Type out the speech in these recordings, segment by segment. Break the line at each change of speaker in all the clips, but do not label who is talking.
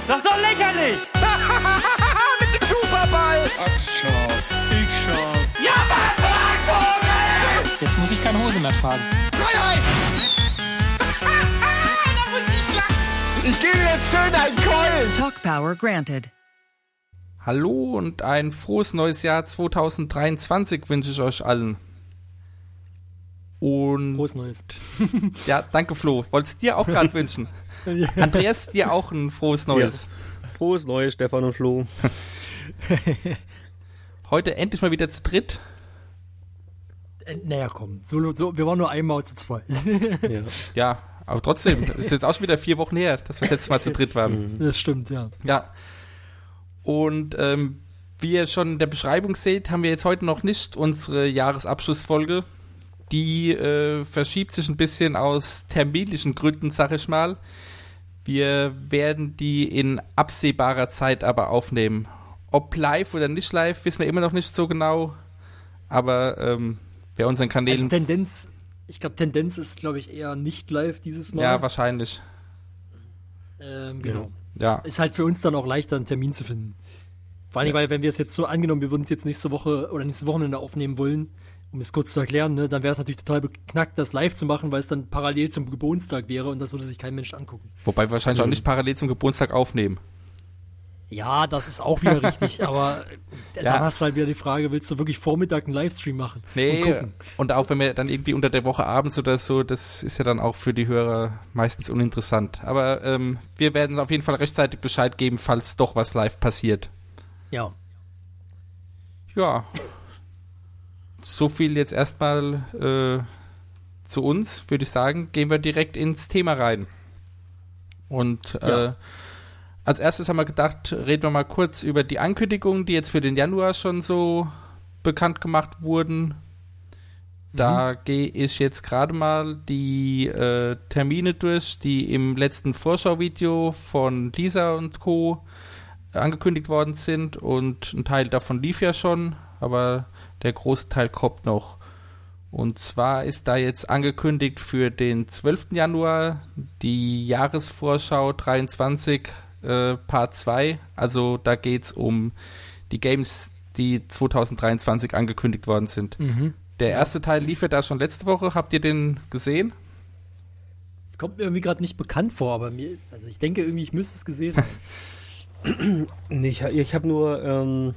Das ist doch lächerlich!
Mit dem Superball!
Ach, schau. Ich schau.
Ja, was, Vogel!
Jetzt muss ich keine Hose mehr tragen.
Freiheit! Da muss ich platzen. Ich gebe jetzt schön einen Keulen!
Talk Power granted.
Hallo und ein frohes neues Jahr 2023 wünsche ich euch allen. Und
Frohes Neues.
ja, danke Flo. Wolltest dir auch gerade wünschen.
Ja.
Andreas, dir auch ein frohes Neues.
Ja. Frohes Neues, Stefan und Flo.
Heute endlich mal wieder zu dritt.
Naja, komm. So, wir waren nur einmal zu zweit.
Ja.
Ja, aber trotzdem, ist jetzt auch schon wieder 4 Wochen her, dass wir das letzte Mal zu dritt waren.
Das stimmt, ja.
Ja. Und wie ihr schon in der Beschreibung seht, haben wir jetzt heute noch nicht unsere Jahresabschlussfolge. Die verschiebt sich ein bisschen aus terminlichen Gründen, sag ich mal. Wir werden die in absehbarer Zeit aber aufnehmen. Ob live oder nicht live, wissen wir immer noch nicht so genau. Aber wer unseren Kanälen...
Also Tendenz ist, glaube ich, eher nicht live dieses Mal.
Ja, wahrscheinlich.
Genau.
Ja.
Ist halt für uns dann auch leichter, einen Termin zu finden. Vor allem, weil wenn wir es jetzt so angenommen, wir würden es jetzt nächste Woche oder nächstes Wochenende aufnehmen wollen, um es kurz zu erklären, ne, dann wäre es natürlich total beknackt, das live zu machen, weil es dann parallel zum Geburtstag wäre und das würde sich kein Mensch angucken.
Wobei wir wahrscheinlich auch nicht parallel zum Geburtstag aufnehmen.
Ja, das ist auch wieder richtig, aber
Ja.
dann hast du halt wieder die Frage, willst du wirklich Vormittag einen Livestream machen?
Nee,
und gucken?
und auch wenn wir dann irgendwie unter der Woche abends oder so, das ist ja dann auch für die Hörer meistens uninteressant. Aber wir werden auf jeden Fall rechtzeitig Bescheid geben, falls doch was live passiert.
Ja.
Ja. So viel jetzt erstmal zu uns, würde ich sagen. Gehen wir direkt ins Thema rein. Und als erstes haben wir gedacht, reden wir mal kurz über die Ankündigungen, die jetzt für den Januar schon so bekannt gemacht wurden. Da gehe ich jetzt gerade mal die Termine durch, die im letzten Vorschauvideo von Lisa und Co. angekündigt worden sind. Und ein Teil davon lief ja schon, aber der große Teil kommt noch. Und zwar ist da jetzt angekündigt für den 12. Januar die Jahresvorschau 23 Part 2. Also da geht es um die Games, die 2023 angekündigt worden sind. Der erste Teil lief ja da schon letzte Woche. Habt ihr den gesehen?
Es kommt mir irgendwie gerade nicht bekannt vor, aber also ich denke irgendwie, ich müsste es gesehen haben.
Nee, ich habe nur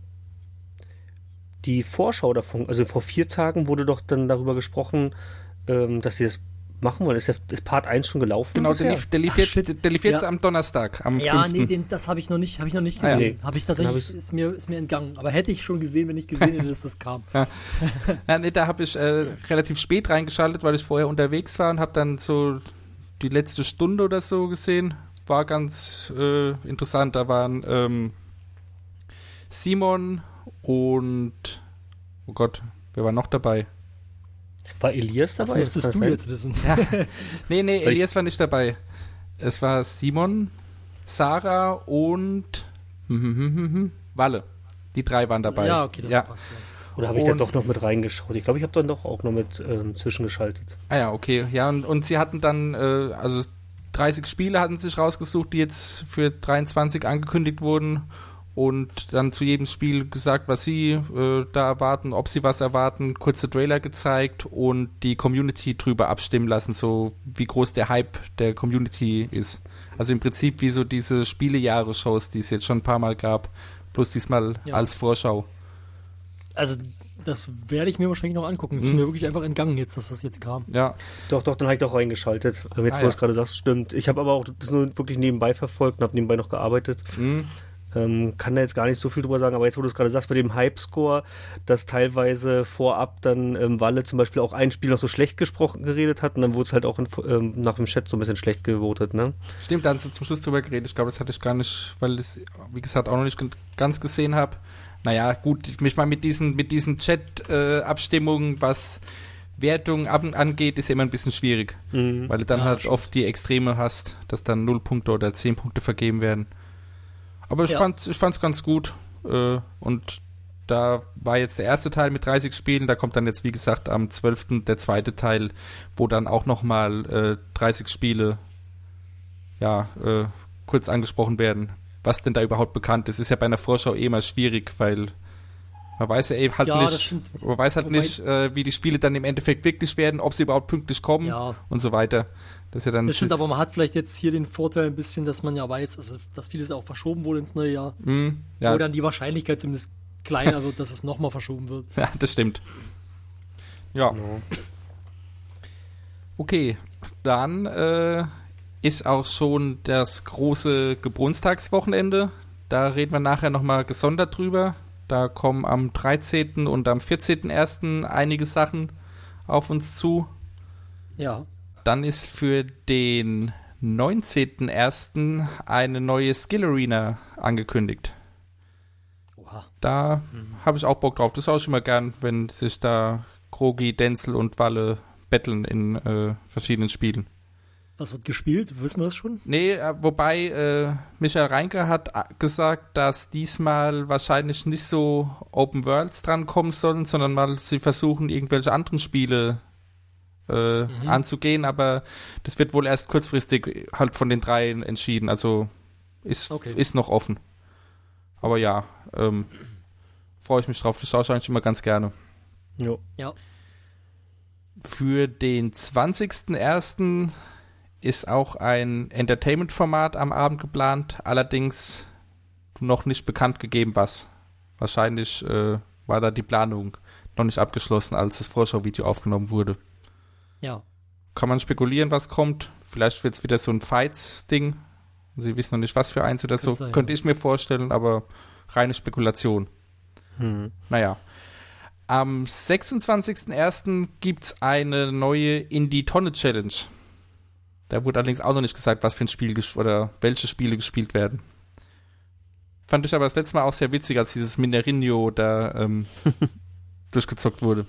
die Vorschau davon, also vor 4 Tagen wurde doch dann darüber gesprochen, dass sie das machen wollen. Ist Part 1 schon gelaufen?
Genau,
bisher?
der lief jetzt am Donnerstag, am 5.
Nee, das habe ich noch nicht gesehen.
Ah, ja. Nee.
Habe ich tatsächlich, ist mir entgangen. Aber hätte ich schon gesehen, wenn ich gesehen hätte, dass das kam.
Ja, nee, da habe ich relativ spät reingeschaltet, weil ich vorher unterwegs war und habe dann so die letzte Stunde oder so gesehen. War ganz interessant. Da waren Simon und oh Gott, wer war noch dabei?
War Elias dabei?
Das müsstest du jetzt wissen.
Ja. Nee, Elias war nicht dabei. Es war Simon, Sarah und Walle. Die 3 waren dabei.
Ja, okay, das passt. Ja.
Oder habe ich da doch noch mit reingeschaut? Ich glaube, ich habe dann doch auch noch mit zwischengeschaltet.
Ah ja, okay. Ja, und sie hatten dann, also 30 Spiele hatten sich rausgesucht, die jetzt für 23 angekündigt wurden. Und dann zu jedem Spiel gesagt, was sie da erwarten, ob sie was erwarten, kurze Trailer gezeigt und die Community drüber abstimmen lassen, so wie groß der Hype der Community ist. Also im Prinzip wie so diese Spielejahre-Shows, die es jetzt schon ein paar Mal gab, bloß diesmal als Vorschau.
Also das werde ich mir wahrscheinlich noch angucken. Das ist mir wirklich einfach entgangen jetzt, dass das jetzt kam.
Ja.
Doch, dann habe ich doch reingeschaltet. Jetzt, wo du es gerade sagst, stimmt. Ich habe aber auch das nur wirklich nebenbei verfolgt und habe nebenbei noch gearbeitet. Kann da jetzt gar nicht so viel drüber sagen, aber jetzt, wo du es gerade sagst, mit dem Hype-Score, dass teilweise vorab dann Walle zum Beispiel auch ein Spiel noch so schlecht geredet hat und dann wurde es halt auch nach dem Chat so ein bisschen schlecht gewotet, ne?
Stimmt, da haben sie zum Schluss drüber geredet. Ich glaube, das hatte ich gar nicht, weil ich es, wie gesagt, auch noch nicht ganz gesehen habe. Naja, gut, mich mal mit diesen Chat-Abstimmungen, was Wertung angeht, ist ja immer ein bisschen schwierig, weil du dann halt oft die Extreme hast, dass dann 0 Punkte oder 10 Punkte vergeben werden. Aber ich fand's ganz gut. Und da war jetzt der erste Teil mit 30 Spielen. Da kommt dann jetzt, wie gesagt, am 12. der zweite Teil, wo dann auch nochmal 30 Spiele kurz angesprochen werden, was denn da überhaupt bekannt ist. Ist ja bei einer Vorschau immer schwierig, weil man weiß ja eben halt nicht, wie die Spiele dann im Endeffekt wirklich werden, ob sie überhaupt pünktlich kommen und so weiter. Das ist ja dann
das stimmt, aber man hat vielleicht jetzt hier den Vorteil ein bisschen, dass man ja weiß, also, dass vieles auch verschoben wurde ins neue Jahr.
Ja.
Wo dann die Wahrscheinlichkeit zumindest kleiner wird, dass es nochmal verschoben wird.
Ja, das stimmt. Ja. Okay, dann ist auch schon das große Geburtstagswochenende. Da reden wir nachher nochmal gesondert drüber. Da kommen am 13. und am 14.01. einige Sachen auf uns zu.
Ja.
Dann ist für den 19.01. eine neue Skill Arena angekündigt.
Oha.
Da habe ich auch Bock drauf. Das schaue ich immer gern, wenn sich da Krogi, Denzel und Walle betteln in verschiedenen Spielen.
Was wird gespielt? Wissen wir das schon?
Nee, wobei Michael Reinke hat gesagt, dass diesmal wahrscheinlich nicht so Open Worlds drankommen sollen, sondern mal sie versuchen, irgendwelche anderen Spiele anzugehen, aber das wird wohl erst kurzfristig halt von den dreien entschieden, also ist noch offen. Aber ja, freue ich mich drauf, das schaue ich eigentlich immer ganz gerne.
Jo.
Ja.
Für den 20.01. ist auch ein Entertainment-Format am Abend geplant, allerdings noch nicht bekannt gegeben, was. Wahrscheinlich war da die Planung noch nicht abgeschlossen, als das Vorschauvideo aufgenommen wurde.
Ja.
Kann man spekulieren, was kommt. Vielleicht wird es wieder so ein Fights-Ding. Sie wissen noch nicht, was für eins oder so. Könnte ich mir vorstellen, aber reine Spekulation. Naja. Am 26.01. gibt es eine neue In-die-Tonne-Challenge. Da wurde allerdings auch noch nicht gesagt, was für ein Spiel oder welche Spiele gespielt werden. Fand ich aber das letzte Mal auch sehr witzig, als dieses Minerinho da durchgezockt wurde.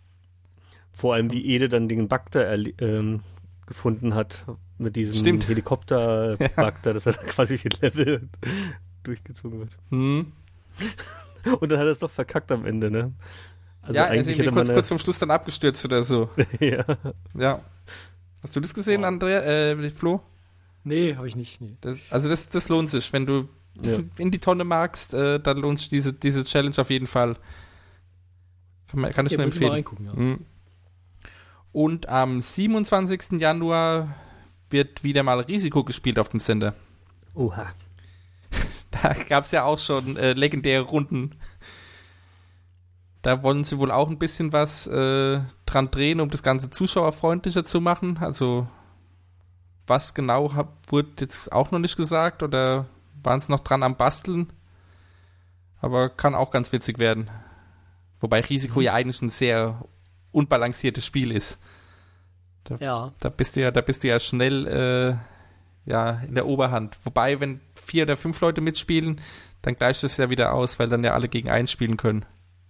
Vor allem die Ede dann den Bug da gefunden hat mit diesem Helikopter-Bug da, dass er quasi viel Level durchgezogen wird. Und dann hat er es doch verkackt am Ende, ne?
Also ja, er ist irgendwie kurz vom Schluss dann abgestürzt oder so. Ja. Hast du das gesehen, Andrea, Flo?
Nee, habe ich nicht. Nee.
Das lohnt sich. Wenn du in die Tonne magst, dann lohnt sich diese Challenge auf jeden Fall. Kann ich nur empfehlen.
Mal reingucken, ja.
Und am 27. Januar wird wieder mal Risiko gespielt auf dem Sender.
Oha.
Da gab es ja auch schon legendäre Runden. Da wollen sie wohl auch ein bisschen was dran drehen, um das Ganze zuschauerfreundlicher zu machen. Also was genau wurde jetzt auch noch nicht gesagt oder waren es noch dran am Basteln. Aber kann auch ganz witzig werden. Wobei Risiko ja eigentlich ein sehr unbalanciertes Spiel ist. Da bist du ja schnell in der Oberhand. Wobei, wenn 4 oder 5 Leute mitspielen, dann gleicht es ja wieder aus, weil dann ja alle gegen 1 spielen können.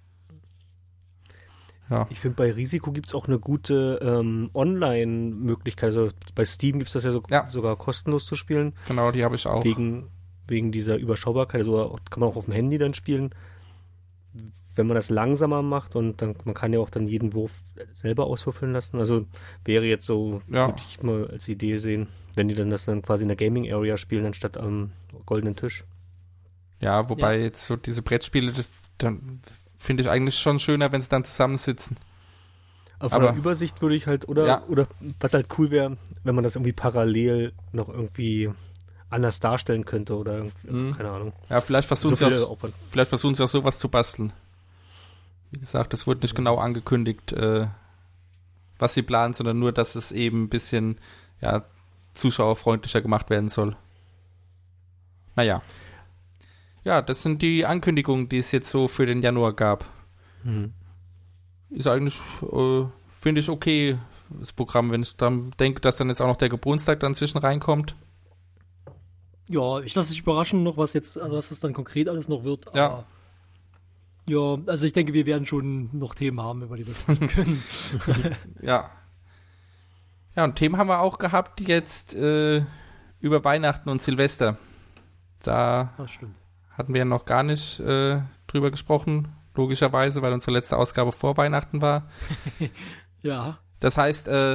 Ja.
Ich finde, bei Risiko gibt es auch eine gute Online-Möglichkeit. Also bei Steam gibt es das ja sogar kostenlos zu spielen.
Genau, die habe ich auch.
Wegen dieser Überschaubarkeit. Also kann man auch auf dem Handy dann spielen. Wenn man das langsamer macht und dann, man kann ja auch dann jeden Wurf selber auswürfeln lassen. Also wäre jetzt so, würde ich mal als Idee sehen, wenn die dann das dann quasi in der Gaming Area spielen, anstatt am goldenen Tisch.
Ja, wobei jetzt so diese Brettspiele, dann finde ich eigentlich schon schöner, wenn sie dann zusammensitzen.
Aber von der Übersicht würde ich halt, oder was halt cool wäre, wenn man das irgendwie parallel noch irgendwie anders darstellen könnte oder keine Ahnung. Ja,
vielleicht versuchen sie auch sowas zu basteln. Wie gesagt, es wurde nicht genau angekündigt, was sie planen, sondern nur, dass es eben ein bisschen zuschauerfreundlicher gemacht werden soll. Naja. Ja, das sind die Ankündigungen, die es jetzt so für den Januar gab. Ist eigentlich, finde ich, okay, das Programm, wenn ich dran denke, dass dann jetzt auch noch der Geburtstag dann zwischen reinkommt.
Ja, ich lasse mich überraschen noch, was das dann konkret alles noch wird.
Ja.
Ja, also ich denke, wir werden schon noch Themen haben, über die wir sprechen können.
Ja. Ja, und Themen haben wir auch gehabt jetzt über Weihnachten und Silvester. Da hatten wir ja noch gar nicht drüber gesprochen, logischerweise, weil unsere letzte Ausgabe vor Weihnachten war.
Ja.
Das heißt,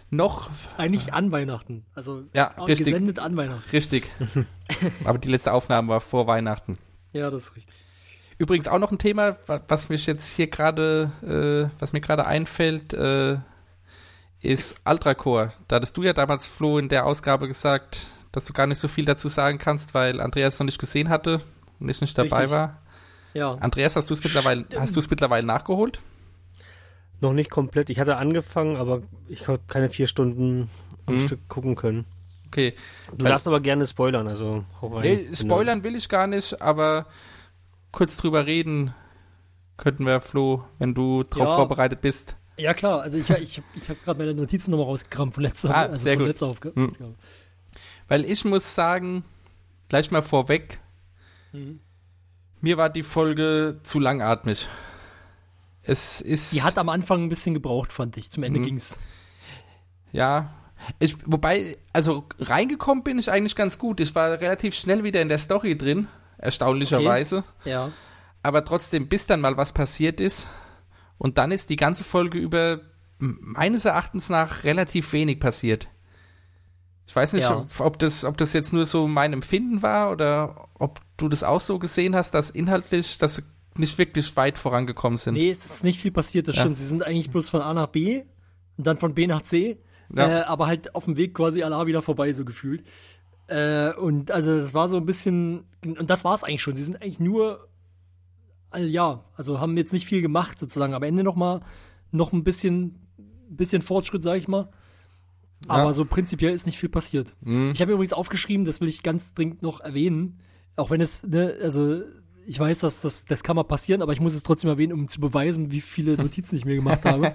noch...
Eigentlich an Weihnachten. Also
Ja, richtig.
gesendet an Weihnachten.
Richtig. Aber die letzte Aufnahme war vor Weihnachten.
Ja, das ist richtig.
Übrigens auch noch ein Thema, was mich jetzt hier gerade, was mir gerade einfällt, ist Ultracore. Da hattest du ja damals, Flo, in der Ausgabe gesagt, dass du gar nicht so viel dazu sagen kannst, weil Andreas noch nicht gesehen hatte und ich nicht dabei
Richtig.
war.
Ja.
Andreas, hast du es mittlerweile nachgeholt?
Noch nicht komplett. Ich hatte angefangen, aber ich habe keine 4 Stunden am Stück gucken können.
Okay.
Du darfst aber gerne spoilern, also hau rein.
Nee, spoilern will ich gar nicht, aber kurz drüber reden könnten wir, Flo, wenn du drauf vorbereitet bist.
Ja, klar. Also ich hab gerade meine Notizen nochmal rausgekramt von letzter,
sehr gut.
letzter Aufgabe.
Weil ich muss sagen, gleich mal vorweg, mir war die Folge zu langatmig. Es ist...
Die hat am Anfang ein bisschen gebraucht, fand ich. Zum Ende ging's.
Ja, wobei, also reingekommen bin ich eigentlich ganz gut. Ich war relativ schnell wieder in der Story drin, erstaunlicherweise.
Okay. Ja.
Aber trotzdem, bis dann mal was passiert ist und dann ist die ganze Folge über meines Erachtens nach relativ wenig passiert. Ich weiß nicht, ob das jetzt nur so mein Empfinden war oder ob du das auch so gesehen hast, dass inhaltlich, dass sie nicht wirklich weit vorangekommen sind.
Nee, es ist nicht viel passiert, das stimmt. Sie sind eigentlich bloß von A nach B und dann von B nach C, aber halt auf dem Weg quasi an A wieder vorbei, so gefühlt. Und also das war so ein bisschen, und das war es eigentlich schon. Sie sind eigentlich nur, also haben jetzt nicht viel gemacht sozusagen. Am Ende noch ein bisschen Fortschritt, sag ich mal. Aber so prinzipiell ist nicht viel passiert. Ich habe übrigens aufgeschrieben, das will ich ganz dringend noch erwähnen, auch wenn es, also ich weiß, dass das kann mal passieren, aber ich muss es trotzdem erwähnen, um zu beweisen, wie viele Notizen ich mir gemacht habe.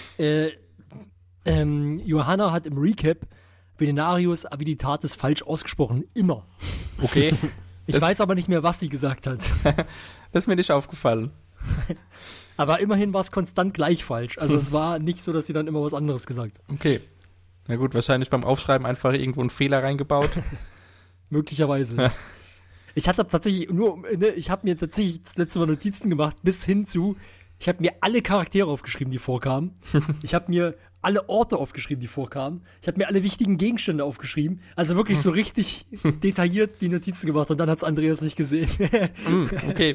Johanna hat im Recap Venenarius Habilitatis falsch ausgesprochen. Immer.
Okay.
Ich weiß aber nicht mehr, was sie gesagt hat.
Das ist mir nicht aufgefallen.
Aber immerhin war es konstant gleich falsch. Also es war nicht so, dass sie dann immer was anderes gesagt hat.
Okay. Na gut, wahrscheinlich beim Aufschreiben einfach irgendwo einen Fehler reingebaut.
Möglicherweise.
Ja.
Ich habe mir tatsächlich das letzte Mal Notizen gemacht, bis hin zu, ich habe mir alle Charaktere aufgeschrieben, die vorkamen. Ich habe mir alle Orte aufgeschrieben, die vorkamen. Ich habe mir alle wichtigen Gegenstände aufgeschrieben. Also wirklich so richtig detailliert die Notizen gemacht und dann hat's Andreas nicht gesehen.
Okay.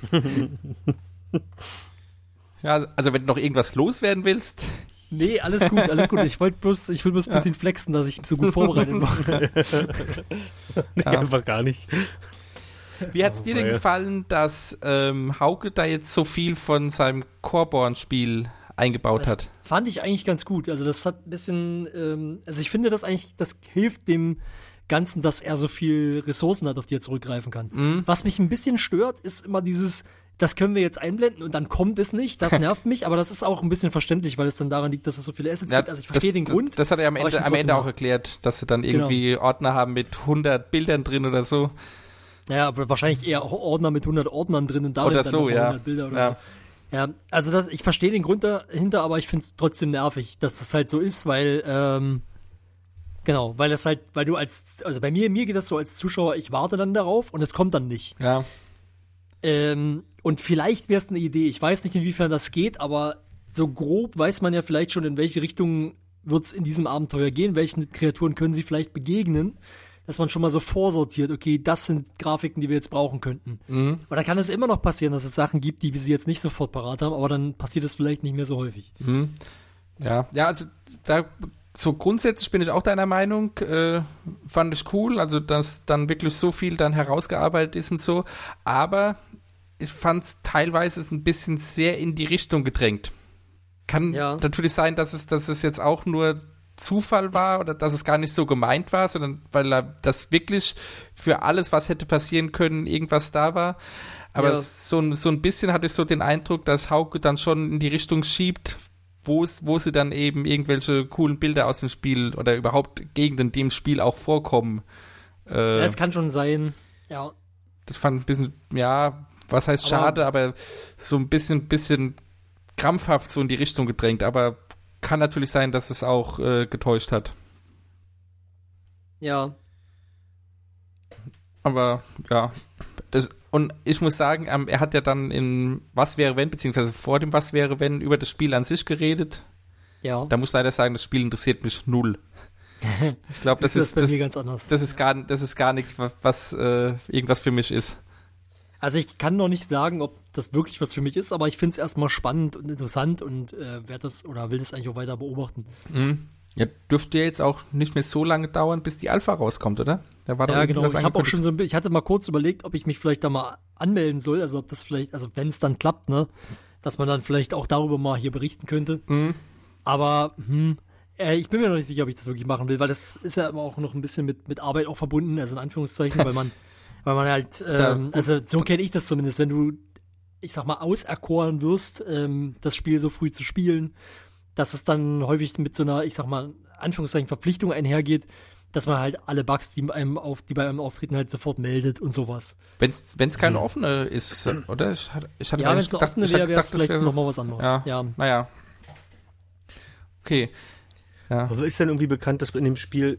Ja, also wenn du noch irgendwas loswerden willst.
Nee, alles gut. Ich will bloß ein bisschen flexen, dass ich so gut vorbereitet war.
Nee, einfach gar nicht.
Wie hat es dir denn gefallen, dass Hauke da jetzt so viel von seinem Corborn-Spiel eingebaut hat?
Fand ich eigentlich ganz gut. Also das hat ein bisschen, also ich finde das eigentlich, das hilft dem Ganzen, dass er so viel Ressourcen hat, auf die er zurückgreifen kann. Was mich ein bisschen stört, ist immer dieses, das können wir jetzt einblenden und dann kommt es nicht. Das nervt mich, aber das ist auch ein bisschen verständlich, weil es dann daran liegt, dass es so viele Assets gibt. Also ich verstehe den Grund.
Das hat er am Ende auch erklärt, dass sie dann irgendwie Ordner haben mit 100 Bildern drin oder so.
Ja, aber wahrscheinlich eher auch Ordner mit 100 Ordnern drin und darin
oder
dann
so,
100 Bilder oder so. Ja, also ich verstehe den Grund dahinter, aber ich finde es trotzdem nervig, dass das halt so ist, weil, weil das halt, weil du also bei mir geht das so als Zuschauer, ich warte dann darauf und es kommt dann nicht.
Ja.
Und vielleicht wäre es eine Idee, ich weiß nicht, inwiefern das geht, aber so grob weiß man ja vielleicht schon, in welche Richtung wird es in diesem Abenteuer gehen, welchen Kreaturen können sie vielleicht begegnen, dass man schon mal so vorsortiert, okay, das sind Grafiken, die wir jetzt brauchen könnten. Und dann kann es immer noch passieren, dass es Sachen gibt, die wir sie jetzt nicht sofort parat haben, aber dann passiert es vielleicht nicht mehr so häufig.
Ja, also da so grundsätzlich bin ich auch deiner Meinung, fand ich cool, also dass dann wirklich so viel dann herausgearbeitet ist und so, aber ich fand es teilweise ein bisschen sehr in die Richtung gedrängt. Kann natürlich sein, dass es jetzt auch nur Zufall war oder dass es gar nicht so gemeint war, sondern weil das wirklich für alles, was hätte passieren können, irgendwas da war. Aber so ein bisschen hatte ich so den Eindruck, dass Hauke dann schon in die Richtung schiebt, wo sie dann eben irgendwelche coolen Bilder aus dem Spiel oder überhaupt Gegenden, die im Spiel auch vorkommen.
Das kann schon sein, ja.
Das fand ein bisschen, was heißt schade, aber so ein bisschen krampfhaft so in die Richtung gedrängt, aber kann natürlich sein, dass es auch getäuscht hat.
Ja.
Aber und ich muss sagen, er hat ja dann in Was wäre wenn, beziehungsweise vor dem Was wäre wenn über das Spiel an sich geredet.
Ja.
Da muss ich leider sagen, das Spiel interessiert mich null. Ich glaube, das ist
bei mir ganz anders.
Das ist gar nichts, was irgendwas für mich ist.
Also ich kann noch nicht sagen, ob das wirklich was für mich ist, aber ich finde es erstmal spannend und interessant und will das eigentlich auch weiter beobachten.
Mhm. Ja, dürfte ja jetzt auch nicht mehr so lange dauern, bis die Alpha rauskommt, oder? Da war doch
Ja, genau.
irgendwas
Ich habe auch
angekündigt.
ich hatte mal kurz überlegt, ob ich mich vielleicht da mal anmelden soll, also ob das vielleicht, also wenn es dann klappt, ne, dass man dann vielleicht auch darüber mal hier berichten könnte.
Mhm.
Aber ich bin mir noch nicht sicher, ob ich das wirklich machen will, weil das ist ja immer auch noch ein bisschen mit Arbeit auch verbunden, also in Anführungszeichen, weil man halt, also so kenne ich das zumindest, wenn du, ich sag mal, auserkoren wirst, das Spiel so früh zu spielen, dass es dann häufig mit so einer, ich sag mal, Anführungszeichen Verpflichtung einhergeht, dass man halt alle Bugs, die bei einem auftreten, halt sofort meldet und sowas.
Wenn's keine offene ist, oder? Ich hatte
Ja, wenn es eine offene wäre, wäre es vielleicht nochmal was anderes.
Ja, naja. Okay. Ja.
Aber ist denn irgendwie bekannt, dass in dem Spiel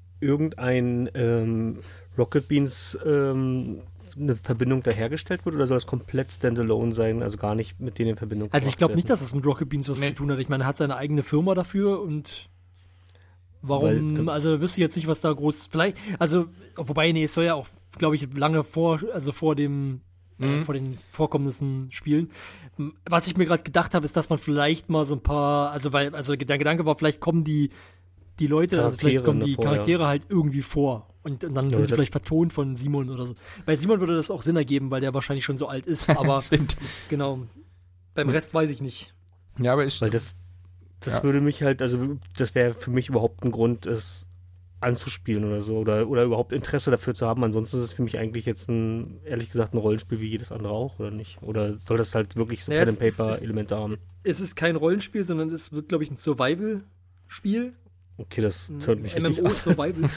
irgendein Rocket Beans eine Verbindung da hergestellt wird, oder soll es komplett standalone sein, also gar nicht mit denen in Verbindung
Also ich
gebracht
glaube nicht,
werden?
dass es mit Rocket Beans was zu tun hat. Ich meine, er hat seine eigene Firma dafür und warum, also wüsste ich jetzt nicht, was da groß, vielleicht, also, wobei, nee, es soll ja auch, glaube ich, lange vor den Vorkommnissen spielen. Was ich mir gerade gedacht habe, ist, dass man vielleicht mal so ein paar, also der Gedanke war, vielleicht kommen die Leute, also vielleicht kommen die Charaktere halt irgendwie vor. Und dann sind die vielleicht vertont von Simon oder so. Bei Simon würde das auch Sinn ergeben, weil der wahrscheinlich schon so alt ist, aber
Stimmt.
genau. Beim Rest weiß ich nicht.
Ja, aber
Weil das würde mich halt, also das wäre für mich überhaupt ein Grund, es anzuspielen oder so, oder überhaupt Interesse dafür zu haben. Ansonsten ist es für mich eigentlich jetzt ehrlich gesagt ein Rollenspiel wie jedes andere auch, oder nicht? Oder soll das halt wirklich so Pen-and-Paper-Elemente haben?
Es ist kein Rollenspiel, sondern es wird, glaube ich, ein Survival-Spiel.
Okay, das hört mich richtig
MMO
an.
Survival.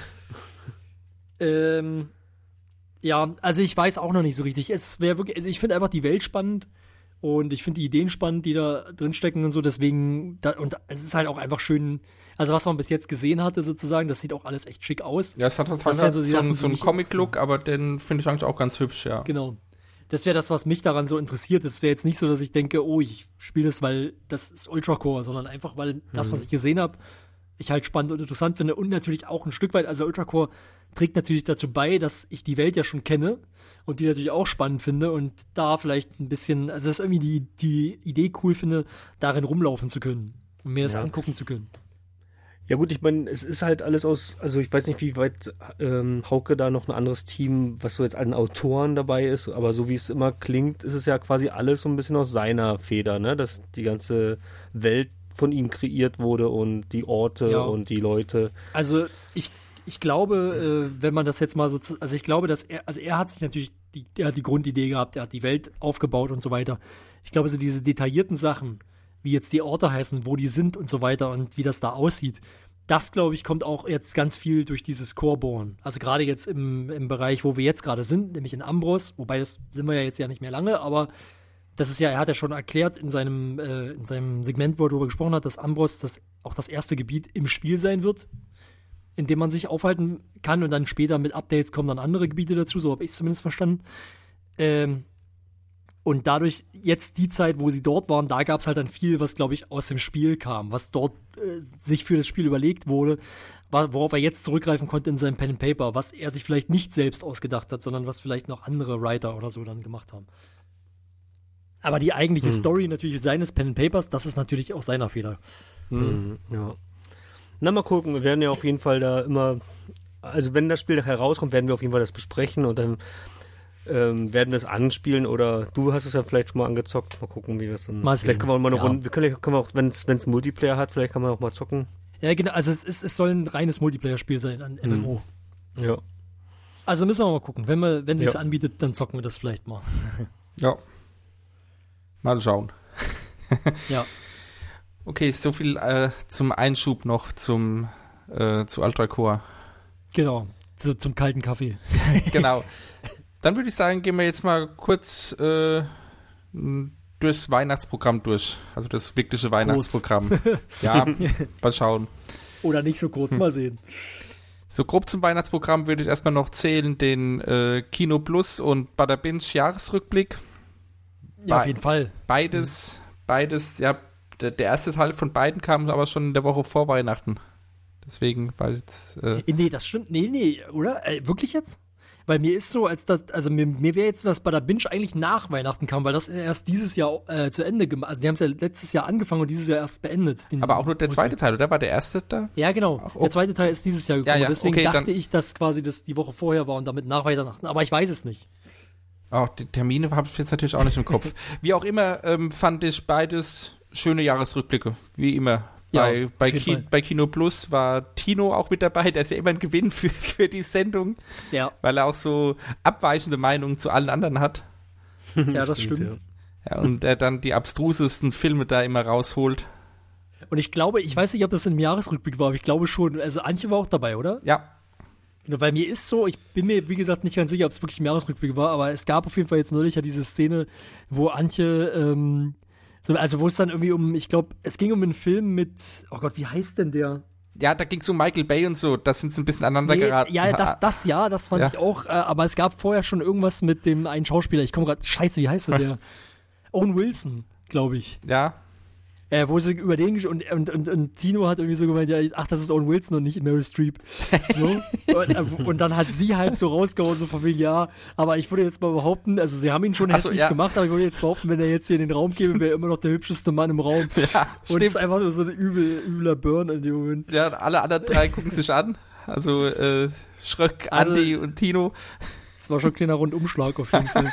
Ja, also ich weiß auch noch nicht so richtig. Es wäre wirklich, also ich finde einfach die Welt spannend und ich finde die Ideen spannend, die da drin stecken und so. Deswegen, und es ist halt auch einfach schön, also was man bis jetzt gesehen hatte sozusagen, das sieht auch alles echt schick aus.
Ja, es hat halt
Das wären so die Sachen,
so
die
einen
mich
Comic-Look, aber den finde ich eigentlich auch ganz hübsch, ja.
Genau. Das wäre das, was mich daran so interessiert. Es wäre jetzt nicht so, dass ich denke, oh, ich spiele das, weil das ist Ultracore, sondern einfach, weil das, was ich gesehen habe, ich halt spannend und interessant finde und natürlich auch ein Stück weit, also Ultracore trägt natürlich dazu bei, dass ich die Welt ja schon kenne und die natürlich auch spannend finde und da vielleicht ein bisschen, also das irgendwie die Idee cool finde, darin rumlaufen zu können und mir das angucken zu können.
Ja gut, ich meine, es ist halt alles also ich weiß nicht, wie weit Hauke da noch ein anderes Team, was so jetzt an Autoren dabei ist, aber so wie es immer klingt, ist es ja quasi alles so ein bisschen aus seiner Feder, ne, dass die ganze Welt von ihm kreiert wurde und die Orte und die Leute.
Also ich glaube, wenn man das jetzt mal so, also ich glaube, dass er hat sich natürlich, er hat die Grundidee gehabt, er hat die Welt aufgebaut und so weiter. Ich glaube, so diese detaillierten Sachen, wie jetzt die Orte heißen, wo die sind und so weiter und wie das da aussieht, das, glaube ich, kommt auch jetzt ganz viel durch dieses Coreborn. Also gerade jetzt im Bereich, wo wir jetzt gerade sind, nämlich in Ambros, wobei das sind wir ja jetzt ja nicht mehr lange, aber das ist ja, er hat ja schon erklärt in seinem Segment, wo er darüber gesprochen hat, dass Ambros auch das erste Gebiet im Spiel sein wird, in dem man sich aufhalten kann und dann später mit Updates kommen dann andere Gebiete dazu, so habe ich es zumindest verstanden. Und dadurch jetzt die Zeit, wo sie dort waren, da gab es halt dann viel, was, glaube ich, aus dem Spiel kam, was dort sich für das Spiel überlegt wurde, worauf er jetzt zurückgreifen konnte in seinem Pen and Paper, was er sich vielleicht nicht selbst ausgedacht hat, sondern was vielleicht noch andere Writer oder so dann gemacht haben. Aber die eigentliche Story natürlich seines Pen and Papers, das ist natürlich auch seiner Fehler.
Ja. Na, mal gucken, wir werden ja auf jeden Fall da immer, also wenn das Spiel nachher rauskommt, werden wir auf jeden Fall das besprechen und dann werden wir es anspielen oder du hast es ja vielleicht schon mal angezockt. Mal gucken, wie wir es dann.
Mal
vielleicht
sehen.
können wir auch mal eine Runde, können wir auch, wenn es Multiplayer hat, vielleicht kann man auch mal zocken.
Ja, genau, also es soll ein reines Multiplayer-Spiel sein, ein MMO.
Ja.
Also müssen wir mal gucken. Wenn sie es anbietet, dann zocken wir das vielleicht mal.
Ja. Mal schauen.
Ja.
Okay, so viel zum Einschub noch zu Ultracore.
Genau. Zum kalten Kaffee.
Genau. Dann würde ich sagen, gehen wir jetzt mal kurz durchs Weihnachtsprogramm durch. Also das wirkliche Weihnachtsprogramm. Ja, mal schauen.
Oder nicht so kurz, mal sehen.
So grob zum Weihnachtsprogramm würde ich erstmal noch zählen den Kino Plus und Bada Binge Jahresrückblick.
Ja, auf jeden Fall.
Beides, ja, der erste Teil von beiden kam aber schon in der Woche vor Weihnachten. Deswegen, weil jetzt...
Nee, das stimmt. Nee, oder? Wirklich jetzt? Weil mir ist so, mir wäre jetzt, was bei der Binge eigentlich nach Weihnachten kam, weil das ist ja erst dieses Jahr zu Ende gemacht. Also die haben es ja letztes Jahr angefangen und dieses Jahr erst beendet.
Aber auch nur der zweite Teil, oder? War der erste da?
Ja, genau. Der zweite Teil ist dieses Jahr gekommen.
Ja,
deswegen
okay,
dachte ich, dass quasi das die Woche vorher war und damit nach Weihnachten. Aber ich weiß es nicht.
Auch die Termine habe ich jetzt natürlich auch nicht im Kopf. Wie auch immer, fand ich beides schöne Jahresrückblicke. Wie immer. Bei Kino Plus war Tino auch mit dabei, der ist ja immer ein Gewinn für die Sendung, weil er auch so abweichende Meinungen zu allen anderen hat.
Ja, das stimmt.
Ja, und er dann die abstrusesten Filme da immer rausholt.
Und ich weiß nicht, ob das im Jahresrückblick war, aber ich glaube schon. Also Antje war auch dabei, oder?
Ja.
Weil mir ist so, ich bin mir, wie gesagt, nicht ganz sicher, ob es wirklich im Jahresrückblick war, aber es gab auf jeden Fall jetzt neulich ja diese Szene, wo Antje, wo es dann irgendwie ich glaube, es ging um einen Film mit, oh Gott, wie heißt denn der?
Ja, da ging es um Michael Bay und so, da sind sie ein bisschen aneinander geraten.
Ja, das fand ich auch, aber es gab vorher schon irgendwas mit dem einen Schauspieler, ich komme gerade, scheiße, wie heißt der? Owen Wilson, glaube ich.
Ja.
Wo sie über den und Tino hat irgendwie so gemeint, ja, ach, das ist Owen Wilson und nicht Meryl Streep. So. und dann hat sie halt so rausgehauen, so von wegen, ja, aber ich würde jetzt mal behaupten, also sie haben ihn schon hässlich gemacht, aber ich würde jetzt behaupten, wenn er jetzt hier in den Raum käme, wäre er immer noch der hübscheste Mann im Raum.
Ja,
und es ist einfach nur so ein übler Burn in dem Moment.
Ja, alle anderen drei gucken sich an. Also Schröck, Andi und Tino.
Das war schon ein kleiner Rundumschlag auf jeden Fall.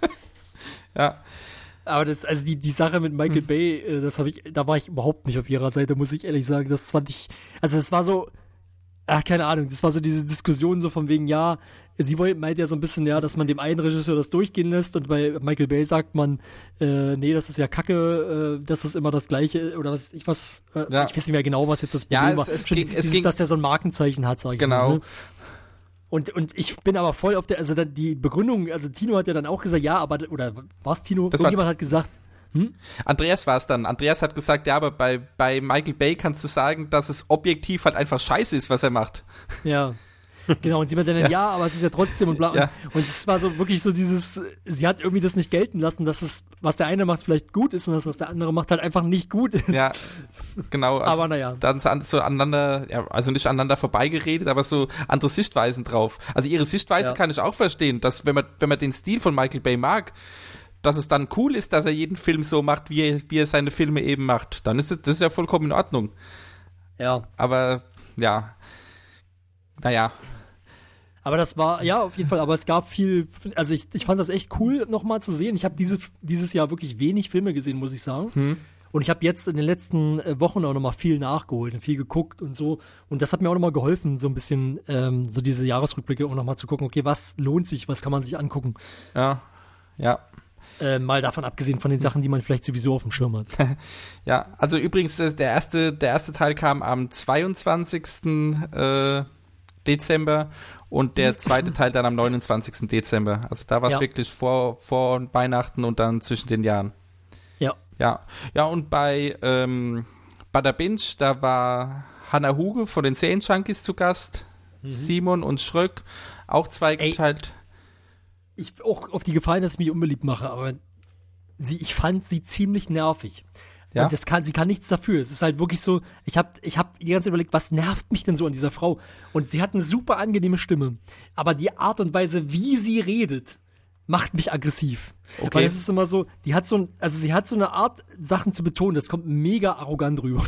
Ja.
Aber die Sache mit Michael Bay, da war ich überhaupt nicht auf ihrer Seite, muss ich ehrlich sagen. Das fand ich, also das war so, keine Ahnung, das war so diese Diskussion so von wegen, ja, sie meint ja so ein bisschen, ja, dass man dem einen Regisseur das durchgehen lässt und bei Michael Bay sagt man, nee, das ist ja Kacke, das ist immer das Gleiche oder ich weiß nicht mehr genau, was jetzt das Problem war. Es ging, dass der so ein Markenzeichen hat, sag ich mal. Genau. Ne? Und ich bin aber voll auf die Begründung, also Tino hat ja dann auch gesagt, ja, aber, oder was Tino? Irgendjemand hat gesagt,
Andreas war es dann. Andreas hat gesagt, ja, aber bei Michael Bay kannst du sagen, dass es objektiv halt einfach scheiße ist, was er macht.
Ja. Genau, und sie meinte dann, ja, aber es ist ja trotzdem und bla. Ja. Und es war so wirklich so sie hat irgendwie das nicht gelten lassen, dass es, was der eine macht, vielleicht gut ist und das, was der andere macht, halt einfach nicht gut ist.
Ja, genau. Also
aber naja.
Dann so aneinander, ja, also nicht aneinander vorbeigeredet, aber so andere Sichtweisen drauf. Also ihre Sichtweise kann ich auch verstehen, dass wenn man den Stil von Michael Bay mag, dass es dann cool ist, dass er jeden Film so macht, wie er seine Filme eben macht. Dann ist das ja vollkommen in Ordnung.
Ja.
Aber, ja. Naja.
Aber das war, ja, auf jeden Fall, aber es gab viel, also ich fand das echt cool, nochmal zu sehen. Ich habe dieses Jahr wirklich wenig Filme gesehen, muss ich sagen. Und ich habe jetzt in den letzten Wochen auch nochmal viel nachgeholt und viel geguckt und so. Und das hat mir auch nochmal geholfen, so ein bisschen so diese Jahresrückblicke auch nochmal zu gucken, okay, was lohnt sich, was kann man sich angucken.
Ja.
Mal davon abgesehen von den Sachen, die man vielleicht sowieso auf dem Schirm hat.
Ja, also übrigens, der erste Teil kam am 22. Dezember und der zweite Teil dann am 29. Dezember. Also da war es wirklich vor Weihnachten und dann zwischen den Jahren. Ja, und bei der Binge, da war Hannah Huge von den Serienjunkies zu Gast, Simon und Schröck, auch zweigeteilt.
Ich auch auf die Gefahr, dass ich mich unbeliebt mache, aber ich fand sie ziemlich nervig. Ja? Und sie kann nichts dafür. Es ist halt wirklich so, ich hab die ganze Zeit überlegt, was nervt mich denn so an dieser Frau? Und sie hat eine super angenehme Stimme. Aber die Art und Weise, wie sie redet, macht mich aggressiv. Okay. Weil es ist immer so, sie hat so eine Art, Sachen zu betonen, das kommt mega arrogant rüber.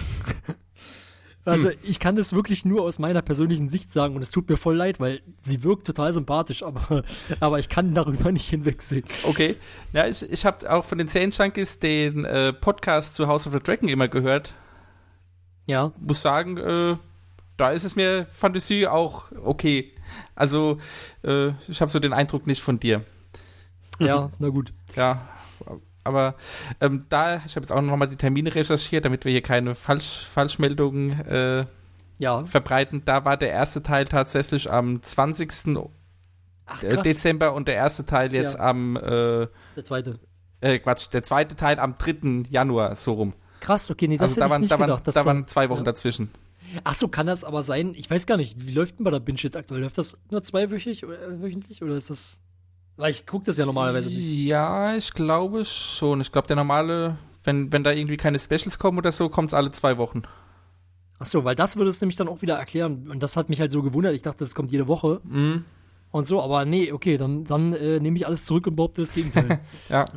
Also ich kann das wirklich nur aus meiner persönlichen Sicht sagen und es tut mir voll leid, weil sie wirkt total sympathisch, aber ich kann darüber nicht hinwegsehen.
Okay, ja, ich habe auch von den Serienjunkies den Podcast zu House of the Dragon immer gehört.
Ja.
Muss sagen, da ist es mir Fantasie auch okay. Also ich habe so den Eindruck nicht von dir.
Ja, na gut.
Ja, aber ich habe jetzt auch nochmal die Termine recherchiert, damit wir hier keine Falschmeldungen verbreiten. Da war der erste Teil tatsächlich am 20. Dezember und der erste Teil jetzt am
der zweite.
Der zweite Teil am 3. Januar, so rum.
Krass, okay, nee, das hätte ich nicht gedacht.
Da waren 2 Wochen dazwischen.
Ach so, kann das aber sein, ich weiß gar nicht, wie läuft denn bei der Binge jetzt aktuell? Läuft das nur wöchentlich oder ist das... Weil ich gucke das ja normalerweise nicht.
Ja, ich glaube schon. Ich glaube, der normale Wenn da irgendwie keine Specials kommen oder so, kommt es alle 2 Wochen.
Achso, weil das würde es nämlich dann auch wieder erklären. Und das hat mich halt so gewundert. Ich dachte, das kommt jede Woche. Und so, aber nee, okay, dann nehme ich alles zurück und behaupte das Gegenteil.
Ja.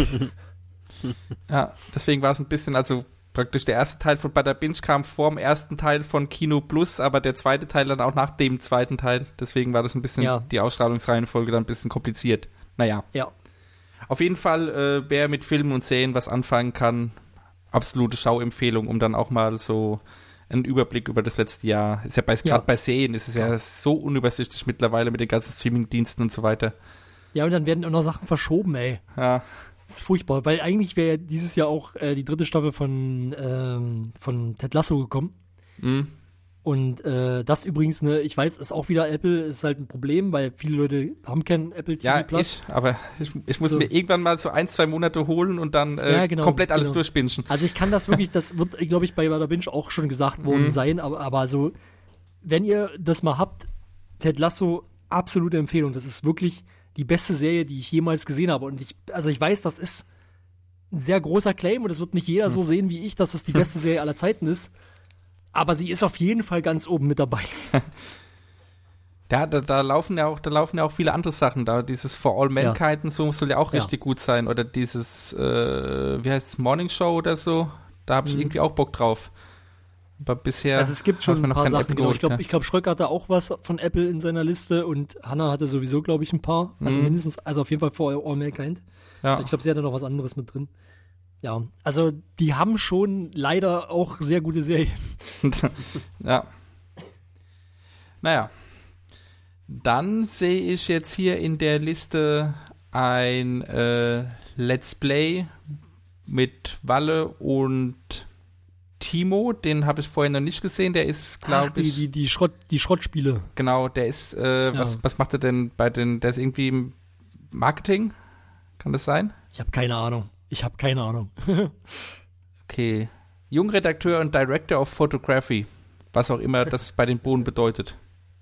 Ja, deswegen war es ein bisschen, also praktisch der erste Teil von Bada Binge kam vor dem ersten Teil von Kino Plus, aber der zweite Teil dann auch nach dem zweiten Teil. Deswegen war das ein bisschen, die Ausstrahlungsreihenfolge dann ein bisschen kompliziert. Naja.
Ja.
Auf jeden Fall, wer mit Filmen und Serien was anfangen kann, absolute Schauempfehlung, um dann auch mal so einen Überblick über das letzte Jahr. Ist ja gerade bei Serien ist es ja so unübersichtlich mittlerweile mit den ganzen Streaming-Diensten und so weiter.
Ja, und dann werden auch noch Sachen verschoben, ey.
Ja.
Das ist furchtbar, weil eigentlich wäre ja dieses Jahr auch die 3. Staffel von Ted Lasso gekommen. Und das übrigens, ich weiß, ist auch wieder Apple, ist halt ein Problem, weil viele Leute haben keinen Apple TV Plus.
Aber ich muss mir irgendwann mal so 1-2 Monate holen und dann komplett alles durchbingen.
Also ich kann das wirklich, das wird, glaube ich, bei Bada Binge auch schon gesagt worden sein, aber so, wenn ihr das mal habt, Ted Lasso, absolute Empfehlung. Das ist wirklich die beste Serie, die ich jemals gesehen habe. Und ich weiß, das ist ein sehr großer Claim und das wird nicht jeder so sehen wie ich, dass das die beste Serie aller Zeiten ist. Aber sie ist auf jeden Fall ganz oben mit dabei.
Ja, da laufen ja auch viele andere Sachen da. Dieses For All Mankind und so soll ja auch richtig gut sein. Oder dieses, wie heißt es, Morning Show oder so. Da habe ich irgendwie auch Bock drauf. Aber bisher.
Also es gibt schon ein paar Sachen. Genau. Ich glaube, Schröck hatte auch was von Apple in seiner Liste und Hannah hatte sowieso, glaube ich, ein paar. Also mindestens, also auf jeden Fall For All Mankind. Ja. Ich glaube, sie hatte noch was anderes mit drin. Ja, also die haben schon leider auch sehr gute Serien.
Ja. Naja. Dann sehe ich jetzt hier in der Liste ein Let's Play mit Walle und Timo. Den habe ich vorher noch nicht gesehen. Der ist, glaube ich...
Die Schrottspiele.
Genau, der ist... Was macht er denn bei den... Der ist irgendwie im Marketing? Kann das sein?
Ich habe keine Ahnung.
Okay. Jungredakteur und Director of Photography. Was auch immer das bei den Bohnen bedeutet.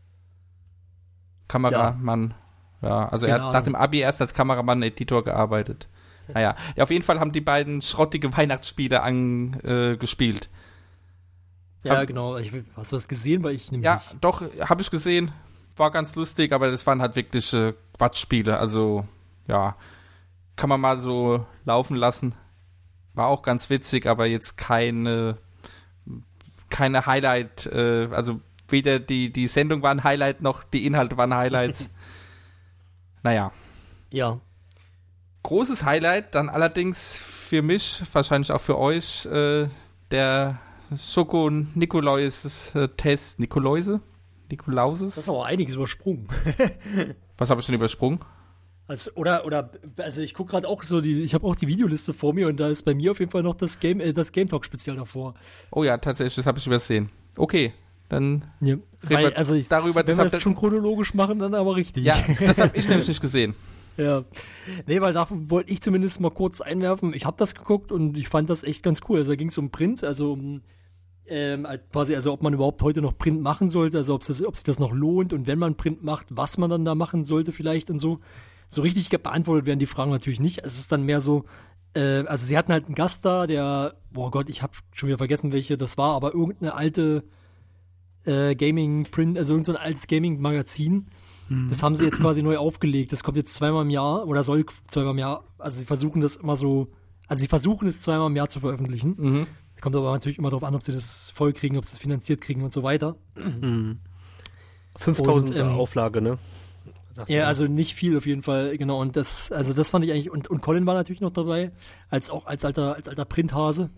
Kameramann. Ja, also er hat nach dem Abi erst als Kameramann, Editor gearbeitet. Naja, ja, auf jeden Fall haben die beiden schrottige Weihnachtsspiele angespielt.
Ja, genau. Hast du das gesehen? Weil ich
ja, doch, habe ich gesehen. War ganz lustig, aber das waren halt wirklich Quatschspiele. Also, ja, kann man mal so laufen lassen. War auch ganz witzig, aber jetzt keine Highlight, also weder die Sendung war ein Highlight, noch die Inhalte waren Highlights. Naja.
Ja.
Großes Highlight, dann allerdings für mich, wahrscheinlich auch für euch, der Schoko Nikolaus-Test. Nikolauses?
Das ist aber einiges übersprungen.
Was habe ich denn übersprungen?
Also, also ich gucke gerade auch so, ich habe auch die Videoliste vor mir und da ist bei mir auf jeden Fall noch das Game Talk Spezial davor.
Oh ja, tatsächlich, das habe ich übersehen. Okay, dann
reden wir darüber. Wenn wir das schon chronologisch machen, dann aber richtig.
Ja, das habe ich nämlich nicht gesehen.
Ja, nee, weil davon wollte ich zumindest mal kurz einwerfen. Ich habe das geguckt und ich fand das echt ganz cool. Also da ging es um Print, also um quasi, also ob man überhaupt heute noch Print machen sollte, also ob sich das noch lohnt und wenn man Print macht, was man dann da machen sollte vielleicht und so. So richtig beantwortet werden die Fragen natürlich nicht. Es ist dann mehr so, also sie hatten halt einen Gast da, der, boah Gott, ich habe schon wieder vergessen, welche das war, aber irgendeine alte Gaming-Print, also irgendein altes Gaming-Magazin. Das haben sie jetzt quasi neu aufgelegt. Das kommt jetzt zweimal im Jahr oder soll zweimal im Jahr, also sie versuchen es zweimal im Jahr zu veröffentlichen. Es kommt aber natürlich immer darauf an, ob sie das voll kriegen, ob sie es finanziert kriegen und so weiter.
5000 Auflage, ne?
Ja, also nicht viel auf jeden Fall, genau. Und das fand ich eigentlich, und Colin war natürlich noch dabei, als alter Printhase.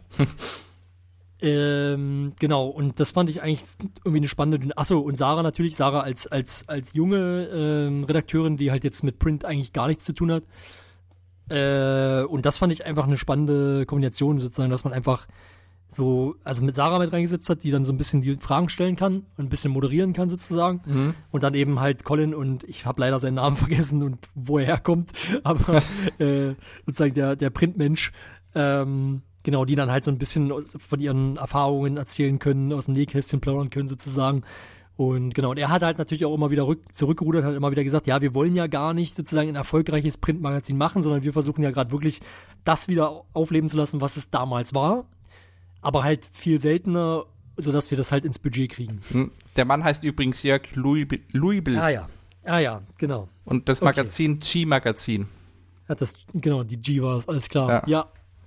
Genau, und das fand ich eigentlich irgendwie eine spannende. Achso, und Sarah natürlich, als junge Redakteurin, die halt jetzt mit Print eigentlich gar nichts zu tun hat. Und das fand ich einfach eine spannende Kombination, sozusagen, dass man einfach so, also mit Sarah mit reingesetzt hat, die dann so ein bisschen die Fragen stellen kann und ein bisschen moderieren kann sozusagen. Und dann eben halt Colin, und ich habe leider seinen Namen vergessen und wo er herkommt, aber sozusagen der Printmensch, genau, die dann halt so ein bisschen von ihren Erfahrungen erzählen können, aus dem Nähkästchen plaudern können sozusagen. Und genau, und er hat halt natürlich auch immer wieder zurückgerudert, hat immer wieder gesagt, ja, wir wollen ja gar nicht sozusagen ein erfolgreiches Printmagazin machen, sondern wir versuchen ja gerade wirklich das wieder aufleben zu lassen, was es damals war, aber halt viel seltener, sodass wir das halt ins Budget kriegen.
Der Mann heißt übrigens Jörg Luibel.
Ah ja, genau.
Und das Magazin G-Magazin.
Genau, die G war es, alles klar. Ja.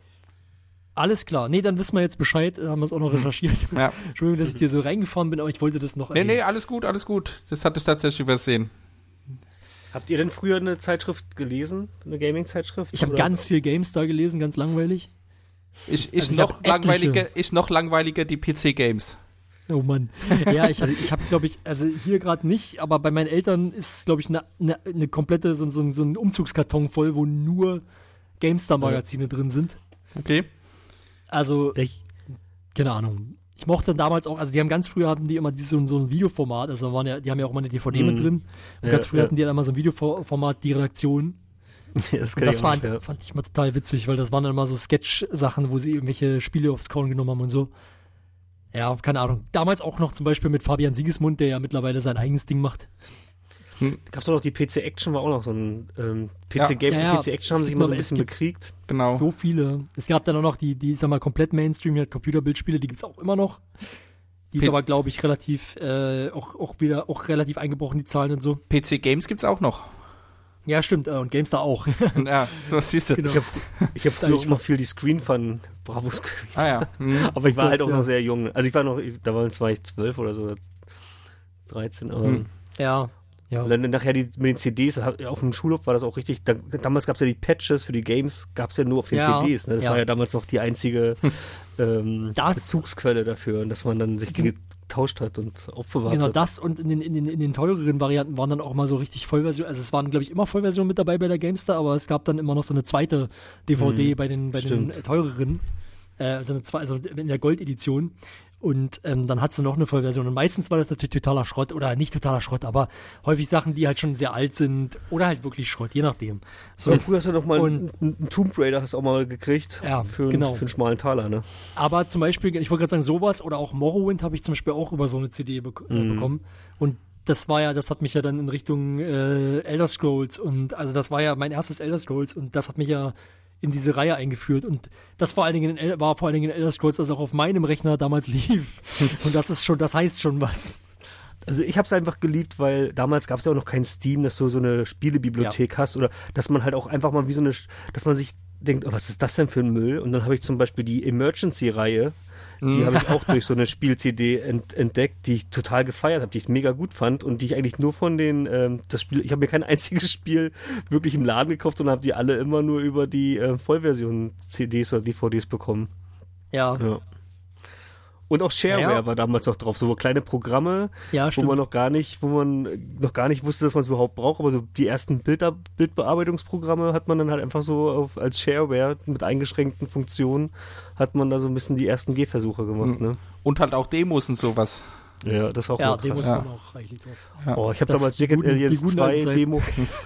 Alles klar. Nee, dann wissen wir jetzt Bescheid, haben wir es auch noch recherchiert.
Ja.
Entschuldigung, dass ich dir so reingefahren bin, aber ich wollte das noch erwähnen.
Nee, alles gut. Das hatte ich tatsächlich übersehen.
Habt ihr denn früher eine Zeitschrift gelesen? Eine Gaming-Zeitschrift?
Ich habe ganz viel GameStar gelesen, ganz langweilig.
Ich noch langweiliger die PC-Games.
Oh Mann. Ja, ich hab, glaube ich, also hier gerade nicht, aber bei meinen Eltern ist, glaube ich, eine komplette, so ein Umzugskarton voll, wo nur GameStar-Magazine drin sind.
Okay.
Also, keine Ahnung. Ich mochte damals auch, also die haben ganz früher hatten die immer so ein Videoformat, also die haben ja auch immer eine DVD mit drin. Und ganz früher hatten die dann immer so ein Videoformat, die Redaktion.
Ja, das
fand ich mal total witzig, weil das waren dann immer so Sketch-Sachen, wo sie irgendwelche Spiele aufs Korn genommen haben und so. Ja, keine Ahnung. Damals auch noch zum Beispiel mit Fabian Siegesmund, der ja mittlerweile sein eigenes Ding macht.
Gab's doch noch die PC Action, war auch noch so ein PC Games und PC Action haben sich immer so ein bisschen bekriegt.
Genau.
So viele. Es gab dann auch noch die sag mal, komplett Mainstream, halt Computerbildspiele, die gibt's auch immer noch. Die ist aber, glaube ich, relativ, auch relativ eingebrochen, die Zahlen und so.
PC Games gibt's auch noch.
Ja, stimmt, und GameStar auch.
Ja, so siehst du.
Genau.
Ich hab früher auch noch viel die Screen von Bravo Screen.
Ah ja.
Aber ich war halt auch noch sehr jung. Also ich war noch, war ich 12 oder so, 13, aber...
Ja.
Und dann nachher mit den CDs, auf dem Schulhof war das auch richtig, damals gab es ja die Patches für die Games, gab es ja nur auf den CDs. Ne? Das war ja damals noch die einzige Bezugsquelle dafür, und dass man dann sich die getauscht hat und aufbewahrt hat.
Genau, das und in den teureren Varianten waren dann auch mal so richtig Vollversionen, also es waren, glaube ich, immer Vollversionen mit dabei bei der GameStar, aber es gab dann immer noch so eine zweite DVD bei den teureren, also in der Gold-Edition. Und dann hat sie noch eine Vollversion. Und meistens war das natürlich totaler Schrott oder nicht totaler Schrott, aber häufig Sachen, die halt schon sehr alt sind oder halt wirklich Schrott, je nachdem. So.
Ja, früher hast du noch mal einen Tomb Raider hast auch mal gekriegt für einen schmalen Taler, ne?
Aber zum Beispiel, ich wollte gerade sagen, sowas oder auch Morrowind habe ich zum Beispiel auch über so eine CD bekommen. Und das hat mich ja dann in Richtung Elder Scrolls und also das war ja mein erstes Elder Scrolls und das hat mich ja in diese Reihe eingeführt und das war vor allen Dingen in Elder Scrolls, das auch auf meinem Rechner damals lief. Und das heißt schon was.
Also ich habe es einfach geliebt, weil damals gab es ja auch noch kein Steam, dass du so eine Spielebibliothek hast oder dass man halt auch einfach mal dass man sich denkt, oh, was ist das denn für ein Müll? Und dann habe ich zum Beispiel die Emergency-Reihe, die habe ich auch durch so eine Spiel-CD entdeckt, die ich total gefeiert habe, die ich mega gut fand und die ich eigentlich nur von den, ich habe mir kein einziges Spiel wirklich im Laden gekauft, sondern habe die alle immer nur über die Vollversion-CDs oder DVDs bekommen.
Ja.
Und auch Shareware war damals noch drauf, so kleine Programme, wo man noch gar nicht wusste, dass man es überhaupt braucht, aber so die ersten Bildbearbeitungsprogramme hat man dann halt einfach so als Shareware mit eingeschränkten Funktionen hat man da so ein bisschen die ersten Gehversuche gemacht, ne?
Und halt auch Demos und sowas.
Ja, das war auch
noch
krass.
Demos waren auch reichlich drauf.
Ja. Oh, ich habe damals Jagged Aliens 2 Demo.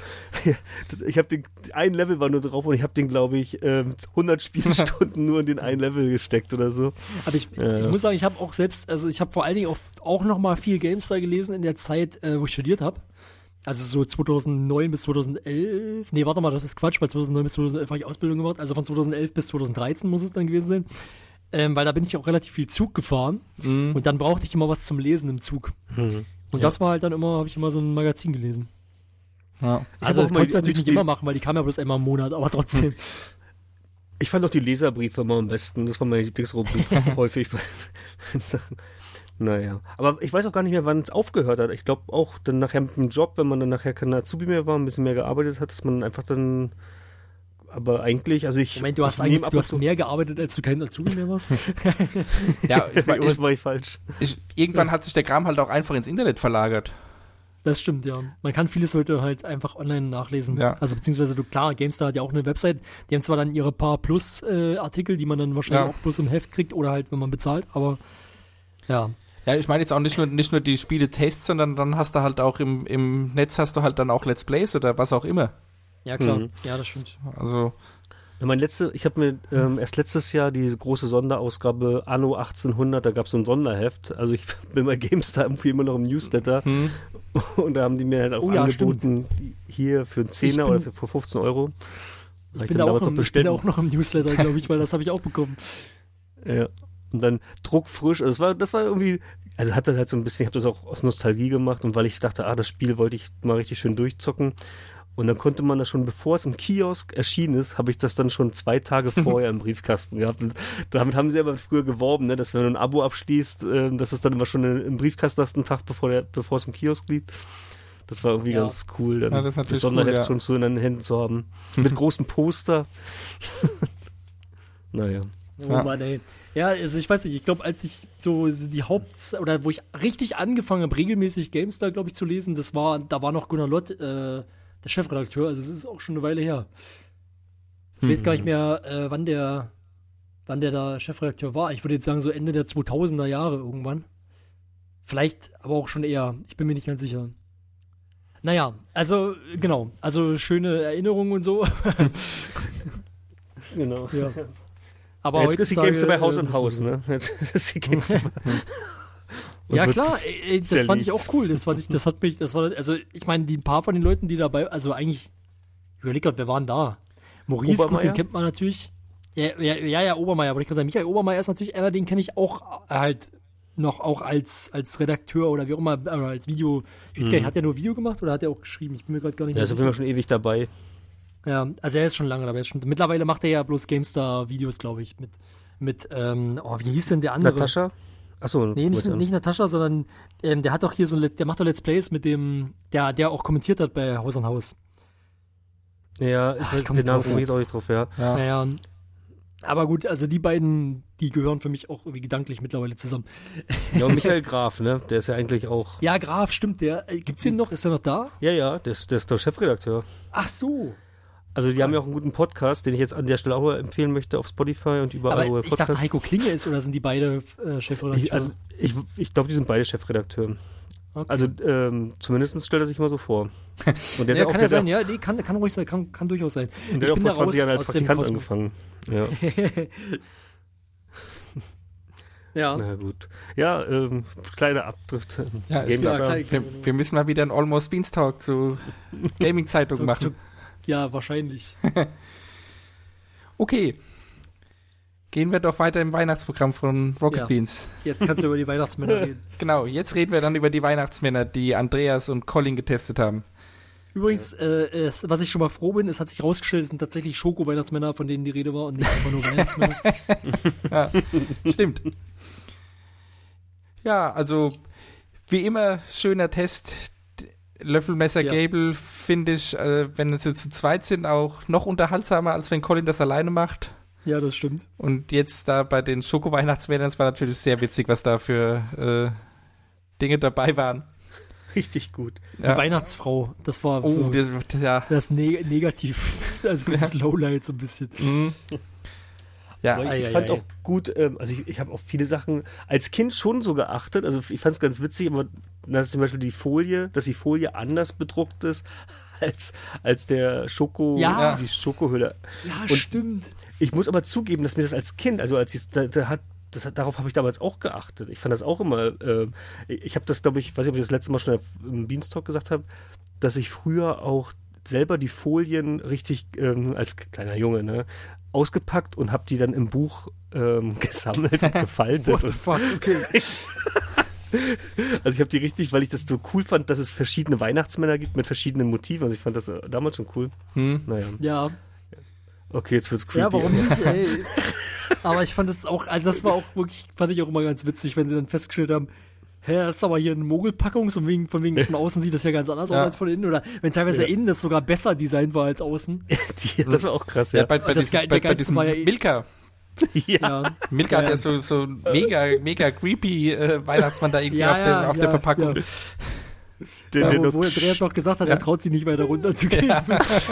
Ich habe ein Level war nur drauf und ich habe den, glaube ich, 100 Spielstunden nur in den einen Level gesteckt oder so.
Aber ich muss sagen, ich habe auch selbst, also ich habe vor allen Dingen auch noch mal viel GameStar gelesen in der Zeit, wo ich studiert habe. Also so 2009 bis 2011. Nee, warte mal, das ist Quatsch, weil 2009 bis 2011 habe ich Ausbildung gemacht. Also von 2011 bis 2013 muss es dann gewesen sein. Weil da bin ich auch relativ viel Zug gefahren und dann brauchte ich immer was zum Lesen im Zug. Und das war halt dann immer, habe ich immer so ein Magazin gelesen.
Ja.
Also das konnte ich natürlich nicht immer machen, weil die kam ja bloß einmal im Monat, aber trotzdem.
Ich fand auch die Leserbriefe immer am besten. Das war meine Lieblingsrubrik häufig bei Sachen. Naja, aber ich weiß auch gar nicht mehr, wann es aufgehört hat. Ich glaube auch dann nachher mit dem Job, wenn man dann nachher kein Azubi mehr war, ein bisschen mehr gearbeitet hat, dass man einfach dann aber eigentlich, also ich...
Moment, du hast mehr gearbeitet, als du kein Azubi mehr warst?
Ja,
das war ich falsch.
Irgendwann hat sich der Kram halt auch einfach ins Internet verlagert.
Das stimmt, ja. Man kann vieles heute halt einfach online nachlesen.
Ja.
Also
beziehungsweise, klar, GameStar hat ja auch eine Website. Die haben zwar dann ihre paar Plus-Artikel, die man dann wahrscheinlich auch bloß im Heft kriegt oder halt, wenn man bezahlt, aber ja.
Ja, ich meine jetzt auch nicht nur die Spiele-Tests, sondern dann hast du halt auch im Netz hast du halt dann auch Let's Plays oder was auch immer.
Ja, klar. Ja, das stimmt.
Also
Ich habe mir erst letztes Jahr diese große Sonderausgabe Anno 1800, da gab es so ein Sonderheft. Also ich bin bei GameStar irgendwie immer noch im Newsletter. Und da haben die mir halt auch angeboten, hier für einen Zehner oder für 15 Euro.
Ich bin auch noch im Newsletter, glaube ich, weil das habe ich auch bekommen.
Ja. Und dann druckfrisch. Also das war irgendwie, also hat das halt so ein bisschen, ich habe das auch aus Nostalgie gemacht und weil ich dachte, das Spiel wollte ich mal richtig schön durchzocken. Und dann konnte man das schon, bevor es im Kiosk erschienen ist, habe ich das dann schon 2 Tage vorher im Briefkasten gehabt. Und damit haben sie aber früher geworben, ne, dass wenn du ein Abo abschließt, dass es dann immer schon im Briefkasten hast, einen Tag bevor es im Kiosk liegt. Das war irgendwie ganz cool, dann das Sonderheft schon so in den Händen zu haben. Mit großem Poster. Naja.
Oh Mann, ey. Ja, also ich weiß nicht, ich glaube, als ich so die oder wo ich richtig angefangen habe, regelmäßig GameStar, glaube ich, zu lesen, da war noch Gunnar Lott, der Chefredakteur, also das ist auch schon eine Weile her. Ich weiß gar nicht mehr, wann der da Chefredakteur war. Ich würde jetzt sagen, so Ende der 2000er Jahre irgendwann. Vielleicht aber auch schon eher. Ich bin mir nicht ganz sicher. Naja, also, genau. Also, schöne Erinnerungen und so.
Genau.
Ja. Aber
jetzt ist die GameStar bei Haus und Haus, ne? Jetzt ist die GameStar
ja klar, das fand ich auch cool. Also ich meine, die paar von den Leuten, die dabei, also eigentlich, überleg grad, wer waren da? Maurice, gut, den kennt man natürlich. Ja, Obermeier, aber ich kann sagen, Michael Obermeier ist natürlich einer, den kenne ich auch halt noch auch als Redakteur oder wie auch immer, oder als Video. Ich weiß gar nicht, hat er nur Video gemacht oder hat er auch geschrieben? Ich bin mir gerade gar nicht
mehr sicher. Der ist auf jeden Fall schon ewig dabei.
Ja, also er ist schon lange dabei. Mittlerweile macht er ja bloß GameStar-Videos, glaube ich, mit wie hieß denn der andere?
Natascha? Achso.
Nee, nicht Natascha, sondern der hat doch hier der macht doch Let's Plays mit dem, der auch kommentiert hat bei Haus an Haus.
Ja, den Namen komme ich jetzt auch nicht drauf, ja.
Naja, aber gut, also die beiden, die gehören für mich auch irgendwie gedanklich mittlerweile zusammen.
Ja, und Michael Graf, ne? Der ist ja eigentlich auch...
Ja, Graf, stimmt, gibt's den noch? Ist der noch da?
Ja, der ist der Chefredakteur.
Ach so.
Also die haben ja auch einen guten Podcast, den ich jetzt an der Stelle auch empfehlen möchte auf Spotify und überall,
wo er Podcast. Ich dachte, Heiko Klinge ist, oder sind die beide Chefredakteure?
Ich glaube, die sind beide Chefredakteure. Okay. Also zumindest stellt er sich mal so vor. Und der
ja, kann ja sein, ja, nee, kann ruhig sein, kann durchaus sein.
Und der hat auch vor 20 Jahren als Praktikant angefangen. Ja. Ja. Na gut. Ja, kleiner Abdrift.
Ja, wir müssen mal wieder einen Almost Beanstalk zu Gaming-Zeitung machen.
Ja, wahrscheinlich.
Okay. Gehen wir doch weiter im Weihnachtsprogramm von Rocket Beans.
Jetzt kannst du über die Weihnachtsmänner reden.
Genau, jetzt reden wir dann über die Weihnachtsmänner, die Andreas und Colin getestet haben.
Übrigens, was ich schon mal froh bin, es hat sich rausgestellt, es sind tatsächlich Schoko-Weihnachtsmänner, von denen die Rede war und nicht einfach nur Weihnachtsmänner.
Ja, stimmt. Ja, also wie immer, schöner Test. Löffelmesser Gable finde ich, wenn sie zu zweit sind, auch noch unterhaltsamer, als wenn Colin das alleine macht.
Ja, das stimmt.
Und jetzt da bei den Schoko-Weihnachtsmännern, es war natürlich sehr witzig, was da für Dinge dabei waren.
Richtig gut.
Die Weihnachtsfrau, das war das Negativ, also das Lowlight so ein bisschen.
Mhm. Ja,
ich fand auch gut, also ich habe auf viele Sachen als Kind schon so geachtet, also ich fand es ganz witzig, aber dass zum Beispiel die Folie anders bedruckt ist als der die Schokohülle.
Ja, und stimmt.
Ich muss aber zugeben, dass mir das als Kind, also darauf habe ich damals auch geachtet. Ich fand das auch immer, ich habe das, glaube ich, weiß nicht, ob ich das letzte Mal schon im Beanstalk gesagt habe, dass ich früher auch selber die Folien richtig als kleiner Junge, ne, ausgepackt und habe die dann im Buch gesammelt und gefaltet.
What the fuck? Okay.
Also ich habe die richtig, weil ich das so cool fand, dass es verschiedene Weihnachtsmänner gibt mit verschiedenen Motiven. Also ich fand das damals schon cool.
Naja. Ja.
Okay, jetzt wird's creepy.
Ja, warum nicht, ey? Aber ich fand das auch, also das war auch wirklich, fand ich auch immer ganz witzig, wenn sie dann festgestellt haben, das ist aber hier eine Mogelpackung, von wegen von außen sieht das ja ganz anders aus als von innen. Oder wenn teilweise innen das sogar besser designt war als außen.
Das war auch krass, ja.
Bei diesem Milka.
Ja.
Milka hat ja so mega creepy Weihnachtsmann da irgendwie auf der Verpackung.
Ja. Wo Andreas noch gesagt hat, er traut sich nicht weiter runterzugehen. Ja.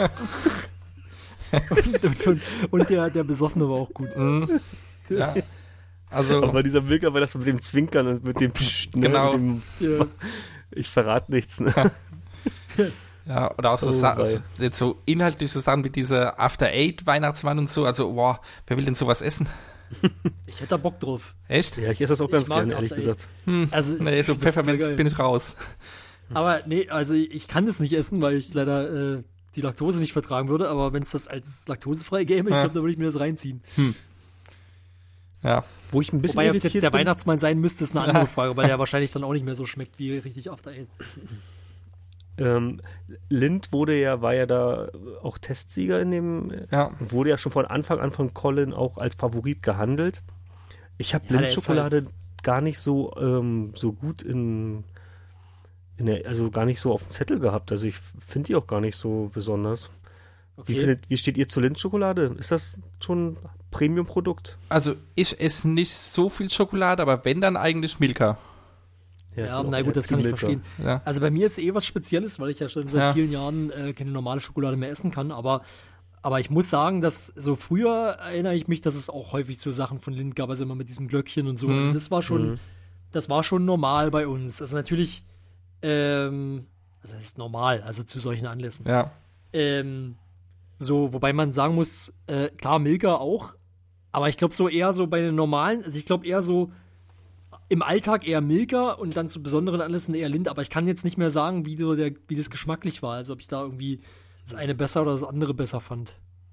und der Besoffene war auch gut.
Ja. Also,
aber dieser Milka war das mit dem Zwinkern und mit dem Psst,
genau.
Ich verrate nichts. Ne?
Ja, oder auch so, jetzt so inhaltliche Sachen wie diese After Eight Weihnachtsmann und so. Also, boah, wer will denn sowas essen?
Ich hätte da Bock drauf.
Echt?
Ja, ich esse das auch ganz gerne, ehrlich gesagt.
Also,
nee, so Pfefferminz bin ich raus.
Aber nee, also ich kann das nicht essen, weil ich leider die Laktose nicht vertragen würde. Aber wenn es das als laktosefrei gäbe, ich glaube, da würde ich mir das reinziehen.
Ja.
Wo ich ein bisschen
Wobei, ob es jetzt der
bin.
Weihnachtsmann sein müsste, ist eine andere Frage, weil der wahrscheinlich dann auch nicht mehr so schmeckt wie richtig After Eight.
Lind war ja da auch Testsieger in dem, wurde ja schon von Anfang an von Colin auch als Favorit gehandelt. Ich habe Lindt-Schokolade
halt
gar nicht so gut also gar nicht so auf dem Zettel gehabt. Also ich finde die auch gar nicht so besonders.
Okay.
Wie steht ihr zur Lindt-Schokolade? Ist das schon ein Premium-Produkt?
Also ich esse nicht so viel Schokolade, aber wenn, dann eigentlich Milka.
Ja, na gut, das kann ich verstehen.
Ja.
Also bei mir ist was Spezielles, weil ich ja schon seit vielen Jahren keine normale Schokolade mehr essen kann, aber ich muss sagen, dass so früher erinnere ich mich, dass es auch häufig so Sachen von Lindt gab, also immer mit diesem Glöckchen und so. Also das war schon normal bei uns. Also natürlich, also das ist normal, also zu solchen Anlässen.
Ja.
So, wobei man sagen muss, klar, Milka auch, aber ich glaube so eher so bei den normalen, also ich glaube eher so im Alltag eher Milka und dann zu besonderen Anlässen eher Lindt, aber ich kann jetzt nicht mehr sagen, wie das geschmacklich war, also ob ich da irgendwie das eine besser oder das andere besser fand.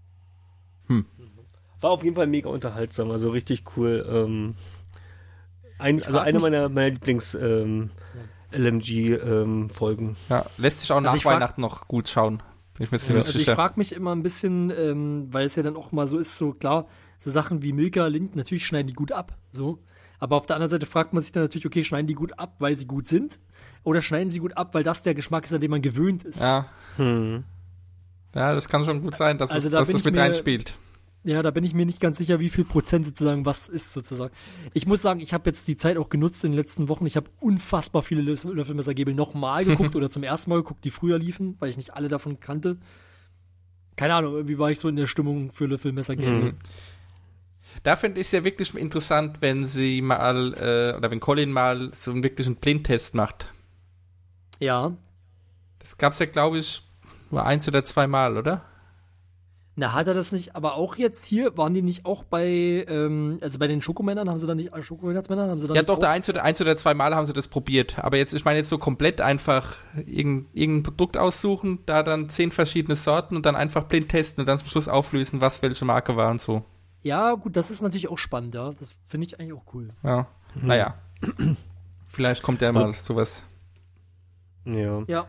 War auf jeden Fall mega unterhaltsam, also richtig cool. Eine meiner Lieblings LMG-Folgen.
Ja, lässt sich auch nach Weihnachten noch gut schauen. Bin ich mir ziemlich sicher.
Ich frage mich immer ein bisschen, weil es ja dann auch mal so ist, so klar, so Sachen wie Milka, Lindt, natürlich schneiden die gut ab, so. Aber auf der anderen Seite fragt man sich dann natürlich, okay, schneiden die gut ab, weil sie gut sind? Oder schneiden sie gut ab, weil das der Geschmack ist, an dem man gewöhnt ist?
Ja. Ja, das kann schon gut sein, dass das mit reinspielt.
Ja, da bin ich mir nicht ganz sicher, wie viel Prozent sozusagen was ist sozusagen. Ich muss sagen, ich habe jetzt die Zeit auch genutzt in den letzten Wochen. Ich habe unfassbar viele Löffelmesser-Gabel nochmal geguckt oder zum ersten Mal geguckt, die früher liefen, weil ich nicht alle davon kannte. Keine Ahnung, irgendwie war ich so in der Stimmung für Löffelmesser-Gabel.
Da finde ich es ja wirklich interessant, wenn sie mal, oder wenn Colin mal so einen wirklichen Blindtest macht.
Ja.
Das gab's ja, glaube ich, nur 1 oder 2 Mal, oder?
Na, hat er das nicht, aber auch jetzt hier, waren die nicht auch bei, also bei den Schokomännern, haben sie dann nicht, Schokomännern haben sie dann
ja
nicht
doch, 1 oder 2 Mal haben sie das probiert, aber jetzt, ich meine jetzt so komplett einfach irgendein Produkt aussuchen, da dann 10 verschiedene Sorten und dann einfach blind testen und dann zum Schluss auflösen, was welche Marke war und so.
Ja, gut, das ist natürlich auch spannend, ja, das finde ich eigentlich auch cool.
Ja, naja, vielleicht kommt ja mal sowas.
Ja.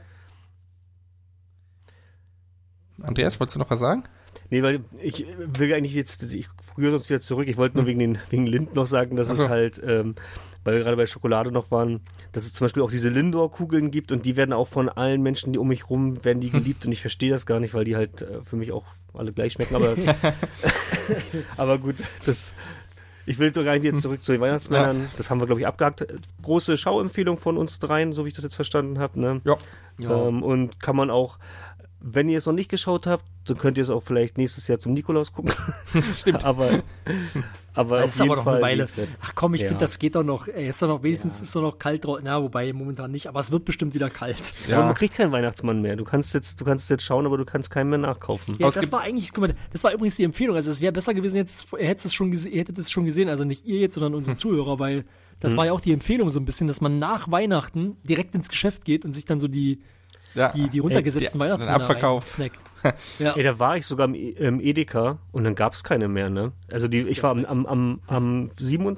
Andreas, wolltest du noch was sagen?
Nee, weil ich will eigentlich ich rühre sonst wieder zurück. Ich wollte nur wegen Lindt noch sagen, dass es halt, weil wir gerade bei Schokolade noch waren, dass es zum Beispiel auch diese Lindor-Kugeln gibt und die werden auch von allen Menschen, die um mich rum, werden die geliebt und ich verstehe das gar nicht, weil die halt für mich auch alle gleich schmecken, aber aber gut, ich will jetzt doch gar nicht wieder zurück zu den Weihnachtsmännern. Ja. Das haben wir, glaube ich, abgehakt. Große Schauempfehlung von uns dreien, so wie ich das jetzt verstanden habe. Ne?
Ja.
Und kann man auch, wenn ihr es noch nicht geschaut habt, dann könnt ihr es auch vielleicht nächstes Jahr zum Nikolaus gucken.
Stimmt.
aber
das ist aber noch eine Weile. Ach komm, ich finde, das geht doch noch. Ist doch noch wenigstens ist doch noch kalt draußen. Na, wobei momentan nicht, aber es wird bestimmt wieder kalt.
Ja. Und man kriegt keinen Weihnachtsmann mehr. Du kannst es jetzt schauen, aber du kannst keinen mehr nachkaufen.
Ja, das war eigentlich, guck mal, das war übrigens die Empfehlung. Also es wäre besser gewesen, ihr hättet es schon gesehen, also nicht ihr jetzt, sondern unsere Zuhörer, weil das war ja auch die Empfehlung so ein bisschen, dass man nach Weihnachten direkt ins Geschäft geht und sich dann so die runtergesetzten Weihnachtsmänner
Abverkauf.
Ja. Ey, da war ich sogar im Edeka und dann gab es keine mehr, ne? Also ich war am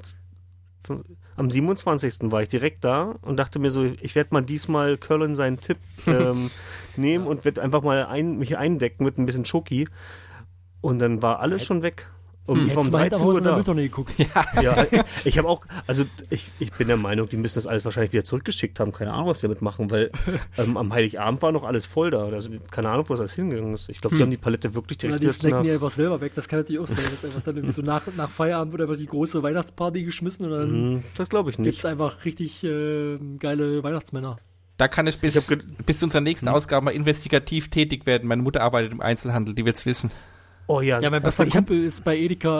27. war ich direkt da und dachte mir so, ich werde mal diesmal Colin seinen Tipp nehmen und werde einfach mal mich eindecken mit ein bisschen Schoki und dann war alles schon weg. Und ich war um 13 Uhr da.
Geguckt.
Ja, ich habe auch, also ich bin der Meinung, die müssen das alles wahrscheinlich wieder zurückgeschickt haben. Keine Ahnung, was die damit machen, weil am Heiligabend war noch alles voll da. Also, keine Ahnung, wo das alles hingegangen ist. Ich glaube, die haben die Palette wirklich direkt
die snacken die einfach selber weg. Das kann natürlich auch sein, dass einfach dann irgendwie so nach Feierabend wird einfach die große Weihnachtsparty geschmissen und dann
das glaube ich nicht.
Gibt's einfach richtig geile Weihnachtsmänner.
Da kann ich bis zu unserer nächsten Ausgabe mal investigativ tätig werden. Meine Mutter arbeitet im Einzelhandel, die wird's wissen.
Oh ja,
Ja, mein bester Kumpel ist bei Edeka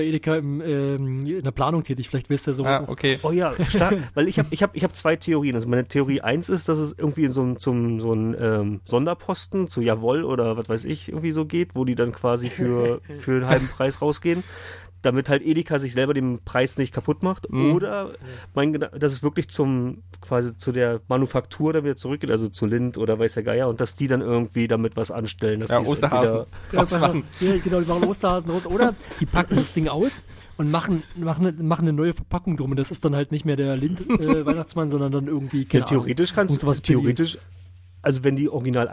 in der Planung tätig. Vielleicht wisst ihr sowas.
Okay.
Oh ja, stark. Weil ich hab 2 Theorien. Also meine Theorie 1 ist, dass es irgendwie in so ein Sonderposten zu Jawohl oder was weiß ich irgendwie so geht, wo die dann quasi für einen halben Preis rausgehen, damit halt Edeka sich selber den Preis nicht kaputt macht. Oder dass es wirklich quasi zu der Manufaktur dann wieder zurückgeht, also zu Lind oder weiß der Geier, und dass die dann irgendwie damit was anstellen. Dass
Osterhasen
rausmachen. Ja, genau, die machen Osterhasen raus. Oder die packen das Ding aus und machen eine neue Verpackung drum. Und das ist dann halt nicht mehr der Lind-Weihnachtsmann, sondern dann irgendwie,
theoretisch kannst du, also wenn die original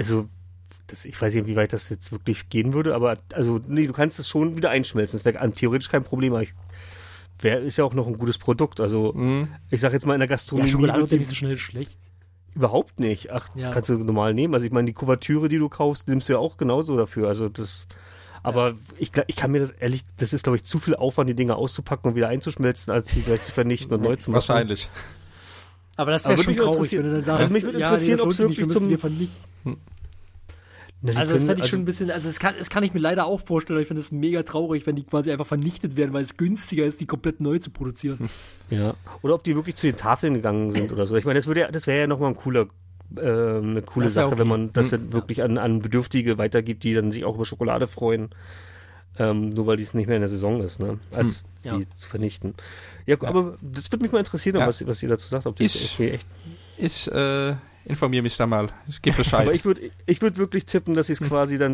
ich weiß nicht, wie weit das jetzt wirklich gehen würde, aber du kannst es schon wieder einschmelzen. Das wäre theoretisch kein Problem. Aber ist ja auch noch ein gutes Produkt. Also ich sag jetzt mal in der Gastronomie.
Ja, Schokolade wird ja nicht so schnell schlecht.
Überhaupt nicht. Ach, ja. Kannst du normal nehmen. Also ich meine, die Kuvertüre, die du kaufst, nimmst du ja auch genauso dafür. Also das. Aber ich kann mir das ist, glaube ich, zu viel Aufwand, die Dinger auszupacken und wieder einzuschmelzen, als die gleich zu vernichten und neu zu machen.
Wahrscheinlich.
Aber das wäre schon traurig, wenn du dann sagst,
mich würde interessieren, ob es wirklich
zum vernichten. Also das fände ich schon ein bisschen, das kann ich mir leider auch vorstellen, aber ich finde es mega traurig, wenn die quasi einfach vernichtet werden, weil es günstiger ist, die komplett neu zu produzieren.
Ja. Oder ob die wirklich zu den Tafeln gegangen sind oder so. Ich meine, das wäre ja nochmal eine coole Sache, okay, wenn man das wirklich an Bedürftige weitergibt, die dann sich auch über Schokolade freuen. Nur weil dies nicht mehr in der Saison ist, ne? Als die zu vernichten. Ja, aber das würde mich mal interessieren, was ihr dazu sagt, ob die echt.
Ich informiere mich da mal. Ich gebe Bescheid.
Aber ich würd wirklich tippen, dass sie es quasi dann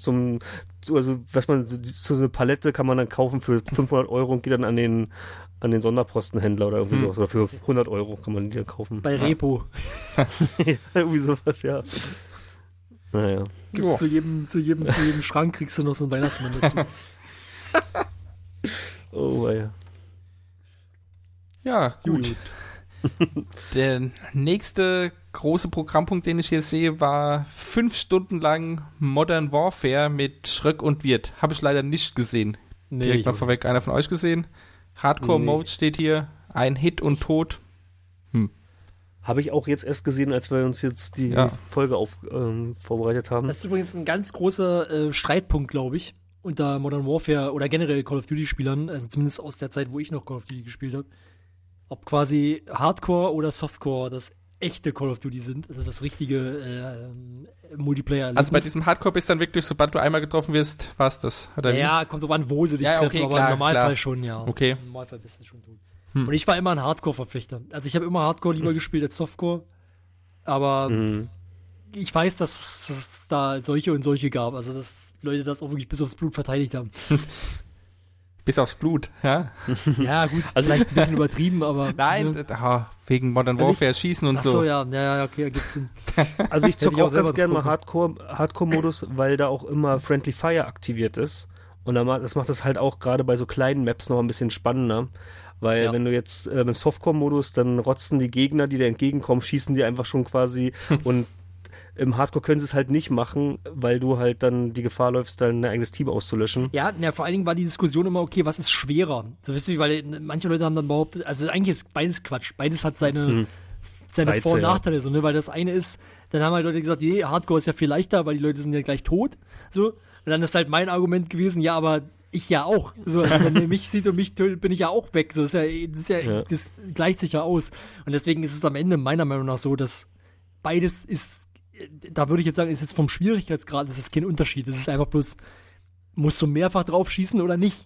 also was man, so eine Palette kann man dann kaufen für 500 Euro und geht dann an den Sonderpostenhändler oder irgendwie sowas. Oder für 100 Euro kann man die dann kaufen.
Bei Repo.
Ja, irgendwie sowas, ja. Naja.
Zu jedem Schrank kriegst du noch so einen Weihnachtsmann dazu.
Oh, ja.
Ja, gut. Der nächste große Programmpunkt, den ich hier sehe, war 5 Stunden lang Modern Warfare mit Schröck und Wirth. Habe ich leider nicht gesehen.
Nee,
direkt mal vorweg, einer von euch gesehen? Hardcore-Mode steht hier, ein Hit und tot.
Habe ich auch jetzt erst gesehen, als wir uns jetzt die Folge vorbereitet haben.
Das ist übrigens ein ganz großer Streitpunkt, glaube ich, unter Modern Warfare oder generell Call of Duty-Spielern, also zumindest aus der Zeit, wo ich noch Call of Duty gespielt habe. Ob quasi Hardcore oder Softcore das echte Call of Duty sind, also das richtige Multiplayer.
Also bei diesem Hardcore bist dann wirklich, sobald du einmal getroffen wirst, war's das, oder?
Ja, kommt drauf an, wo sie dich treffen, aber im Normalfall schon, ja.
Okay.
Im Normalfall bist du schon tot. Und ich war immer ein Hardcore-Verfechter. Also ich habe immer Hardcore lieber gespielt als Softcore, aber ich weiß, dass es da solche und solche gab, also dass Leute das auch wirklich bis aufs Blut verteidigt haben.
Bis aufs Blut, ja?
Ja, gut, also vielleicht ein bisschen übertrieben, aber...
Nein, wegen Modern Warfare, Schießen und so.
Ach so, ja, okay, gibt's Sinn.
Also ich zocke auch ganz gerne mal Hardcore-Modus, weil da auch immer Friendly Fire aktiviert ist. Und das macht das halt auch gerade bei so kleinen Maps noch ein bisschen spannender. Weil wenn du jetzt im Softcore-Modus, dann rotzen die Gegner, die dir entgegenkommen, schießen die einfach schon quasi und im Hardcore können sie es halt nicht machen, weil du halt dann die Gefahr läufst, dein eigenes Team auszulöschen.
Ja, vor allen Dingen war die Diskussion immer, okay, was ist schwerer? So, wisst ihr, weil manche Leute haben dann behauptet, also eigentlich ist beides Quatsch. Beides hat seine Vor- und Nachteile, so, ne? Weil das eine ist, dann haben halt Leute gesagt, nee, Hardcore ist ja viel leichter, weil die Leute sind ja gleich tot, so. Und dann ist halt mein Argument gewesen, ja, aber ich ja auch. So, also wenn ihr mich sieht und mich tötet, bin ich ja auch weg. So, das gleicht sich ja aus. Und deswegen ist es am Ende meiner Meinung nach so, dass beides ist, da würde ich jetzt sagen, ist jetzt vom Schwierigkeitsgrad, ist es kein Unterschied. Es ist einfach bloß, musst du mehrfach drauf schießen oder nicht?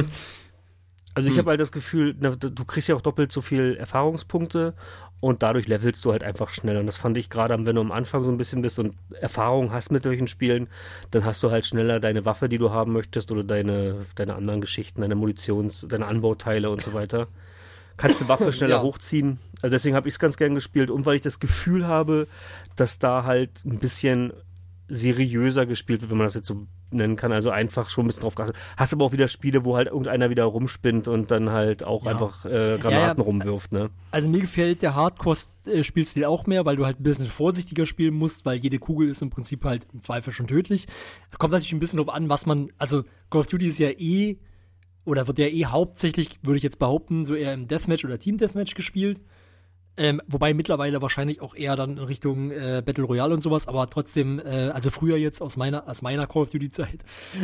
Also ich habe halt das Gefühl, du kriegst ja auch doppelt so viel Erfahrungspunkte und dadurch levelst du halt einfach schneller. Und das fand ich gerade, wenn du am Anfang so ein bisschen bist und Erfahrung hast mit solchen Spielen, dann hast du halt schneller deine Waffe, die du haben möchtest oder deine anderen Geschichten, deine deine Anbauteile und so weiter. Kannst eine Waffe schneller hochziehen. Also deswegen habe ich es ganz gern gespielt und weil ich das Gefühl habe, dass da halt ein bisschen seriöser gespielt wird, wenn man das jetzt so nennen kann. Also einfach schon ein bisschen drauf geachtet. Hast aber auch wieder Spiele, wo halt irgendeiner wieder rumspinnt und dann halt auch einfach Granaten rumwirft, ne?
Also mir gefällt der Hardcore-Spielstil auch mehr, weil du halt ein bisschen vorsichtiger spielen musst, weil jede Kugel ist im Prinzip halt im Zweifel schon tödlich. Kommt natürlich ein bisschen drauf an, also Call of Duty ist ja oder wird ja hauptsächlich, würde ich jetzt behaupten, so eher im Deathmatch oder Team-Deathmatch gespielt. Wobei mittlerweile wahrscheinlich auch eher dann in Richtung Battle Royale und sowas, aber trotzdem, also früher jetzt aus meiner Call of Duty Zeit.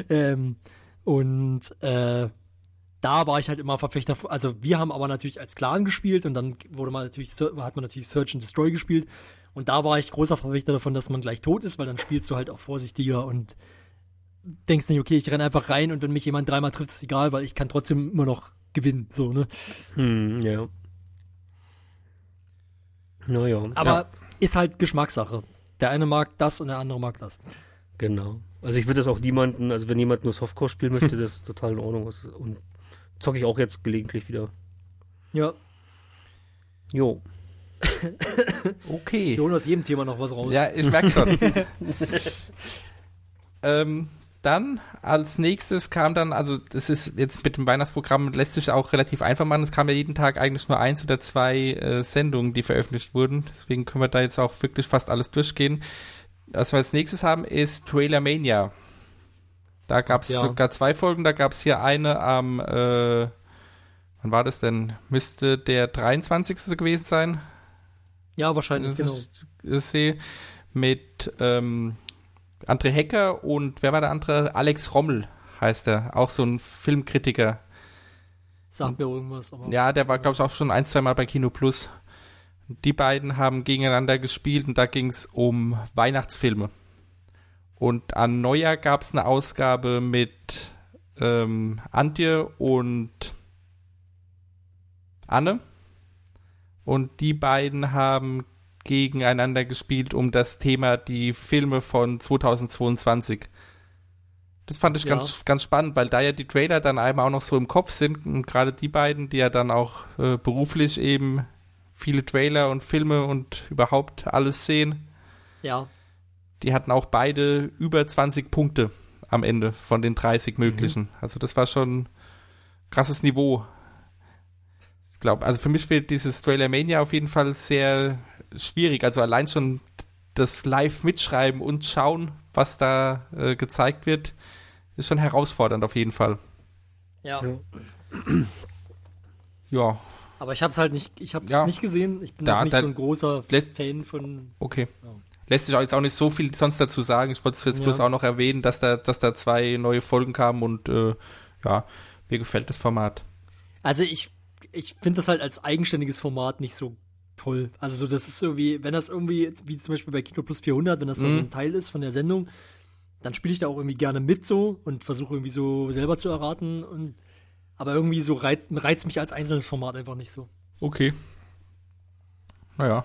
Da war ich halt immer Verfechter, also wir haben aber natürlich als Clan gespielt und dann hat man natürlich Search and Destroy gespielt und da war ich großer Verfechter davon, dass man gleich tot ist, weil dann spielst du halt auch vorsichtiger und denkst nicht, okay, ich renne einfach rein und wenn mich jemand 3-mal trifft, ist egal, weil ich kann trotzdem immer noch gewinnen, so, ne?
Ja. Naja.
Aber ist halt Geschmackssache. Der eine mag das und der andere mag das.
Genau. Also ich würde das auch niemanden, also wenn jemand nur Softcore spielen möchte, das ist total in Ordnung. Und zocke ich auch jetzt gelegentlich wieder.
Ja.
Jo.
Okay.
Wir holen aus jedem Thema noch was raus.
Ja, ich merke schon. Dann als nächstes kam dann, also das ist jetzt mit dem Weihnachtsprogramm, lässt sich auch relativ einfach machen. Es kam ja jeden Tag eigentlich nur 1 oder 2 Sendungen, die veröffentlicht wurden. Deswegen können wir da jetzt auch wirklich fast alles durchgehen. Was wir als nächstes haben, ist Trailer Mania. Da gab es sogar 2 Folgen. Da gab es hier eine am, wann war das denn? Müsste der 23. gewesen sein.
Ja, wahrscheinlich, genau.
Ich sehe mit André Hecker und wer war der andere? Alex Rommel heißt er. Auch so ein Filmkritiker.
Sagt mir irgendwas. Aber
ja, der war, glaube ich, auch schon 1-2 Mal bei Kino Plus. Die beiden haben gegeneinander gespielt und da ging es um Weihnachtsfilme. Und an Neujahr gab es eine Ausgabe mit Antje und Anne. Und die beiden haben gegeneinander gespielt um das Thema die Filme von 2022. Das fand ich ganz spannend, weil da ja die Trailer dann einmal auch noch so im Kopf sind und gerade die beiden, die ja dann auch beruflich eben viele Trailer und Filme und überhaupt alles sehen, die hatten auch beide über 20 Punkte am Ende von den 30 möglichen. Also das war schon ein krasses Niveau. Ich glaube, also für mich wird dieses Trailer Mania auf jeden Fall sehr schwierig. Also allein schon das live mitschreiben und schauen, was da gezeigt wird, ist schon herausfordernd auf jeden Fall.
Ja.
Ja.
Aber ich habe es halt nicht, nicht gesehen. Ich bin auch nicht so ein großer Fan von.
Okay. Ja. Lässt sich auch jetzt auch nicht so viel sonst dazu sagen. Ich wollte es jetzt bloß auch noch erwähnen, dass da 2 neue Folgen kamen und mir gefällt das Format.
Also ich finde das halt als eigenständiges Format nicht so toll. Also so, das ist so wie, wenn das irgendwie, wie zum Beispiel bei Kino Plus 400, wenn das da so ein Teil ist von der Sendung, dann spiele ich da auch irgendwie gerne mit so und versuche irgendwie so selber zu erraten. Aber irgendwie so reizt mich als einzelnes Format einfach nicht so.
Okay. Naja.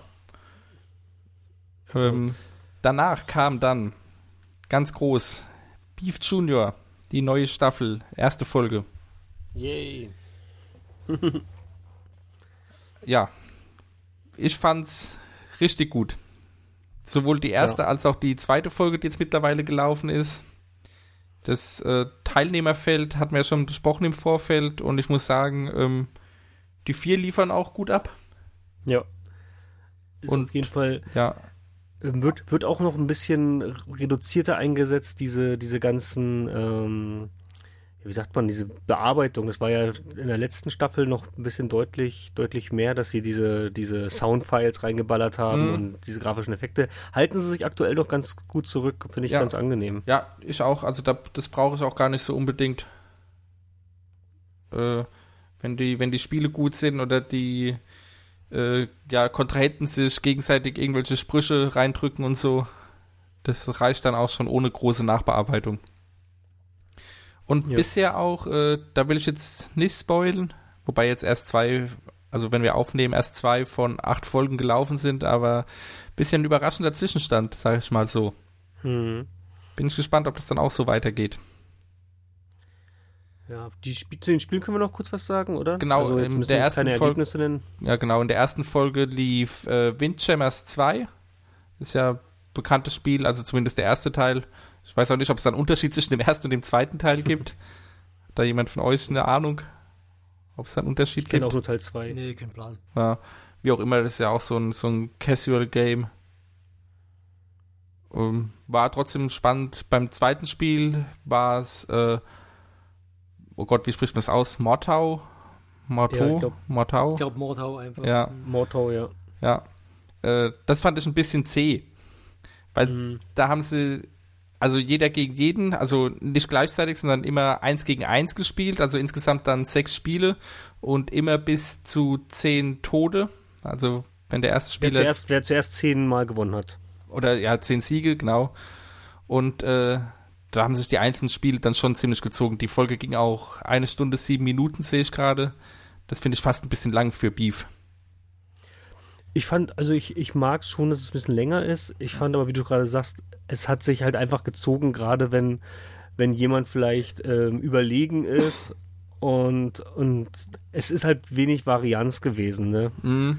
Danach kam dann ganz groß Beef Junior, die neue Staffel, 1. Folge.
Yay.
Ja. Ich fand's richtig gut. Sowohl die erste als auch die zweite Folge, die jetzt mittlerweile gelaufen ist. Das Teilnehmerfeld hatten wir ja schon besprochen im Vorfeld und ich muss sagen, die 4 liefern auch gut ab.
Ja. Ist und auf jeden Fall.
Ja.
Wird auch noch ein bisschen reduzierter eingesetzt, diese ganzen, wie sagt man, diese Bearbeitung. Das war ja in der letzten Staffel noch ein bisschen deutlich mehr, dass sie diese Soundfiles reingeballert haben und diese grafischen Effekte. Halten sie sich aktuell noch ganz gut zurück, finde ich ganz angenehm.
Ja, ich auch. Also das brauche ich auch gar nicht so unbedingt. Wenn die Spiele gut sind oder die Kontrahenten sich gegenseitig irgendwelche Sprüche reindrücken und so, das reicht dann auch schon ohne große Nachbearbeitung. Und bisher auch, da will ich jetzt nicht spoilen, wobei jetzt erst 2, also wenn wir aufnehmen, erst 2 von 8 Folgen gelaufen sind, aber ein bisschen ein überraschender Zwischenstand, sage ich mal so. Bin ich gespannt, ob das dann auch so weitergeht.
Ja, zu den Spielen können wir noch kurz was sagen, oder?
Genau,
also
in der ersten Folge. Ja, genau, in der ersten Folge lief Windjammers 2. Ist ja ein bekanntes Spiel, also zumindest der erste Teil. Ich weiß auch nicht, ob es da einen Unterschied zwischen dem ersten und dem zweiten Teil gibt. Hat da jemand von euch eine Ahnung, ob es da einen Unterschied gibt?
Ich kenne auch nur Teil 2.
Nee, kein Plan.
Ja, wie auch immer, das ist ja auch so ein Casual-Game. War trotzdem spannend. Beim zweiten Spiel war es, oh Gott, wie spricht man das aus? Mortau?
Ja,
Mortau?
Ich glaube Mortau einfach.
Ja.
Mortau, ja.
Ja. Das fand ich ein bisschen zäh. Weil da haben sie, also jeder gegen jeden, also nicht gleichzeitig, sondern immer 1 gegen 1 gespielt, also insgesamt dann 6 Spiele und immer bis zu 10 Tode. Also wenn der erste Spieler...
Wer zuerst 10 Mal gewonnen hat.
Oder ja, 10 Siege, genau. Und da haben sich die einzelnen Spiele dann schon ziemlich gezogen. Die Folge ging auch 1 Stunde 7 Minuten, sehe ich gerade. Das finde ich fast ein bisschen lang für Beef.
Ich fand, also ich mag es schon, dass es ein bisschen länger ist. Ich fand aber, wie du gerade sagst, es hat sich halt einfach gezogen, gerade wenn jemand vielleicht überlegen ist und es ist halt wenig Varianz gewesen, ne?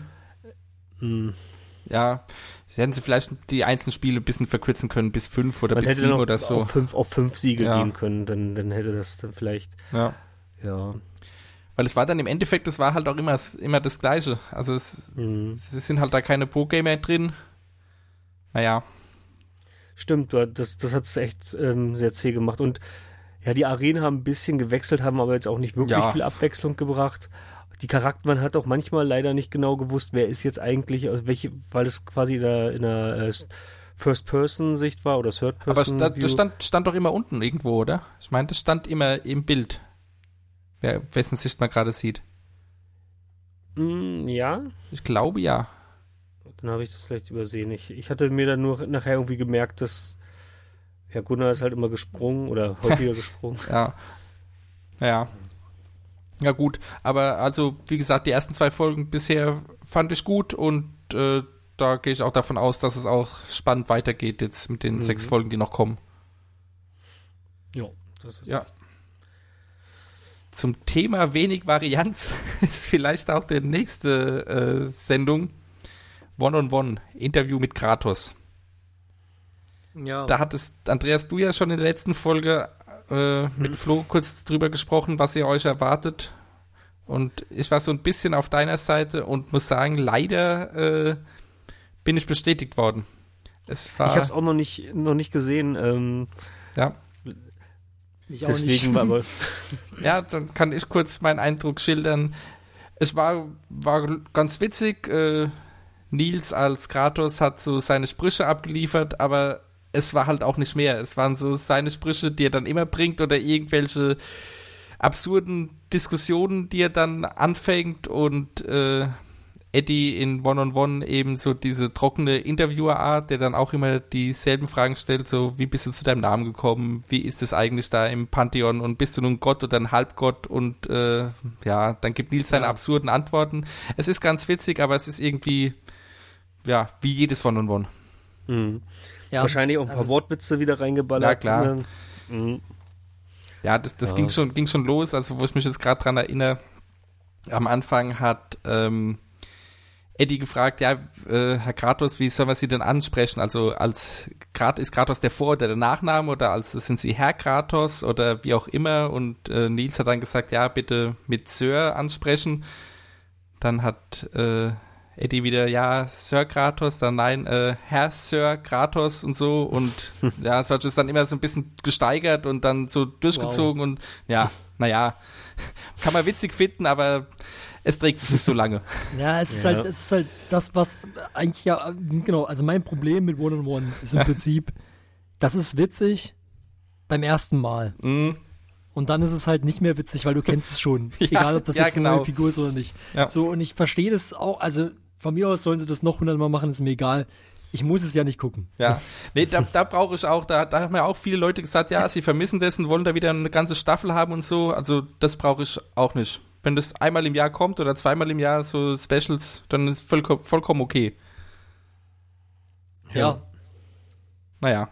Ja, hätten sie vielleicht die einzelnen Spiele ein bisschen verkürzen können, bis 5 oder bis 7 oder so.
Auf 5 Siege gehen können, dann hätte das dann vielleicht, ja.
Weil es war dann im Endeffekt, das war halt auch immer das Gleiche. Also es sind halt da keine Pro-Gamer drin. Naja.
Stimmt, das hat es echt sehr zäh gemacht. Und ja, die Arenen haben ein bisschen gewechselt, haben aber jetzt auch nicht wirklich viel Abwechslung gebracht. Die Charakter, man hat auch manchmal leider nicht genau gewusst, wer ist jetzt eigentlich, weil es quasi in der First-Person-Sicht war oder Third-Person.
Aber das stand doch immer unten irgendwo, oder? Ich meine, das stand immer im Bild. Wessen Sicht man gerade sieht.
Ja?
Ich glaube, ja.
Dann habe ich das vielleicht übersehen. Ich hatte mir dann nur nachher irgendwie gemerkt, dass Herr Gunnar ist halt immer gesprungen oder häufiger gesprungen.
Ja. Ja. Ja gut, aber also wie gesagt, die ersten 2 Folgen bisher fand ich gut und da gehe ich auch davon aus, dass es auch spannend weitergeht jetzt mit den 6 Folgen, die noch kommen.
Ja, das ist
ja. Zum Thema wenig Varianz ist vielleicht auch die nächste Sendung One-on-One, Interview mit Kratos.
Ja.
Da hattest, Andreas, du ja schon in der letzten Folge mit Flo kurz drüber gesprochen, was ihr euch erwartet. Und ich war so ein bisschen auf deiner Seite und muss sagen, leider bin ich bestätigt worden. Ich habe
es auch noch nicht gesehen.
Ja.
Ich auch
deswegen
nicht.
Aber
ja, dann kann ich kurz meinen Eindruck schildern. Es war ganz witzig. Nils als Kratos hat so seine Sprüche abgeliefert, aber es war halt auch nicht mehr. Es waren so seine Sprüche, die er dann immer bringt oder irgendwelche absurden Diskussionen, die er dann anfängt und Eddie in One-on-One eben so diese trockene Interviewerart, der dann auch immer dieselben Fragen stellt, so wie bist du zu deinem Namen gekommen, wie ist es eigentlich da im Pantheon und bist du nun Gott oder ein Halbgott und ja, dann gibt Nils seine absurden Antworten. Es ist ganz witzig, aber es ist irgendwie ja, wie jedes One-on-One.
Ja, wahrscheinlich auch ein paar Wortwitze wieder reingeballert.
Ja, klar. Ja, das ging schon los, also wo ich mich jetzt gerade dran erinnere, am Anfang hat Eddie gefragt, ja, Herr Kratos, wie sollen wir Sie denn ansprechen? Also ist Kratos der Vor- oder der Nachname oder sind Sie Herr Kratos oder wie auch immer? Und Nils hat dann gesagt, ja, bitte mit Sir ansprechen. Dann hat Eddie wieder, ja, Sir Kratos, dann nein, Herr Sir Kratos und so und ja, solches dann immer so ein bisschen gesteigert und dann so durchgezogen und ja, naja, kann man witzig finden, aber es trägt sich nicht so lange.
Ja, es ist halt das, was eigentlich ja, genau, also mein Problem mit One-on-One ist im Prinzip, das ist witzig beim ersten Mal. Und dann ist es halt nicht mehr witzig, weil du kennst es schon. Egal, ob das jetzt eine neue Figur ist oder nicht. Ja. So, und ich verstehe das auch, also von mir aus sollen sie das noch 100-mal machen, ist mir egal. Ich muss es ja nicht gucken.
Ja, nee, da brauche ich auch, da haben ja auch viele Leute gesagt, ja, sie vermissen das und wollen da wieder eine ganze Staffel haben und so. Also das brauche ich auch nicht. Wenn das einmal im Jahr kommt oder zweimal im Jahr, so Specials, dann ist vollkommen okay.
Ja.
Naja.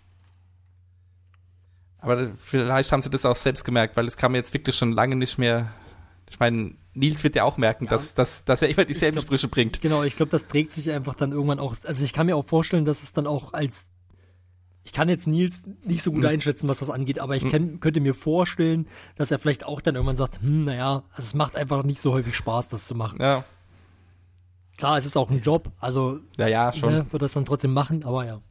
Aber vielleicht haben sie das auch selbst gemerkt, weil es kam jetzt wirklich schon lange nicht mehr. Ich meine, Nils wird ja auch merken, dass er immer dieselben Sprüche bringt.
Genau, ich glaube, das trägt sich einfach dann irgendwann auch. Also ich kann mir auch vorstellen, dass es dann auch ich kann jetzt Nils nicht so gut einschätzen, was das angeht, aber ich könnte mir vorstellen, dass er vielleicht auch dann irgendwann sagt, naja, also es macht einfach nicht so häufig Spaß, das zu machen.
Ja.
Klar, es ist auch ein Job, also
ja, schon.
Wird das dann trotzdem machen, aber ja.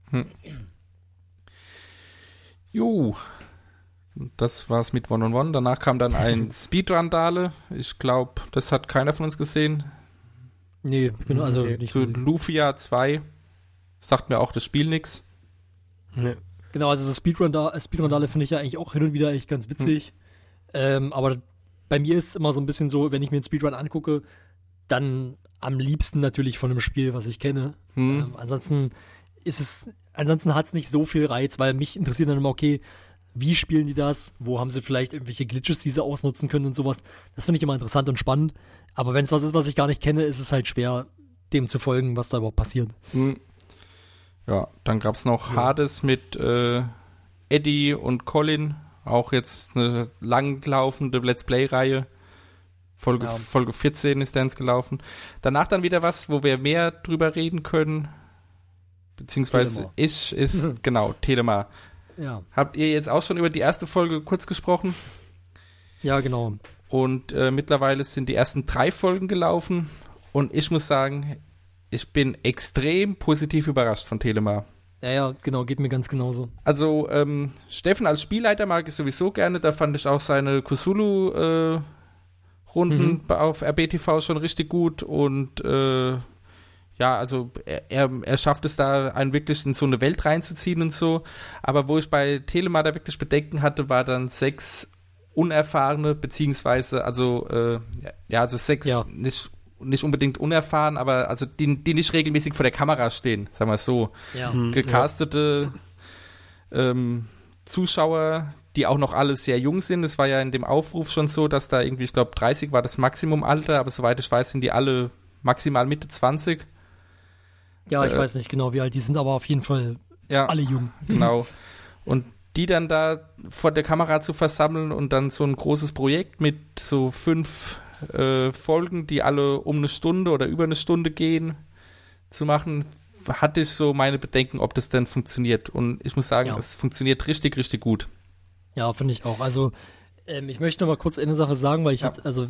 Jo, das war's mit One-on-One. Danach kam dann ein Speedrun-Dale. Ich glaube, das hat keiner von uns gesehen.
Nee, genau, also nicht
Zu
gesehen.
Lufia 2 sagt mir auch das Spiel nix.
Nee.
Genau, also das Speedrun-Dale finde ich ja eigentlich auch hin und wieder echt ganz witzig. Aber bei mir ist es immer so ein bisschen so, wenn ich mir einen Speedrun angucke, dann am liebsten natürlich von einem Spiel, was ich kenne. Ansonsten hat es nicht so viel Reiz, weil mich interessiert dann immer, okay, wie spielen die das? Wo haben sie vielleicht irgendwelche Glitches, die sie ausnutzen können und sowas? Das finde ich immer interessant und spannend. Aber wenn es was ist, was ich gar nicht kenne, ist es halt schwer, dem zu folgen, was da überhaupt passiert.
Ja, dann gab es noch Hades mit Eddie und Colin. Auch jetzt eine langlaufende Let's Play-Reihe. Folge 14 ist dann gelaufen. Danach dann wieder was, wo wir mehr drüber reden können. Beziehungsweise ist genau, Telemar.
Ja.
Habt ihr jetzt auch schon über die erste Folge kurz gesprochen?
Ja, genau.
Und mittlerweile sind die ersten 3 Folgen gelaufen. Und ich muss sagen, ich bin extrem positiv überrascht von Telemar.
Ja, genau, geht mir ganz genauso.
Also, Steffen als Spielleiter mag ich sowieso gerne. Da fand ich auch seine Cthulhu Runden auf RBTV schon richtig gut. Und also er schafft es da, einen wirklich in so eine Welt reinzuziehen und so. Aber wo ich bei Telemar da wirklich Bedenken hatte, war dann 6 Unerfahrene, beziehungsweise, also 6 nicht unbedingt unerfahren, aber also die nicht regelmäßig vor der Kamera stehen, sagen wir es so.
Ja.
Gecastete Zuschauer, die auch noch alle sehr jung sind. Es war ja in dem Aufruf schon so, dass da irgendwie, ich glaube 30 war das Maximumalter, aber soweit ich weiß, sind die alle maximal Mitte 20.
Ja, ich weiß nicht genau, wie alt die sind, aber auf jeden Fall alle jung.
Genau. Und die dann da vor der Kamera zu versammeln und dann so ein großes Projekt mit so 5 Folgen, die alle um eine Stunde oder über eine Stunde gehen, zu machen, hatte ich so meine Bedenken, ob das denn funktioniert. Und ich muss sagen, es funktioniert richtig, richtig gut. Ja,
finde ich auch. Also ich möchte noch mal kurz eine Sache sagen, weil wir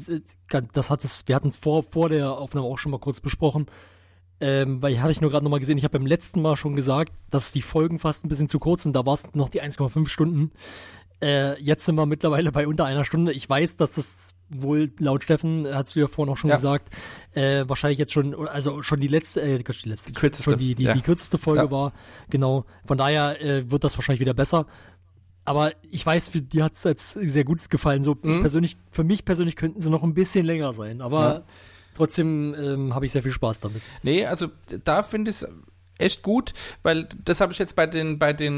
hatten es vor der Aufnahme auch schon mal kurz besprochen, weil hatte ich nur gerade noch mal gesehen, ich habe beim letzten Mal schon gesagt, dass die Folgen fast ein bisschen zu kurz sind, da war es noch die 1,5 Stunden. Jetzt sind wir mittlerweile bei unter einer Stunde. Ich weiß, dass das wohl laut Steffen, hat es ja vorhin auch schon gesagt, wahrscheinlich jetzt schon, also schon die kürzeste Folge war. Genau. Von daher wird das wahrscheinlich wieder besser. Aber ich weiß, dir hat es jetzt sehr gut gefallen. So für mich persönlich könnten sie noch ein bisschen länger sein. Aber trotzdem habe ich sehr viel Spaß damit.
Nee, also da finde ich es echt gut, weil das habe ich jetzt bei den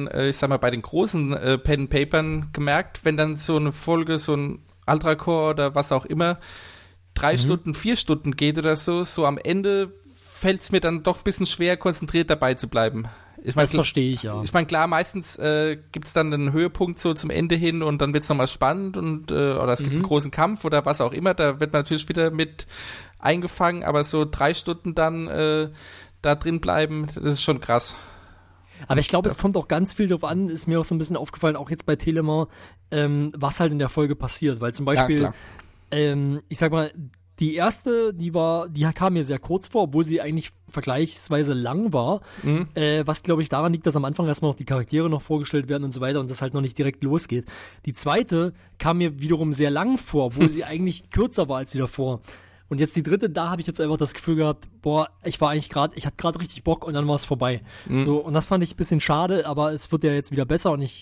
großen Pen-Papern gemerkt, wenn dann so eine Folge, so ein Ultracore oder was auch immer, 3 Stunden, 4 Stunden geht oder so am Ende fällt es mir dann doch ein bisschen schwer, konzentriert dabei zu bleiben.
Das verstehe ich, ja.
Ich meine, klar, meistens gibt es dann einen Höhepunkt so zum Ende hin und dann wird es nochmal spannend oder es gibt einen großen Kampf oder was auch immer, da wird man natürlich wieder mit eingefangen, aber so 3 Stunden dann da drin bleiben, das ist schon krass.
Aber ich glaube, es kommt auch ganz viel darauf an, ist mir auch so ein bisschen aufgefallen, auch jetzt bei Telemar, was halt in der Folge passiert, weil zum Beispiel, ich sag mal, die erste, die kam mir sehr kurz vor, obwohl sie eigentlich vergleichsweise lang war, was glaube ich daran liegt, dass am Anfang erstmal noch die Charaktere noch vorgestellt werden und so weiter und das halt noch nicht direkt losgeht. Die zweite kam mir wiederum sehr lang vor, obwohl sie eigentlich kürzer war als die davor. Und jetzt die dritte, da habe ich jetzt einfach das Gefühl gehabt, ich hatte gerade richtig Bock und dann war es vorbei. So, und das fand ich ein bisschen schade, aber es wird ja jetzt wieder besser und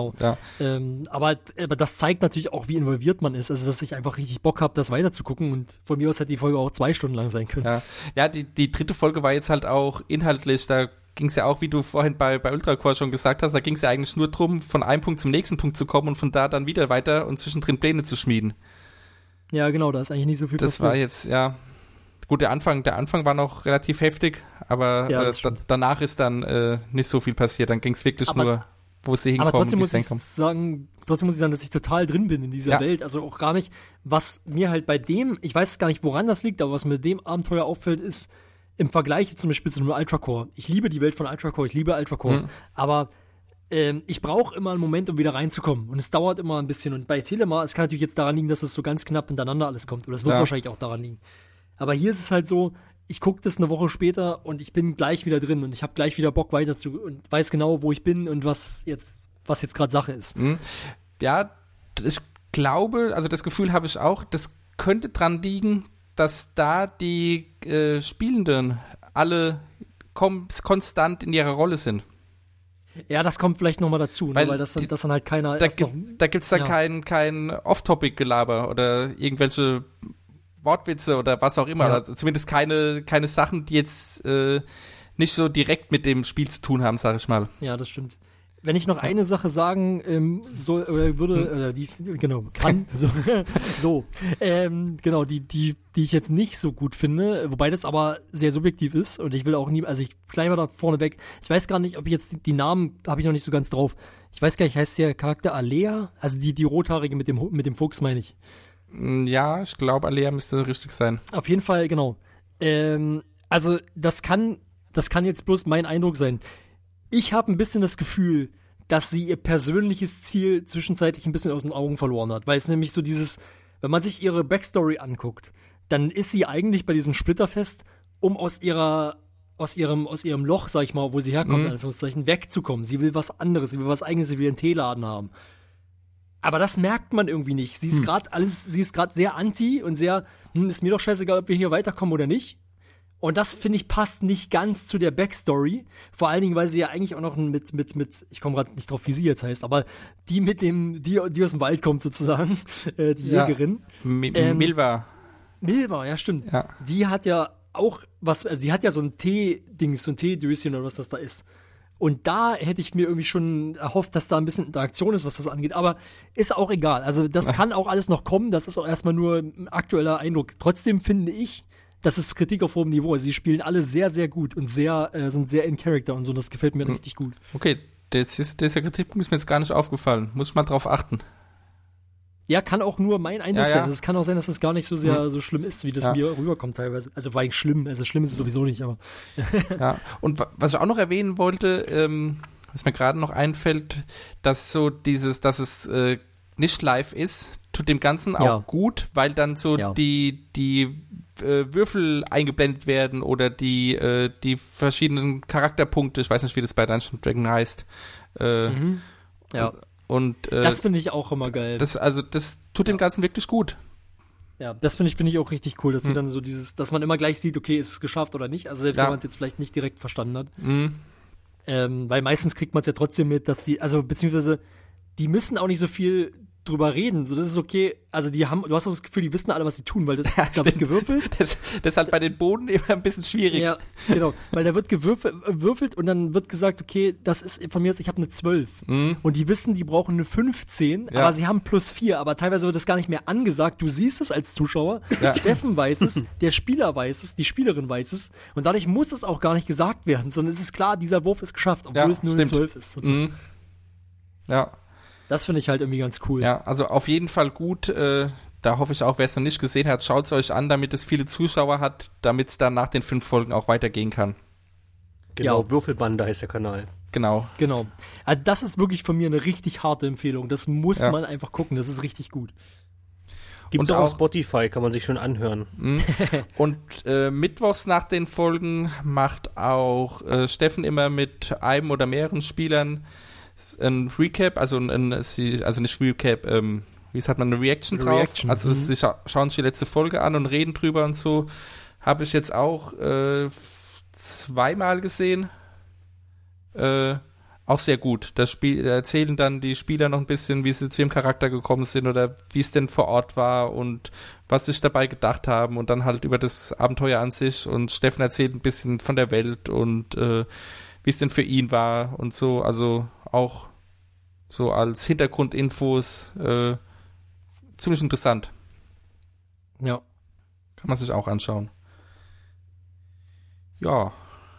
aber das zeigt natürlich auch, wie involviert man ist. Also, dass ich einfach richtig Bock habe, das weiterzugucken und von mir aus hätte die Folge auch 2 Stunden lang sein können.
Ja, die dritte Folge war jetzt halt auch inhaltlich, da ging es ja auch, wie du vorhin bei Ultracore schon gesagt hast, da ging es ja eigentlich nur drum, von einem Punkt zum nächsten Punkt zu kommen und von da dann wieder weiter und zwischendrin Pläne zu schmieden.
Ja, genau, da ist eigentlich nicht so viel
passiert. Das war jetzt, gut, der Anfang war noch relativ heftig, aber danach ist dann nicht so viel passiert. Dann ging es wirklich nur, wo sie hinkommen.
Aber trotzdem muss ich sagen, dass ich total drin bin in dieser Welt. Also auch gar nicht, was mir halt bei dem, ich weiß gar nicht, woran das liegt, aber was mir dem Abenteuer auffällt, ist im Vergleich zum Beispiel zu einem Ultracore. Ich liebe die Welt von Ultracore, ich liebe Ultracore, aber ich brauche immer einen Moment, um wieder reinzukommen. Und es dauert immer ein bisschen. Und bei Telemar, es kann natürlich jetzt daran liegen, dass es so ganz knapp hintereinander alles kommt. Oder es wird wahrscheinlich auch daran liegen. Aber hier ist es halt so, ich gucke das eine Woche später und ich bin gleich wieder drin. Und ich habe gleich wieder Bock und weiß genau, wo ich bin und was jetzt gerade Sache ist.
Ja, ich glaube, also das Gefühl habe ich auch, das könnte dran liegen, dass da die Spielenden alle konstant in ihrer Rolle sind.
Ja, das kommt vielleicht nochmal dazu, weil das dann halt keiner...
Da gibt es dann kein Off-Topic-Gelaber oder irgendwelche Wortwitze oder was auch immer. Also zumindest keine Sachen, die jetzt nicht so direkt mit dem Spiel zu tun haben, sag ich mal.
Ja, das stimmt. Wenn ich noch eine Sache sagen soll, oder würde, die ich jetzt nicht so gut finde, wobei das aber sehr subjektiv ist und ich will auch nie, also ich gleich mal da vorne weg, ich weiß gar nicht, ob ich jetzt, die Namen habe ich noch nicht so ganz drauf. Ich weiß gar nicht, heißt der Charakter Alea? Also die Rothaarige mit dem Fuchs, meine ich.
Ja, ich glaube, Alea müsste richtig sein.
Auf jeden Fall, genau. Also das kann jetzt bloß mein Eindruck sein. Ich habe ein bisschen das Gefühl, dass sie ihr persönliches Ziel zwischenzeitlich ein bisschen aus den Augen verloren hat. Weil es nämlich so dieses, wenn man sich ihre Backstory anguckt, dann ist sie eigentlich bei diesem Splitterfest, um aus ihrem Loch, sag ich mal, wo sie herkommt, in Anführungszeichen, wegzukommen. Sie will was anderes, sie will was Eigenes, sie will einen Teeladen haben. Aber das merkt man irgendwie nicht. Sie ist gerade sehr anti und sehr, ist mir doch scheißegal, ob wir hier weiterkommen oder nicht. Und das, finde ich, passt nicht ganz zu der Backstory. Vor allen Dingen, weil sie ja eigentlich auch noch mit ich komme gerade nicht drauf, wie sie jetzt heißt, aber die die aus dem Wald kommt sozusagen, die Jägerin.
Milva.
Milva, ja, stimmt.
Ja.
Die hat ja auch die hat ja so ein Tee-Dings, so ein Teedöschen oder was das da ist. Und da hätte ich mir irgendwie schon erhofft, dass da ein bisschen Interaktion ist, was das angeht. Aber ist auch egal. Also das kann auch alles noch kommen. Das ist auch erstmal nur ein aktueller Eindruck. Trotzdem finde ich, das ist Kritik auf hohem Niveau. Also sie spielen alle sehr, sehr gut und sind sehr in Character und so. Das gefällt mir richtig gut.
Okay, der Kritikpunkt ist mir jetzt gar nicht aufgefallen. Muss ich mal drauf achten.
Ja, kann auch nur mein Eindruck sein. Es kann auch sein, dass das gar nicht so sehr so schlimm ist, wie das mir rüberkommt teilweise. Also vor allem schlimm. Also schlimm ist es sowieso nicht, aber.
Ja, und was ich auch noch erwähnen wollte, was mir gerade noch einfällt, dass es nicht live ist, tut dem Ganzen auch gut, weil dann so die Würfel eingeblendet werden oder die verschiedenen Charakterpunkte, ich weiß nicht, wie das bei Dungeons & Dragons heißt.
Ja.
Und
das finde ich auch immer geil.
Das tut dem Ganzen wirklich gut.
Ja, das finde ich auch richtig cool, dass sie dann so dass man immer gleich sieht, okay, ist es geschafft oder nicht. Also selbst wenn man es jetzt vielleicht nicht direkt verstanden hat. Weil meistens kriegt man es ja trotzdem mit, dass beziehungsweise die müssen auch nicht so viel drüber reden, so das ist okay. Also du hast auch das Gefühl, die wissen alle, was sie tun, weil da wird gewürfelt.
Das ist halt bei den Boden immer ein bisschen schwierig.
Ja, genau, weil da wird gewürfelt und dann wird gesagt, okay, das ist von mir aus, ich habe eine 12. Und die wissen, die brauchen eine 15, aber sie haben +4, aber teilweise wird das gar nicht mehr angesagt. Du siehst es als Zuschauer, Steffen weiß es, der Spieler weiß es, die Spielerin weiß es und dadurch muss es auch gar nicht gesagt werden, sondern es ist klar, dieser Wurf ist geschafft, obwohl es nur eine 12 ist.
Ja.
Das finde ich halt irgendwie ganz cool.
Ja, also auf jeden Fall gut. Da hoffe ich auch, wer es noch nicht gesehen hat, schaut es euch an, damit es viele Zuschauer hat, damit es dann nach den 5 Folgen auch weitergehen kann.
Genau, Würfelbande heißt der Kanal.
Genau.
Also das ist wirklich von mir eine richtig harte Empfehlung. Das muss man einfach gucken, das ist richtig gut.
Gibt es auch auf Spotify, kann man sich schon anhören.
Und mittwochs nach den Folgen macht auch Steffen immer mit einem oder mehreren Spielern ein Recap, also nicht Recap, wie sagt man, eine Reaction drauf. Also sie schauen sich die letzte Folge an und reden drüber und so. Habe ich jetzt auch 2-mal gesehen. Auch sehr gut. Da erzählen dann die Spieler noch ein bisschen, wie sie zu ihrem Charakter gekommen sind oder wie es denn vor Ort war und was sie sich dabei gedacht haben und dann halt über das Abenteuer an sich. Und Steffen erzählt ein bisschen von der Welt und wie es denn für ihn war und so. Also auch so als Hintergrundinfos ziemlich interessant.
Ja.
Kann man sich auch anschauen. Ja.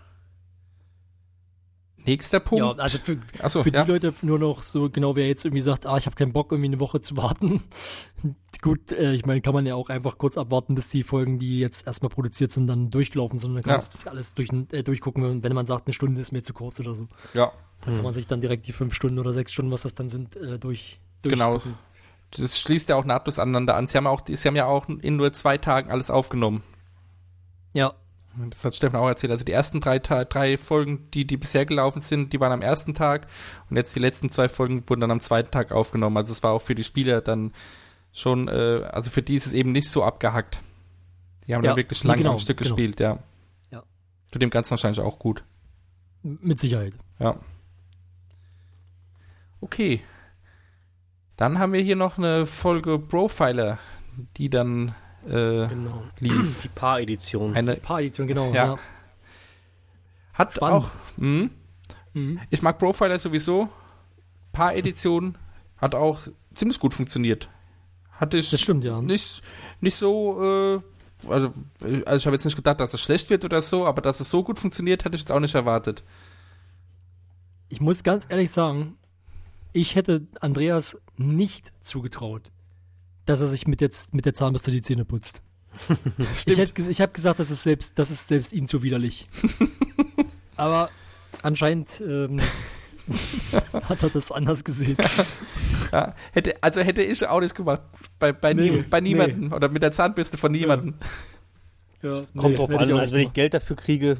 Nächster Punkt.
Ja, also für die Leute nur noch so, genau, wer jetzt irgendwie sagt, ich habe keinen Bock, irgendwie eine Woche zu warten. Gut, ich meine, kann man ja auch einfach kurz abwarten, bis die Folgen, die jetzt erstmal produziert sind, dann durchgelaufen sind. Dann kann man sich das alles durchgucken, wenn man sagt, eine Stunde ist mir zu kurz oder so.
Ja.
Dann kann man sich dann direkt die 5 Stunden oder 6 Stunden, was das dann sind, durchgucken.
Genau. Das schließt ja auch nahtlos aneinander an. Sie haben ja auch in nur 2 Tagen alles aufgenommen.
Ja.
Das hat Steffen auch erzählt. Also die ersten 3 Folgen, die bisher gelaufen sind, die waren am ersten Tag und jetzt die letzten 2 Folgen wurden dann am zweiten Tag aufgenommen. Also es war auch für die Spieler dann schon, also für die ist es eben nicht so abgehackt. Die haben da wirklich lange am Stück gespielt, ja.
Ja.
Zu dem Ganzen wahrscheinlich auch gut.
Mit Sicherheit.
Ja. Okay. Dann haben wir hier noch eine Folge Profiler, die dann lief.
Die Paar-Edition.
Paar-Edition, genau.
Ja. Hat
Spannend.
auch. Ich mag Profiler sowieso. Paar-Edition hat auch ziemlich gut funktioniert. Hatte ich
Das stimmt, ja.
nicht so. Also ich habe jetzt nicht gedacht, dass es schlecht wird oder so, aber dass es so gut funktioniert, hatte ich jetzt auch nicht erwartet.
Ich muss ganz ehrlich sagen, ich hätte Andreas nicht zugetraut, dass er sich mit der Zahnbürste die Zähne putzt. Ich habe gesagt, das ist selbst ihm zu widerlich. Aber anscheinend hat er das anders gesehen.
Ja, hätte ich auch nicht gemacht. Bei niemandem. Oder mit der Zahnbürste von niemandem.
Ja,
Kommt drauf an, also wenn ich Geld dafür kriege.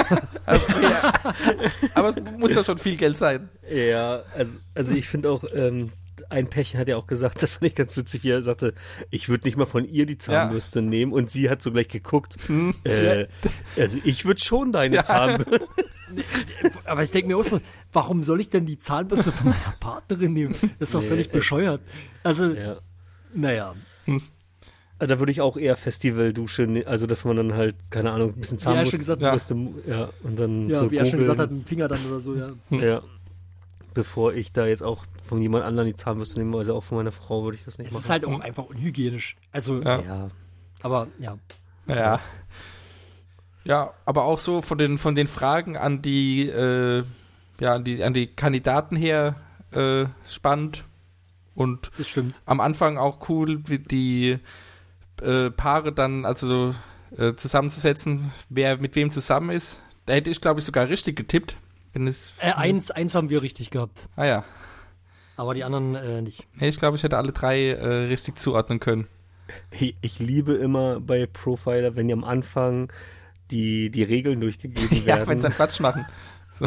Aber es muss doch schon viel Geld sein.
Ja, also ich finde auch, ein Pärchen hat ja auch gesagt, das fand ich ganz witzig, wie er sagte, ich würde nicht mal von ihr die Zahnbürste nehmen, und sie hat so gleich geguckt, also ich würde schon deine Zahnbürste.
Aber ich denke mir auch so, warum soll ich denn die Zahnbürste von meiner Partnerin nehmen? Das ist doch völlig bescheuert. Also, naja.
Da würde ich auch eher Festivaldusche, also dass man dann halt, keine Ahnung, ein bisschen Zahnbürste, und dann
ja,
so
wie er schon gesagt hat, mit dem Finger dann oder so,
Ja. Bevor ich da jetzt auch von jemand anderem die Zahnbürste nehme, also auch von meiner Frau würde ich das nicht machen.
Es ist halt auch einfach unhygienisch. Also, aber ja.
Ja. Ja, aber auch so von den Fragen an die an die Kandidaten her spannend, und
Das stimmt.
am Anfang auch cool, wie die Paare dann also zusammenzusetzen, wer mit wem zusammen ist. Da hätte ich, glaube ich, sogar richtig getippt.
Eins haben wir richtig gehabt.
Ah ja.
Aber die anderen nicht.
Nee, ich glaube, ich hätte alle drei richtig zuordnen können.
Ich liebe immer bei Profiler, wenn die am Anfang die Regeln durchgegeben werden.
Ja, wenn sie dann Quatsch machen. So.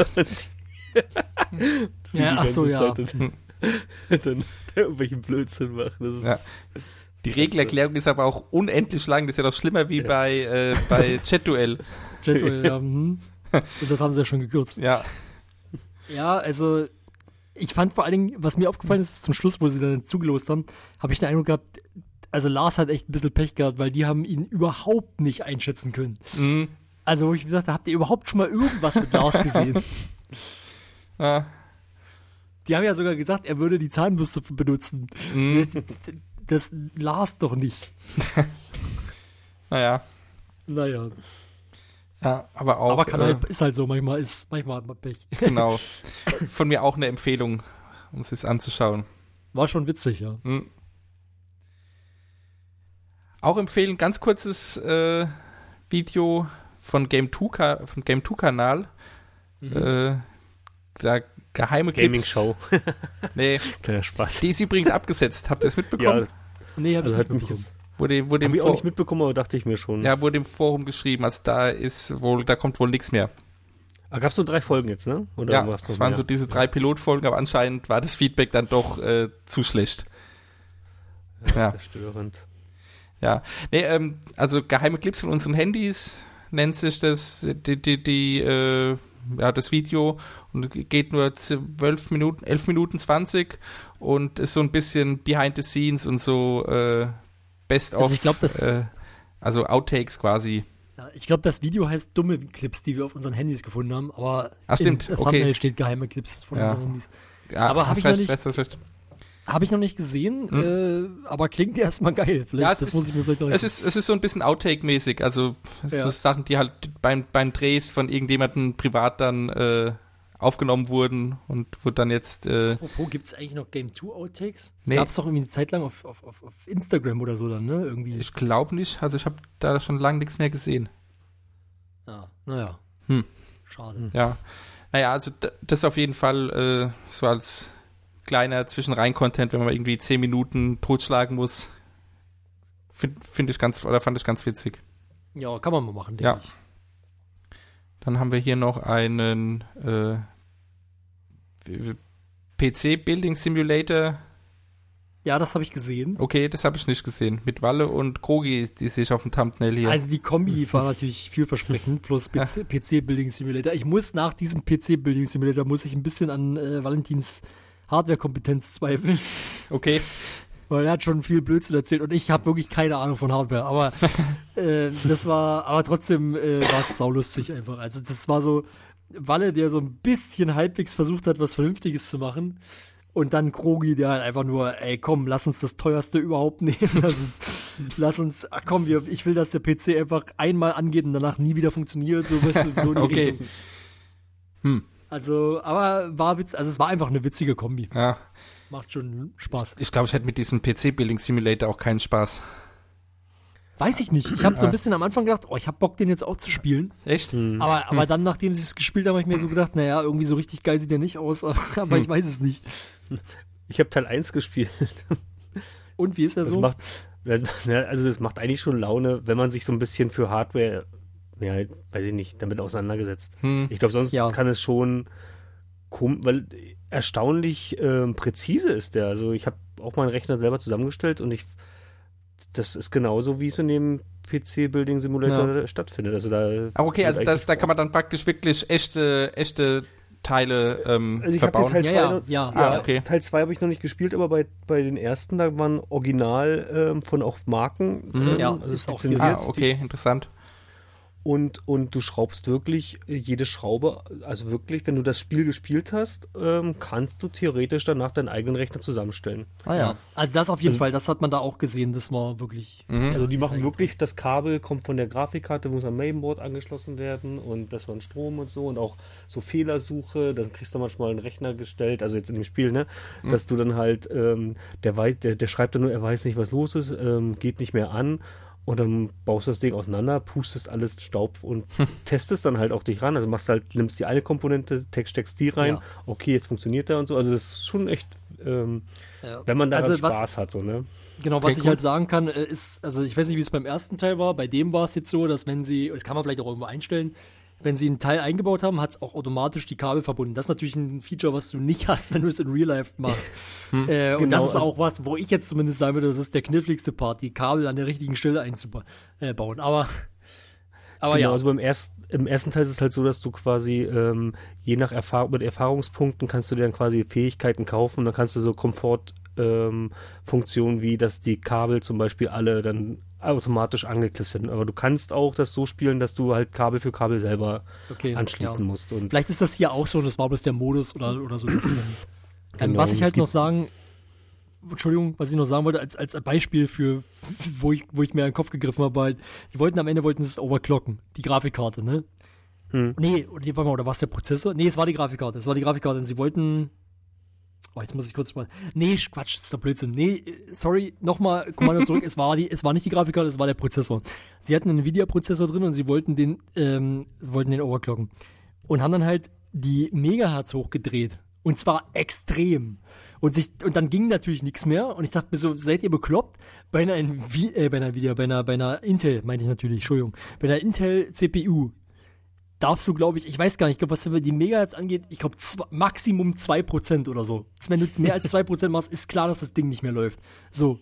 Dann irgendwelchen Blödsinn machen. Das ist
Die Regelerklärung ist aber auch unendlich lang. Das ist ja noch schlimmer wie bei Chat-Duell.
Chat-Duell, ja. Und das haben sie ja schon gekürzt.
Ja.
Ja, also ich fand vor allen Dingen, was mir aufgefallen ist, zum Schluss, wo sie dann zugelost haben, habe ich den Eindruck gehabt, also Lars hat echt ein bisschen Pech gehabt, weil die haben ihn überhaupt nicht einschätzen können.
Mhm.
Also wo ich gesagt habe, habt ihr überhaupt schon mal irgendwas mit Lars gesehen?
Ja.
Die haben ja sogar gesagt, er würde die Zahnbürste benutzen.
Mhm.
Das Lars doch nicht.
Naja. Ja, aber auch.
Aber ist halt so, manchmal hat man Pech.
Genau. Von mir auch eine Empfehlung, um es sich anzuschauen.
War schon witzig, ja.
Mhm. Auch empfehlen, ganz kurzes Video von Game 2 vom Game 2 Kanal. Da geheime Clips.
Gaming-Show.
Nee.
Kleiner Spaß.
Die ist übrigens abgesetzt. Habt ihr es mitbekommen?
Ja,
Nee, hab ich nicht mitbekommen.
Wurde
hab ich auch nicht mitbekommen, aber dachte ich mir schon.
Ja, wurde im Forum geschrieben, also da kommt wohl nichts mehr.
Aber gab es nur 3 Folgen jetzt, ne? Oder
Ja, es waren so diese 3 Pilotfolgen, aber anscheinend war das Feedback dann doch zu schlecht. Ja.
Zerstörend.
Ja, nee, also geheime Clips von unseren Handys nennt sich das das Video, und geht nur 11 Minuten 20 und ist so ein bisschen behind the scenes und so best of,
Also ich glaube,
also Outtakes quasi.
Ja, ich glaube, das Video heißt dumme Clips, die wir auf unseren Handys gefunden haben, aber
stimmt,
im Thumbnail steht geheime Clips von unseren Handys.
Ja,
aber habe ich noch nicht gesehen, aber klingt erstmal geil. Vielleicht,
ja,
muss ich mir vielleicht noch
es ist so ein bisschen Outtake-mäßig, also so Sachen, die halt beim Drehs von irgendjemandem privat dann aufgenommen wurden und wo dann jetzt
Apropos, gibt es eigentlich noch Game 2 Outtakes?
Nee.
Gab es doch irgendwie eine Zeit lang auf Instagram oder so dann, ne? Irgendwie.
Ich glaube nicht, also ich habe da schon lange nichts mehr gesehen.
Ja, naja. Schade.
Ja, naja, also das auf jeden Fall so als kleiner Zwischenrein-Content, wenn man irgendwie 10 Minuten totschlagen muss, fand ich ganz witzig.
Ja, kann man mal machen, denke ich.
Dann haben wir hier noch einen PC Building Simulator
Ja, das habe ich gesehen.
Okay, das habe ich nicht gesehen. Mit Walle und Krogi, die sehe ich auf dem Thumbnail hier.
Also die Kombi war natürlich vielversprechend, plus PC-Building Simulator. Ich muss nach diesem PC-Building Simulator, ein bisschen an Valentins Hardware-Kompetenz zweifeln.
Okay.
Weil er hat schon viel Blödsinn erzählt und ich habe wirklich keine Ahnung von Hardware. Aber aber trotzdem war es saulustig einfach. Also das war so Walle, der so ein bisschen halbwegs versucht hat, was Vernünftiges zu machen. Und dann Krogi, der halt einfach nur, ey, komm, lass uns das teuerste überhaupt nehmen. Ich will, dass der PC einfach einmal angeht und danach nie wieder funktioniert. So in die
Okay.
Richtung. Also, aber es war einfach eine witzige Kombi.
Ja.
Macht schon Spaß.
Ich glaube, ich hätte mit diesem PC-Building Simulator auch keinen Spaß.
Weiß ich nicht. Ich habe so ein bisschen am Anfang gedacht, ich habe Bock, den jetzt auch zu spielen.
Echt?
Aber dann, nachdem sie es gespielt haben, habe ich mir so gedacht, naja, irgendwie so richtig geil sieht der nicht aus, aber ich weiß es nicht.
Ich habe Teil 1 gespielt.
Und wie ist er so?
Das macht eigentlich schon Laune, wenn man sich so ein bisschen für Hardware, weiß ich nicht, damit auseinandergesetzt. Ich glaube, sonst kann es schon weil erstaunlich präzise ist der. Also ich habe auch meinen Rechner selber zusammengestellt und das ist genauso, wie es in dem PC-Building Simulator stattfindet. Also
da kann man dann praktisch wirklich echte Teile
also ich
verbauen.
Okay. Teil 2 habe ich noch nicht gespielt, aber bei den ersten, da waren Original von auch Marken.
Also
ist auch
lizenziert. Okay, interessant.
Und du schraubst wirklich jede Schraube, also wirklich, wenn du das Spiel gespielt hast, kannst du theoretisch danach deinen eigenen Rechner zusammenstellen.
Also das auf jeden Fall, das hat man da auch gesehen, das war wirklich...
Also die machen wirklich, das Kabel kommt von der Grafikkarte, muss am Mainboard angeschlossen werden und das war ein Strom und so und auch so Fehlersuche, dann kriegst du manchmal einen Rechner gestellt, also jetzt in dem Spiel, ne, dass du dann halt, der schreibt dann nur, er weiß nicht, was los ist, geht nicht mehr an. Und dann baust du das Ding auseinander, pustest alles Staub und testest dann halt auch dich ran. Also nimmst die eine Komponente, steckst die rein, okay, jetzt funktioniert der und so. Also das ist schon echt, wenn man da Spaß hat, so, ne?
Genau, was ich halt sagen kann, ist, also ich weiß nicht, wie es beim ersten Teil war, bei dem war es jetzt so, dass das kann man vielleicht auch irgendwo einstellen, wenn sie einen Teil eingebaut haben, hat es auch automatisch die Kabel verbunden. Das ist natürlich ein Feature, was du nicht hast, wenn du es in Real Life machst. Und das ist auch was, wo ich jetzt zumindest sagen würde, das ist der kniffligste Part, die Kabel an der richtigen Stelle einzubauen. Aber
genau, also im ersten Teil ist es halt so, dass du quasi je nach mit Erfahrungspunkten kannst du dir dann quasi Fähigkeiten kaufen. Dann kannst du so Komfortfunktionen wie, dass die Kabel zum Beispiel alle dann automatisch angeknipst sind. Aber du kannst auch das so spielen, dass du halt Kabel für Kabel selber anschließen musst. Und
vielleicht ist das hier auch so, das war bloß der Modus oder so.
Genau,
was ich halt noch sagen wollte, als Beispiel für, wo ich mir in den Kopf gegriffen habe, halt, die wollten es overclocken, die Grafikkarte, ne? Nee, warte mal, oder war es der Prozessor? Nee, es war die Grafikkarte, und sie wollten, jetzt muss ich kurz mal, nee, Quatsch, das ist doch Blödsinn, nee, sorry, nochmal, Kommando zurück, es war nicht die Grafikkarte, es war der Prozessor. Sie hatten einen Nvidia-Prozessor drin und sie wollten den overclocken und haben dann halt die Megahertz hochgedreht. Und zwar extrem. Und dann ging natürlich nichts mehr. Und ich dachte mir so, seid ihr bekloppt? Bei einer Intel, meinte ich natürlich, Entschuldigung. Bei einer Intel CPU darfst du, glaube ich weiß gar nicht, was die Megahertz angeht, ich glaube Maximum 2% oder so. Wenn du mehr als 2% machst, ist klar, dass das Ding nicht mehr läuft. So.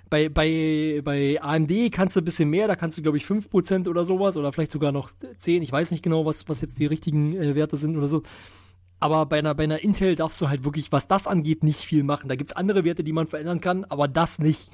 Bei AMD kannst du ein bisschen mehr, da kannst du, glaube ich, 5% oder sowas. Oder vielleicht sogar noch 10%. Ich weiß nicht genau, was jetzt die richtigen Werte sind oder so. Aber bei einer Intel darfst du halt wirklich, was das angeht, nicht viel machen. Da gibt es andere Werte, die man verändern kann, aber das nicht.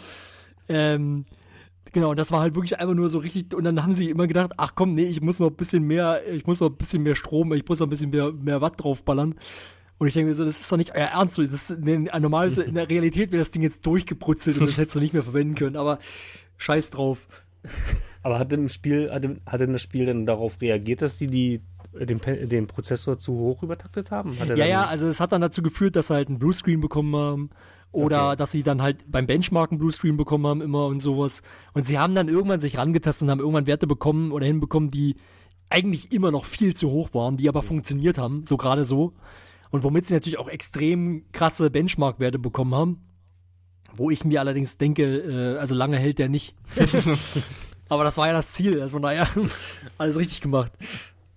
Genau, das war halt wirklich einfach nur so richtig. Und dann haben sie immer gedacht, ach komm, nee, ich muss noch ein bisschen mehr Strom, ich muss noch ein bisschen mehr Watt draufballern. Und ich denke mir so, das ist doch nicht euer Ernst. Das ist normalerweise in der Realität wäre das Ding jetzt durchgebrutzelt und das hättest du nicht mehr verwenden können. Aber scheiß drauf.
Aber hat denn das Spiel dann darauf reagiert, dass die den Prozessor zu hoch übertaktet haben?
Also es hat dann dazu geführt, dass sie halt einen Bluescreen bekommen haben oder dass sie dann halt beim Benchmarken Bluescreen bekommen haben immer und sowas. Und sie haben dann irgendwann sich rangetastet und haben irgendwann Werte bekommen oder hinbekommen, die eigentlich immer noch viel zu hoch waren, die aber funktioniert haben, so gerade so. Und womit sie natürlich auch extrem krasse Benchmark-Werte bekommen haben. Wo ich mir allerdings denke, also lange hält der nicht. Aber das war ja das Ziel, also von daher alles richtig gemacht.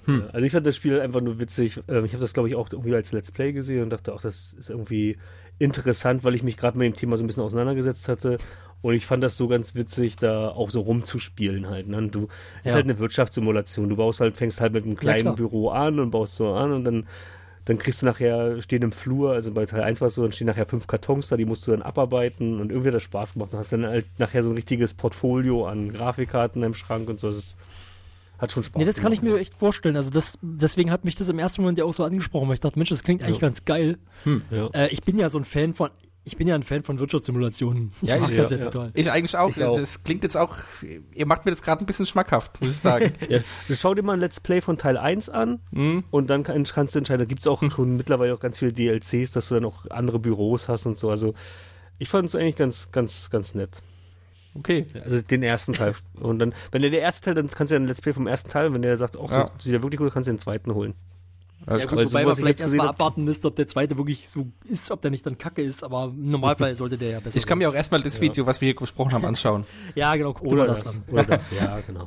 Also ich fand das Spiel einfach nur witzig. Ich habe das, glaube ich, auch irgendwie als Let's Play gesehen und dachte auch, das ist irgendwie interessant, weil ich mich gerade mit dem Thema so ein bisschen auseinandergesetzt hatte. Und ich fand das so ganz witzig, da auch so rumzuspielen halt. Ne? Ist halt eine Wirtschaftssimulation. Du fängst halt mit einem kleinen Büro an und baust so an und dann kriegst du nachher, stehen im Flur, also bei Teil 1 war es so, dann stehen nachher 5 Kartons da, die musst du dann abarbeiten und irgendwie hat das Spaß gemacht. Du hast dann halt nachher so ein richtiges Portfolio an Grafikkarten im Schrank und so. Das hat schon Spaß gemacht.
Das kann ich mir echt vorstellen. Also deswegen hat mich das im ersten Moment ja auch so angesprochen, weil ich dachte, Mensch, das klingt eigentlich ganz geil. Ich bin ja so ein Fan von Wirtschaftssimulationen. Ich mag das ja total.
Ich eigentlich auch. Das klingt jetzt auch, ihr macht mir das gerade ein bisschen schmackhaft, muss ich sagen.
Schau dir mal ein Let's Play von Teil 1 an und dann kannst du entscheiden. Da gibt es auch schon mittlerweile auch ganz viele DLCs, dass du dann auch andere Büros hast und so. Also ich fand es eigentlich ganz, ganz, ganz nett.
Okay.
Also den ersten Teil. Und dann, wenn der erste Teil, dann kannst du ja ein Let's Play vom ersten Teil, und wenn der sagt, das sieht ja wirklich gut, kannst du den zweiten holen.
Ja, gut, wobei man vielleicht erstmal abwarten müsste, ob der zweite wirklich so ist, ob der nicht dann kacke ist, aber im Normalfall sollte der ja besser sein.
Ich kann mir auch erstmal das Video, was wir hier besprochen haben, anschauen.
Ja, genau, guck dir mal das an.
Oder das, ja, genau.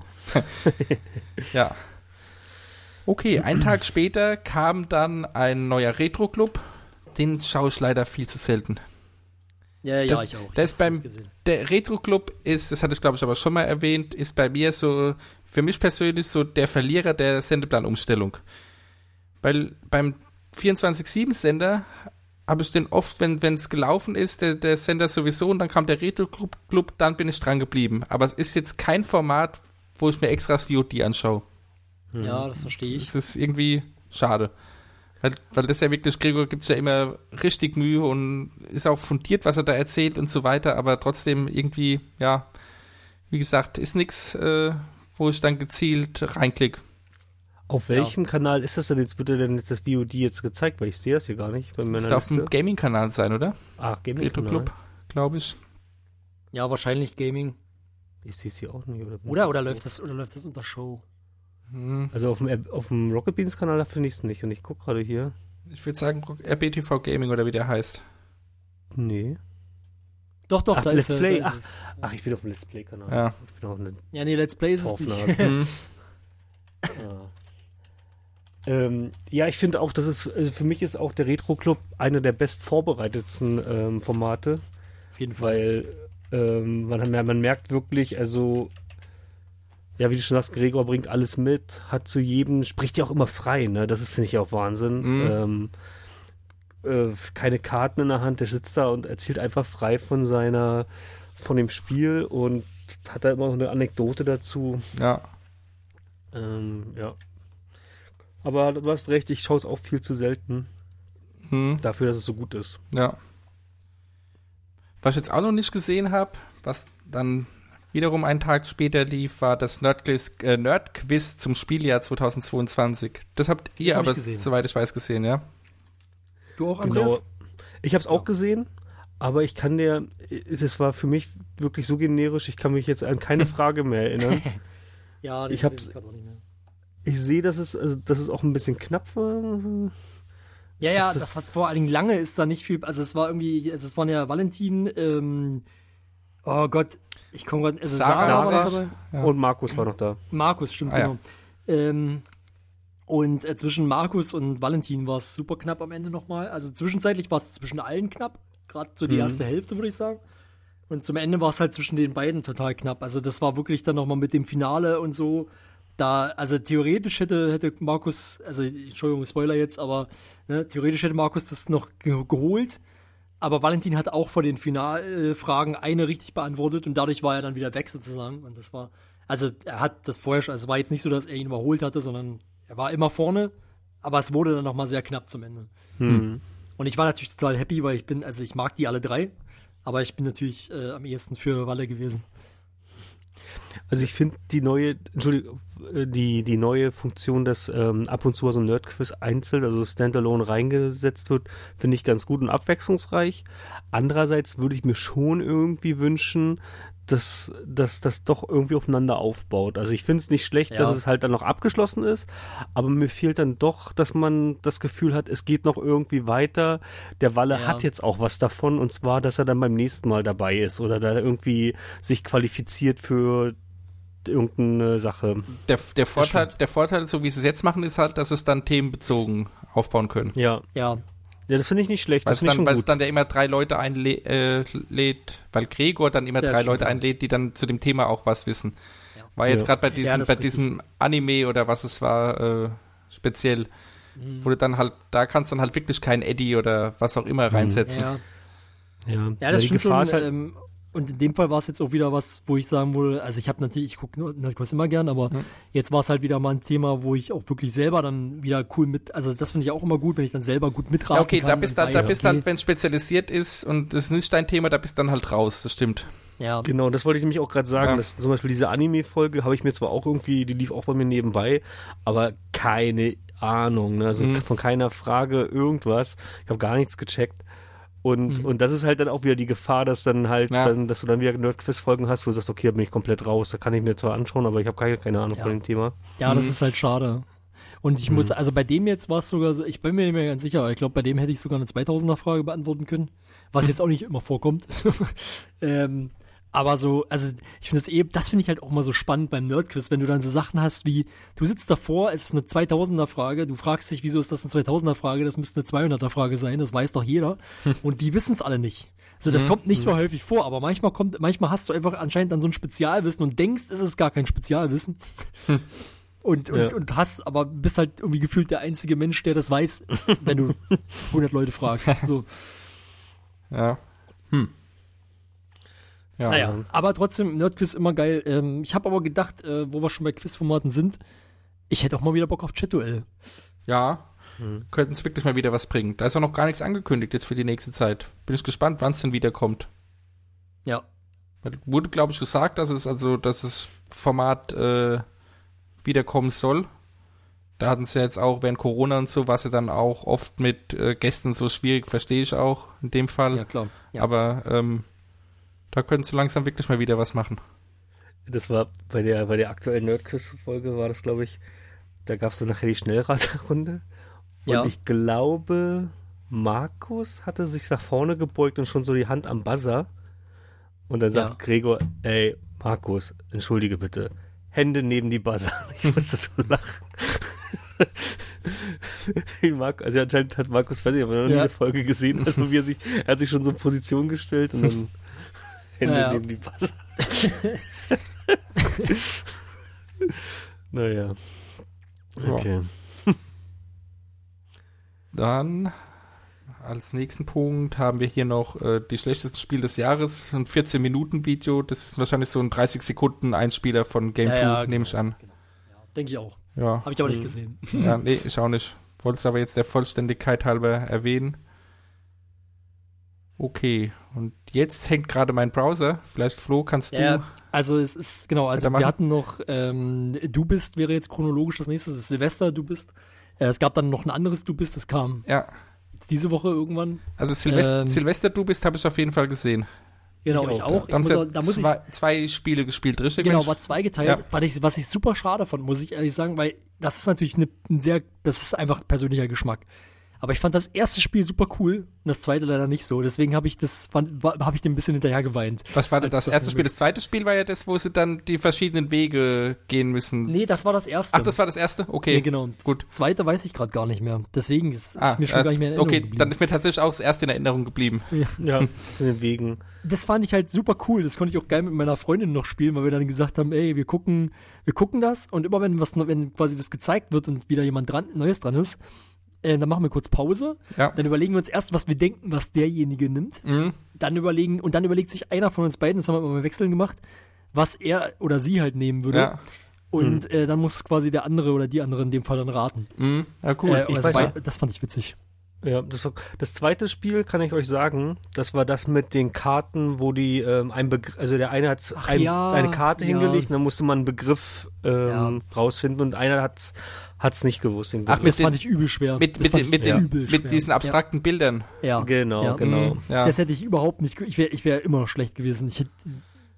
Ja. Okay, einen Tag später kam dann ein neuer Retro-Club. Den schaue ich leider viel zu selten.
Ja, ich auch.
Der Retro-Club ist, das hatte ich glaube ich aber schon mal erwähnt, ist bei mir so, für mich persönlich so der Verlierer der Sendeplanumstellung. Weil beim 24/7-Sender habe ich den oft, wenn es gelaufen ist, der Sender sowieso, und dann kam der Retro-Club, dann bin ich dran geblieben. Aber es ist jetzt kein Format, wo ich mir extra das VOD anschaue.
Ja, das verstehe ich.
Das ist irgendwie schade. Weil das ja wirklich, Gregor gibt es ja immer richtig Mühe und ist auch fundiert, was er da erzählt und so weiter, aber trotzdem irgendwie, ja, wie gesagt, ist nichts, wo ich dann gezielt reinklicke.
Auf welchem Kanal ist das denn jetzt? Wird denn das VOD jetzt gezeigt? Weil ich sehe das hier gar nicht.
Müsste auf dem Gaming-Kanal sein, oder?
Gaming-Kanal.
Retro-Club, glaube ich.
Ja, wahrscheinlich Gaming.
Ich sehe es hier auch nicht.
Oder läuft das unter Show?
Also auf dem Rocket Beans Kanal finde ich es nicht. Und ich gucke gerade hier.
Ich würde sagen RBTV Gaming oder wie der heißt.
Nee.
Doch, da
Let's
ist
Play.
Da
Ach, ich bin auf dem Let's Play Kanal.
Ja.
Ich bin auf einem
Let's Play ist es nicht.
Ich finde auch, für mich ist auch der Retro Club einer der best vorbereitetsten Formate.
Auf jeden Fall.
Weil man merkt wirklich, also ja, wie du schon sagst, Gregor bringt alles mit, hat zu jedem, spricht ja auch immer frei, ne? Das ist, finde ich, auch Wahnsinn. Keine Karten in der Hand, der sitzt da und erzählt einfach frei von dem Spiel und hat da immer noch eine Anekdote dazu.
Ja.
Aber du hast recht, ich schaue es auch viel zu selten. Dafür, dass es so gut ist.
Ja. Was ich jetzt auch noch nicht gesehen habe, was dann wiederum einen Tag später lief, war das Nerdquiz zum Spieljahr 2022. Das habt ihr aber, soweit ich weiß, gesehen, ja?
Du auch, Andreas?
Genau. Ich habe es auch gesehen, aber das war für mich wirklich so generisch, ich kann mich jetzt an keine Frage mehr erinnern.
Ja,
ich gerade auch nicht mehr. Ich sehe, dass es auch ein bisschen knapp war.
Ja, das hat vor allen Dingen lange ist da nicht viel, also es waren ja Valentin, oh Gott, ich komme gerade,
Sarah
war dabei.
Ja. Und Markus war noch da.
Markus, stimmt, genau. Ja. Und zwischen Markus und Valentin war es super knapp am Ende nochmal. Also zwischenzeitlich war es zwischen allen knapp, gerade so die erste Hälfte, würde ich sagen. Und zum Ende war es halt zwischen den beiden total knapp. Also das war wirklich dann nochmal mit dem Finale und so. Also theoretisch hätte Markus, also Entschuldigung, Spoiler jetzt, aber theoretisch hätte Markus das noch geholt. Aber Valentin hat auch vor den Finalfragen eine richtig beantwortet und dadurch war er dann wieder weg sozusagen. Und das war, also er hat das vorher schon, also es war jetzt nicht so, dass er ihn überholt hatte, sondern er war immer vorne, aber es wurde dann nochmal sehr knapp zum Ende. Und ich war natürlich total happy, weil ich mag die alle drei, aber ich bin natürlich am ehesten für Walle gewesen.
Also ich finde die neue Funktion, dass ab und zu so ein Nerdquiz einzeln, also Standalone reingesetzt wird, finde ich ganz gut und abwechslungsreich. Andererseits würde ich mir schon irgendwie wünschen, dass das doch irgendwie aufeinander aufbaut. Also ich finde es nicht schlecht, dass es halt dann noch abgeschlossen ist, aber mir fehlt dann doch, dass man das Gefühl hat, es geht noch irgendwie weiter. Der Walle hat jetzt auch was davon, und zwar, dass er dann beim nächsten Mal dabei ist oder da irgendwie sich qualifiziert für irgendeine Sache.
Der Vorteil, so wie sie es jetzt machen, ist halt, dass es dann themenbezogen aufbauen können.
Ja, das finde ich nicht schlecht. Das finde ich schon
weil
gut.
es dann ja immer 3 Leute einlädt, weil Gregor dann immer 3 Leute einlädt, die dann zu dem Thema auch was wissen. War jetzt gerade bei diesem Anime oder was es war, speziell, wo du dann halt, da kannst du dann halt wirklich keinen Eddie oder was auch immer reinsetzen.
Ja, das stimmt schon. Halt und in dem Fall war es jetzt auch wieder was, wo ich sagen würde, also ich gucke Nerdquiz immer gern, aber jetzt war es halt wieder mal ein Thema, wo ich auch wirklich selber dann wieder cool also das finde ich auch immer gut, wenn ich dann selber gut mitraten kann.
Da bist halt, wenn es spezialisiert ist und das ist nicht dein Thema, da bist du dann halt raus, das stimmt.
Ja. Genau, das wollte ich nämlich auch gerade sagen, dass zum Beispiel diese Anime-Folge habe ich mir zwar auch irgendwie, die lief auch bei mir nebenbei, aber keine Ahnung, ne? Also von keiner Frage irgendwas, ich habe gar nichts gecheckt. Und das ist halt dann auch wieder die Gefahr, dass dann halt, dass du dann wieder Nerd-Quiz-Folgen hast, wo du sagst, okay, da bin ich komplett raus, da kann ich mir zwar anschauen, aber ich habe keine Ahnung von dem Thema.
Ja, das ist halt schade. Und ich muss, also bei dem jetzt war es sogar so, ich bin mir nicht mehr ganz sicher, aber ich glaube, bei dem hätte ich sogar eine 2000er-Frage beantworten können, was jetzt auch nicht immer vorkommt. Aber so, also ich finde das finde ich halt auch mal so spannend beim Nerdquiz, wenn du dann so Sachen hast wie, du sitzt davor, es ist eine 2000er-Frage, du fragst dich, wieso ist das eine 2000er-Frage, das müsste eine 200er-Frage sein, das weiß doch jeder. Und die wissen es alle nicht. So, das kommt nicht so häufig vor, aber manchmal hast du einfach anscheinend dann so ein Spezialwissen und denkst, es ist gar kein Spezialwissen. Und hast, aber bist halt irgendwie gefühlt der einzige Mensch, der das weiß, wenn du 100 Leute fragst. So.
Ja. Ja,
naja, aber trotzdem, Nerdquiz immer geil. Ich habe aber gedacht, wo wir schon bei Quizformaten sind, ich hätte auch mal wieder Bock auf Chat-Duell.
Ja, könnten es wirklich mal wieder was bringen. Da ist auch noch gar nichts angekündigt jetzt für die nächste Zeit. Bin ich gespannt, wann es denn wieder kommt.
Ja.
Wurde, glaube ich, gesagt, dass das Format wiederkommen soll. Da hatten sie ja jetzt auch während Corona und so, war es ja dann auch oft mit Gästen so schwierig, verstehe ich auch in dem Fall.
Ja, klar. Ja.
Aber da können sie langsam wirklich mal wieder was machen.
Das war bei der aktuellen Nerdquiz-Folge war das, glaube ich, da gab es dann nachher die Schnellraterunde. Und ich glaube, Markus hatte sich nach vorne gebeugt und schon so die Hand am Buzzer. Und dann sagt Gregor, ey, Markus, entschuldige bitte, Hände neben die Buzzer. Ich musste so lachen. Also anscheinend hat Markus, weiß ich, aber noch nie eine Folge gesehen, also wie er hat sich schon so in Position gestellt und dann Hände neben die Buzzer. Naja. Okay.
Dann als nächsten Punkt haben wir hier noch die schlechtesten Spiel des Jahres, ein 14-Minuten-Video. Das ist wahrscheinlich so ein 30-Sekunden-Einspieler von Game2, nehme ich an.
Genau. Ja, denke ich auch.
Ja.
Habe ich aber nicht gesehen.
Ja, nee, ich auch nicht. Wollte es aber jetzt der Vollständigkeit halber erwähnen. Okay, und jetzt hängt gerade mein Browser. Vielleicht, Flo, kannst du...
Also es ist, genau, also wir hatten noch Du bist wäre jetzt chronologisch das nächste, das ist Silvester, Du bist. Es gab dann noch ein anderes Du bist, das kam jetzt diese Woche irgendwann.
Also Silvester Du bist habe ich auf jeden Fall gesehen.
Genau, ich auch.
Da haben zwei Spiele gespielt, richtig?
Genau, war zweigeteilt. Ja. Was ich super schade fand, muss ich ehrlich sagen, weil das ist natürlich das ist einfach persönlicher Geschmack. Aber ich fand das erste Spiel super cool und das zweite leider nicht so. Deswegen habe ich dem ein bisschen hinterher geweint.
Was war denn das erste Spiel? Das zweite Spiel war ja das, wo sie dann die verschiedenen Wege gehen müssen.
Nee, das war das erste.
Ach, das war das erste? Okay.
Nee, genau. Gut. Das zweite weiß ich gerade gar nicht mehr. Deswegen ist mir schon gar nicht mehr in Erinnerung geblieben.
Okay, dann ist mir tatsächlich auch das erste in Erinnerung geblieben.
Ja, zu den Wegen.
Das fand ich halt super cool. Das konnte ich auch geil mit meiner Freundin noch spielen, weil wir dann gesagt haben, ey, wir gucken das und immer wenn quasi das gezeigt wird und wieder jemand Neues dran ist, dann machen wir kurz Pause. Ja. Dann überlegen wir uns erst, was wir denken, was derjenige nimmt. Dann überlegt sich einer von uns beiden, das haben wir immer im Wechseln gemacht, was er oder sie halt nehmen würde. Ja. Und dann muss quasi der andere oder die andere in dem Fall dann raten.
Ja, cool.
Das fand ich witzig.
Ja, das zweite Spiel, kann ich euch sagen, das war das mit den Karten, wo die der eine hat eine Karte hingelegt und dann musste man einen Begriff rausfinden und einer hat's nicht gewusst.
Das fand ich übel schwer.
Mit diesen abstrakten Bildern.
Ja, genau.
Ja. Das hätte ich überhaupt nicht, ich wäre immer noch schlecht gewesen.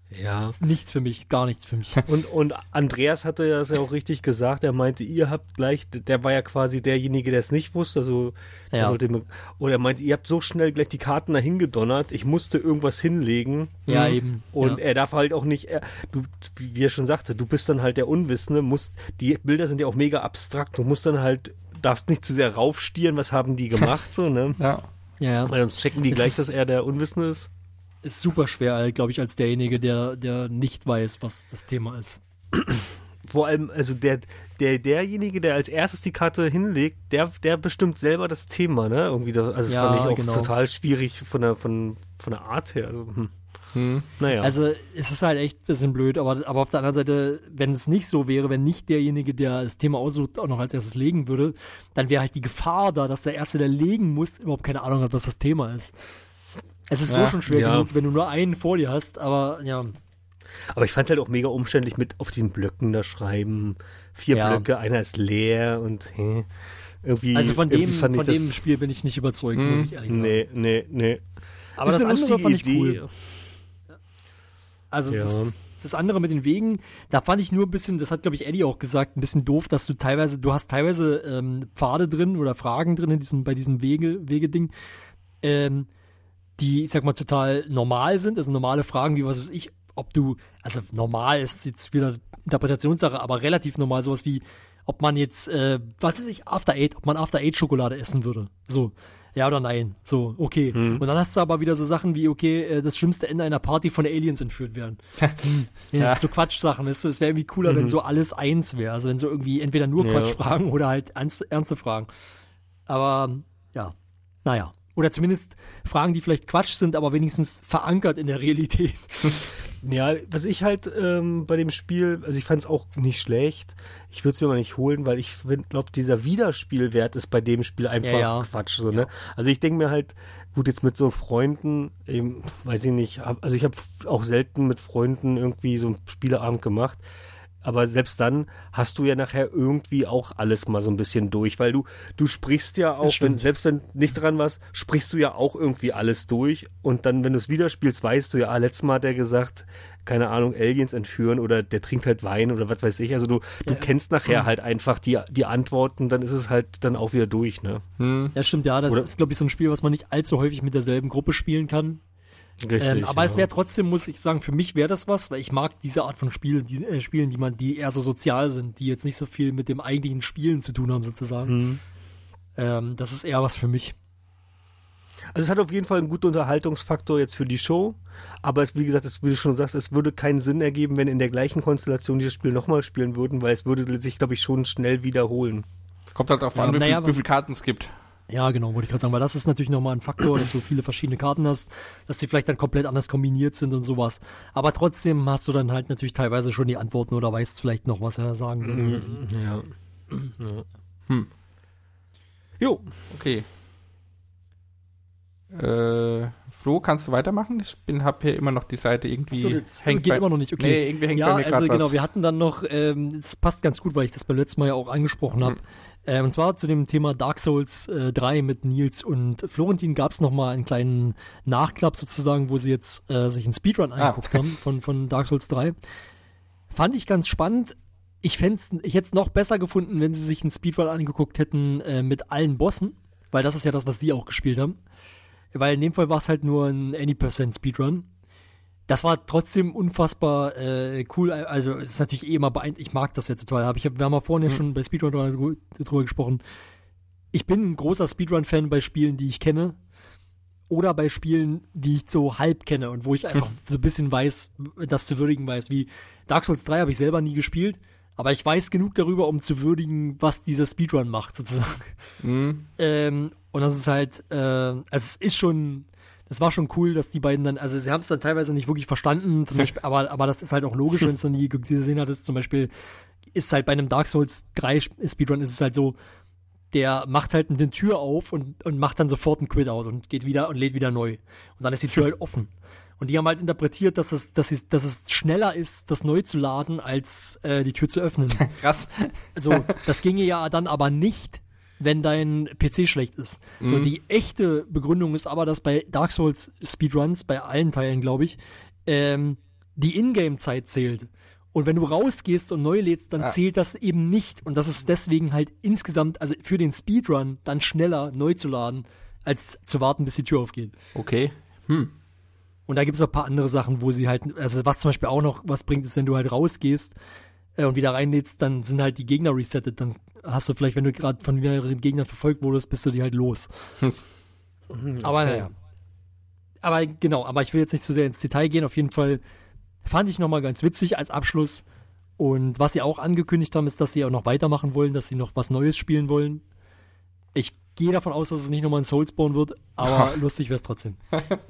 Ja.
Das ist nichts für mich, gar nichts für mich.
Und Andreas hatte das ja auch richtig gesagt, er meinte, ihr habt gleich, der war ja quasi derjenige, der es nicht wusste, also
Ja.
und er meinte, ihr habt so schnell gleich die Karten dahin gedonnert, ich musste irgendwas hinlegen.
Ja, eben.
Und
ja.
er darf halt auch nicht, wie er schon sagte, du bist dann halt der Unwissende, die Bilder sind ja auch mega abstrakt, du musst dann halt, darfst nicht zu sehr raufstieren, was haben die gemacht, so, ne?
Ja.
Ja.
Weil sonst checken die
Es
gleich,
ist-
dass er der Unwissende ist.
Ist super schwer, glaube ich, als derjenige, der nicht weiß, was das Thema ist.
Vor allem, also derjenige, der als erstes die Karte hinlegt, der bestimmt selber das Thema, ne? Irgendwie das, also das
Ja,
fand ich auch
genau.
total schwierig von der Art her. Also, Naja.
Also es ist halt echt ein bisschen blöd, aber auf der anderen Seite, wenn es nicht so wäre, wenn nicht derjenige, der das Thema aussucht, auch noch als erstes legen würde, dann wäre halt die Gefahr da, dass der Erste, der legen muss, überhaupt keine Ahnung hat, was das Thema ist. Es ist so
Ja,
schon schwer
ja.
genug, wenn du nur einen vor dir hast, aber ja.
Aber ich fand es halt auch mega umständlich mit auf den Blöcken da schreiben. 4
Ja.
Blöcke, einer ist leer und irgendwie.
Also von
irgendwie
dem,
fand ich
von dem
das,
Spiel bin ich nicht überzeugt, muss ich ehrlich sagen.
Nee.
Aber
Ist
das
eine
andere
lustige
fand ich
Idee.
cool. Also
Ja.
das andere mit den Wegen, da fand ich nur ein bisschen, das hat glaube ich Eddie auch gesagt, ein bisschen doof, dass du hast teilweise Pfade drin oder Fragen drin bei diesem Wegeding, die, ich sag mal, total normal sind, also normale Fragen, wie was weiß ich, ob du, also normal ist jetzt wieder Interpretationssache, aber relativ normal, sowas wie, ob man jetzt, was weiß ich, ob man After Eight Schokolade essen würde. So, ja oder nein. So, okay. Und dann hast du aber wieder so Sachen wie, okay, das schlimmste Ende einer Party von Aliens entführt werden. Ja. So Quatschsachen. Es wäre irgendwie cooler, wenn so alles eins wäre. Also wenn so irgendwie entweder nur
Ja.
Quatschfragen oder halt ernste Fragen. Aber, ja, naja. Oder zumindest Fragen, die vielleicht Quatsch sind, aber wenigstens verankert in der Realität.
Ja, was ich halt bei dem Spiel, also ich fand es auch nicht schlecht. Ich würde es mir mal nicht holen, weil ich glaube, dieser Wiederspielwert ist bei dem Spiel einfach
Ja.
Quatsch. So, ne? Also ich denke mir halt, gut, jetzt mit so Freunden, eben, weiß ich nicht, also ich habe auch selten mit Freunden irgendwie so einen Spieleabend gemacht. Aber selbst dann hast du ja nachher irgendwie auch alles mal so ein bisschen durch, weil du sprichst ja auch, selbst wenn nicht dran warst, sprichst du ja auch irgendwie alles durch und dann, wenn du es wieder spielst, weißt du ja, letztes Mal hat er gesagt, keine Ahnung, Aliens entführen oder der trinkt halt Wein oder was weiß ich, also du kennst nachher halt einfach die Antworten, dann ist es halt dann auch wieder durch, ne?
Ja, stimmt, ja. Das
Oder-
ist, glaube ich, so ein Spiel, was man nicht allzu häufig mit derselben Gruppe spielen kann.
Richtig.
Aber
ja.
es wäre trotzdem, muss ich sagen, für mich wäre das was, weil ich mag diese Art von Spielen, die eher so sozial sind, die jetzt nicht so viel mit dem eigentlichen Spielen zu tun haben, sozusagen. Das ist eher was für mich.
Also es hat auf jeden Fall einen guten Unterhaltungsfaktor jetzt für die Show, aber es, wie gesagt, wie du schon sagst, es würde keinen Sinn ergeben, wenn in der gleichen Konstellation dieses Spiel nochmal spielen würden, weil es würde sich, glaube ich, schon schnell wiederholen.
Kommt halt darauf
Ja,
an, wie
naja,
viel Karten es gibt.
Ja, genau, wollte ich gerade sagen, weil das ist natürlich nochmal ein Faktor, dass du viele verschiedene Karten hast, dass die vielleicht dann komplett anders kombiniert sind und sowas. Aber trotzdem hast du dann halt natürlich teilweise schon die Antworten oder weißt vielleicht noch, was er sagen will.
Ja. Jo.
Okay. Flo, kannst du weitermachen? Ich habe hier immer noch die Seite irgendwie
Achso, das geht immer noch nicht, okay.
Nee, irgendwie hängt
ja,
bei mir
also
gerade
genau,
was.
wir hatten dann noch, es passt ganz gut, weil ich das beim letzten Mal ja auch angesprochen habe. Und zwar zu dem Thema Dark Souls 3 mit Nils und Florentin gab es nochmal einen kleinen Nachklapp sozusagen, wo sie jetzt sich einen Speedrun angeguckt haben von Dark Souls 3. Fand ich ganz spannend. Ich hätte es noch besser gefunden, wenn sie sich einen Speedrun angeguckt hätten mit allen Bossen, weil das ist ja das, was sie auch gespielt haben. Weil in dem Fall war es halt nur ein Any% Speedrun. Das war trotzdem unfassbar cool. Also es ist natürlich immer beeindruckend. Ich mag das ja total. Wir haben ja vorhin ja schon bei Speedrun drüber gesprochen. Ich bin ein großer Speedrun-Fan bei Spielen, die ich kenne. Oder bei Spielen, die ich so halb kenne und wo ich einfach so ein bisschen weiß, das zu würdigen weiß. Wie Dark Souls 3 habe ich selber nie gespielt. Aber ich weiß genug darüber, um zu würdigen, was dieser Speedrun macht, sozusagen. Und das ist halt, also es ist schon, das war schon cool, dass die beiden dann, also sie haben es dann teilweise nicht wirklich verstanden, zum Beispiel, aber das ist halt auch logisch, wenn es noch nie gesehen hattest. Zum Beispiel ist halt bei einem Dark Souls 3 Speedrun ist es halt so, der macht halt eine Tür auf und macht dann sofort einen Quit-Out und geht wieder und lädt wieder neu. Und dann ist die Tür halt offen. Und die haben halt interpretiert, dass es schneller ist, das neu zu laden, als die Tür zu öffnen.
Krass.
Also, das ginge ja dann aber nicht, wenn dein PC schlecht ist. Und die echte Begründung ist aber, dass bei Dark Souls Speedruns, bei allen Teilen, glaube ich, die Ingame-Zeit zählt. Und wenn du rausgehst und neu lädst, dann zählt das eben nicht. Und das ist deswegen halt insgesamt, also für den Speedrun, dann schneller neu zu laden, als zu warten, bis die Tür aufgeht.
Okay.
Und da gibt es auch ein paar andere Sachen, wo sie halt, also was zum Beispiel auch noch was bringt, ist, wenn du halt rausgehst und wieder reinlädst, dann sind halt die Gegner resettet. Dann hast du vielleicht, wenn du gerade von mehreren Gegnern verfolgt wurdest, bist du die halt los. Aber naja. Aber genau, aber ich will jetzt nicht zu sehr ins Detail gehen. Auf jeden Fall fand ich nochmal ganz witzig als Abschluss. Und was sie auch angekündigt haben, ist, dass sie auch noch weitermachen wollen, dass sie noch was Neues spielen wollen. Ich gehe davon aus, dass es nicht nochmal ein Soulspawn wird, aber lustig wäre es trotzdem.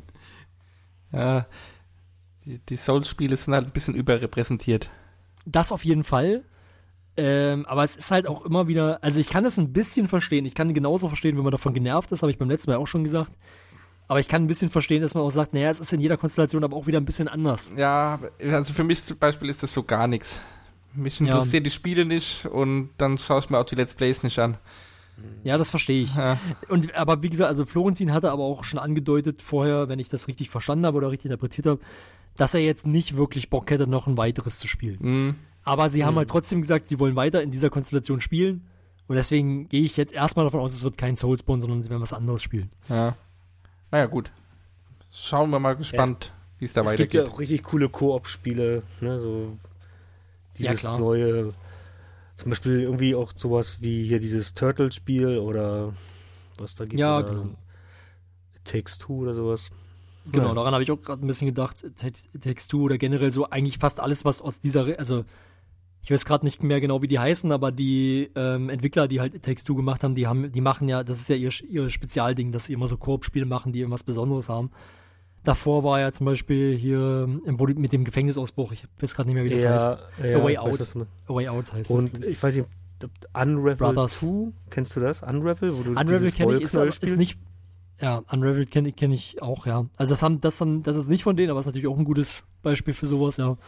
Ja, die Souls-Spiele sind halt ein bisschen überrepräsentiert.
Das auf jeden Fall. Aber es ist halt auch immer wieder, also ich kann es ein bisschen verstehen. Ich kann genauso verstehen, wenn man davon genervt ist, habe ich beim letzten Mal auch schon gesagt. Aber ich kann ein bisschen verstehen, dass man auch sagt, naja, es ist in jeder Konstellation aber auch wieder ein bisschen anders.
Ja, also für mich zum Beispiel ist das so gar nichts. Mich interessieren die Spiele nicht und dann schaue ich mir auch die Let's Plays nicht an.
Ja, das verstehe ich.
Ja.
Aber wie gesagt, also Florentin hatte aber auch schon angedeutet vorher, wenn ich das richtig verstanden habe oder richtig interpretiert habe, dass er jetzt nicht wirklich Bock hätte, noch ein weiteres zu spielen. Aber sie haben halt trotzdem gesagt, sie wollen weiter in dieser Konstellation spielen. Und deswegen gehe ich jetzt erstmal davon aus, es wird kein Soulspawn, sondern sie werden was anderes spielen.
Ja. Naja, gut. Schauen wir mal gespannt, wie es da weitergeht.
Es gibt ja auch richtig coole Koop-Spiele, ne, so dieses neue, zum Beispiel irgendwie auch sowas wie hier dieses Turtle-Spiel oder was da gibt.
Ja,
oder
genau.
Takes Two oder sowas.
Genau, daran habe ich auch gerade ein bisschen gedacht. Takes Two oder generell so eigentlich fast alles, was aus dieser, also ich weiß gerade nicht mehr genau, wie die heißen, aber die Entwickler, die halt Takes Two gemacht haben, die machen ja, das ist ja ihr Spezialding, dass sie immer so Koop-Spiele machen, die irgendwas Besonderes haben. Davor war ja zum Beispiel hier mit dem Gefängnisausbruch, ich weiß gerade nicht mehr, wie das heißt. A Way Out. A Way Out heißt das.
Und ich weiß nicht, Unravel
Brothers.
2, kennst du das? Unravel? Wo du
Unravel kenne ich, ist
spielst?
nicht, ja, Unravel kenn ich auch, ja. Also das ist nicht von denen, aber ist natürlich auch ein gutes Beispiel für sowas, ja.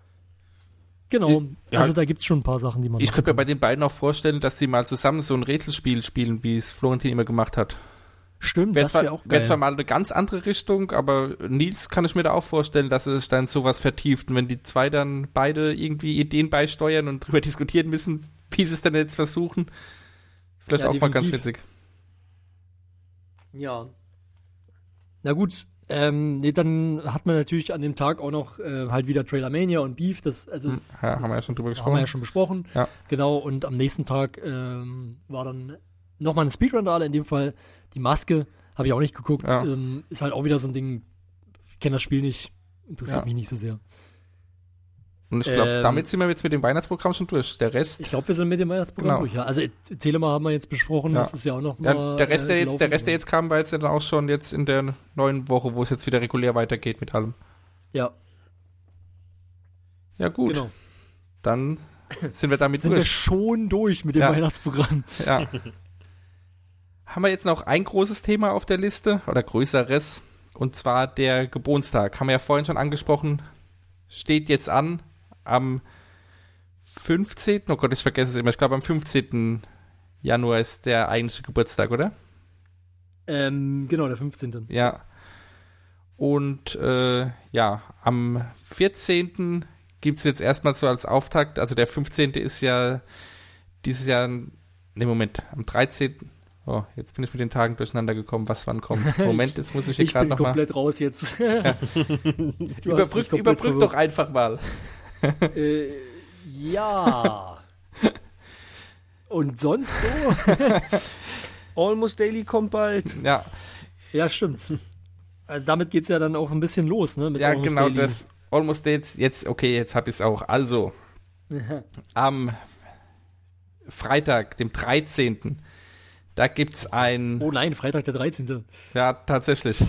Genau,
Ja,
also da gibt's schon ein paar Sachen, die man
ich könnte mir bei den beiden auch vorstellen, dass sie mal zusammen so ein Rätselspiel spielen, wie es Florentin immer gemacht hat.
Stimmt,
Wäre
das wäre auch geil.
zwar mal eine ganz andere Richtung, aber Nils kann ich mir da auch vorstellen, dass es sich dann sowas vertieft. Und wenn die zwei dann beide irgendwie Ideen beisteuern und drüber diskutieren müssen, wie sie es denn jetzt versuchen, vielleicht
Ja,
auch mal ganz
definitiv.
witzig.
Ja. Na gut, dann hat man natürlich an dem Tag auch noch halt wieder Trailermania und Beef,
Haben wir ja schon drüber
Haben wir
gesprochen.
ja schon besprochen.
Ja.
Genau, und am nächsten Tag war dann nochmal eine Speedrun-Rale, in dem Fall die Maske, habe ich auch nicht geguckt.
Ja.
Ist halt auch wieder so ein Ding, ich kenne das Spiel nicht, interessiert
Ja.
mich nicht so sehr.
Und ich glaube, damit sind wir jetzt mit dem Weihnachtsprogramm schon durch. Der Rest,
Ich glaube, wir sind mit dem Weihnachtsprogramm
Genau.
durch, ja. Also Telema haben wir jetzt besprochen,
Ja.
das ist ja auch noch mal
ja, der Rest, der jetzt kam, war jetzt dann auch schon jetzt in der neuen Woche, wo es jetzt wieder regulär weitergeht mit allem.
Ja,
Ja gut,
genau.
dann sind wir damit
Sind wir
durch.
schon durch mit dem
Ja.
Weihnachtsprogramm.
Ja. Haben wir jetzt noch ein großes Thema auf der Liste oder größeres, und zwar der Geburtstag. Haben wir ja vorhin schon angesprochen, steht jetzt an am 15. Oh Gott, ich vergesse es immer. Ich glaube, am 15. Januar ist der eigentliche Geburtstag, oder?
Genau, der 15.
Ja. Und am 14. gibt es jetzt erstmal so als Auftakt, also der 15. ist ja dieses Jahr, am 13. Oh, jetzt bin ich mit den Tagen durcheinander gekommen, was wann kommt. Moment, jetzt muss ich hier
Ich
gerade
bin
nochmal.
komplett raus jetzt. Du hast mich
Überbrück
komplett
doch einfach mal.
Ja. Und sonst so?
Almost Daily kommt bald.
Ja,
Ja, stimmt. Also damit geht's ja dann auch ein bisschen los, ne? Mit
ja
Almost
genau,
Daily.
das Almost Dates, jetzt habe ich es auch. Also, am Freitag, dem 13., da gibt's ein,
Oh nein, Freitag der 13.
ja, tatsächlich.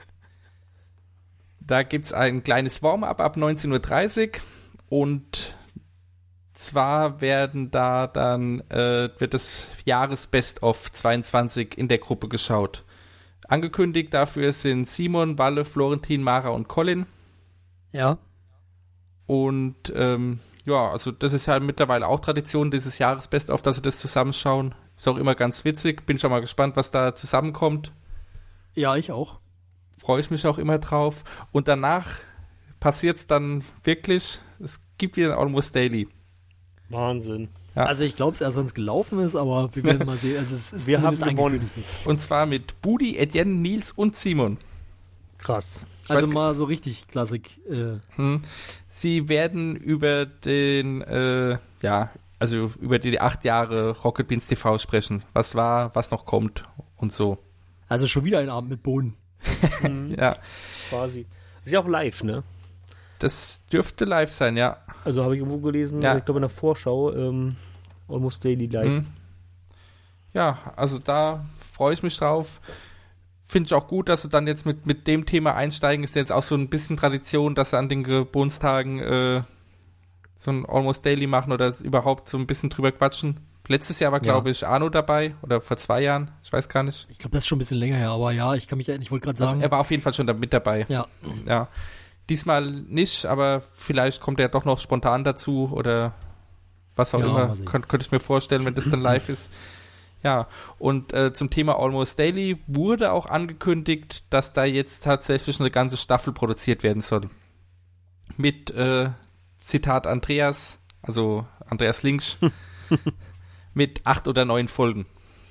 Da gibt's ein kleines Warm-up ab 19:30 Uhr und zwar wird das Jahres-Best-of 22 in der Gruppe geschaut. Angekündigt dafür sind Simon, Walle, Florentin, Mara und Colin.
Ja.
Und also das ist ja mittlerweile auch Tradition dieses Jahres Best-of, dass sie das zusammenschauen. Ist auch immer ganz witzig. Bin schon mal gespannt, was da zusammenkommt.
Ja, ich auch.
Freue ich mich auch immer drauf. Und danach passiert es dann wirklich. Es gibt wieder ein Almost Daily.
Wahnsinn.
Ja.
Also ich glaube es erst, wenn es gelaufen ist, aber wir werden mal sehen. Also es ist
Wir haben
zumindest
gewonnen.
angekündigt.
Und zwar mit Budi, Etienne, Nils und Simon.
Krass.
Also
weiß-
mal so richtig Klassik.
Sie werden über den, über die 8 Jahre Rocket Beans TV sprechen. Was war, was noch kommt und so.
Also schon wieder ein Abend mit Bohnen.
Ja,
Quasi. Ist ja auch live, ne?
das dürfte live sein, ja.
Also habe ich irgendwo gelesen,
Ja.
ich glaube in der Vorschau, Almost Daily live.
Mhm. Ja, also da freue ich mich drauf. Finde ich auch gut, dass sie dann jetzt mit dem Thema einsteigen. Ist jetzt auch so ein bisschen Tradition, dass sie an den Geburtstagen so ein Almost Daily machen oder überhaupt so ein bisschen drüber quatschen. Letztes Jahr war, glaube ich, Arno dabei oder vor 2 Jahren. Ich weiß gar nicht.
Ich glaube, das ist schon ein bisschen länger her, aber ja, ich wollte gerade
Also
sagen.
er war auf jeden Fall schon da mit dabei.
Ja.
Ja. Diesmal nicht, aber vielleicht kommt er doch noch spontan dazu oder was auch
Ja,
immer.
mal sehen.
Könnte ich mir vorstellen, wenn das dann live ist. Ja, und zum Thema Almost Daily wurde auch angekündigt, dass da jetzt tatsächlich eine ganze Staffel produziert werden soll. Mit, Zitat Andreas, also Andreas Links, mit 8 oder 9 Folgen.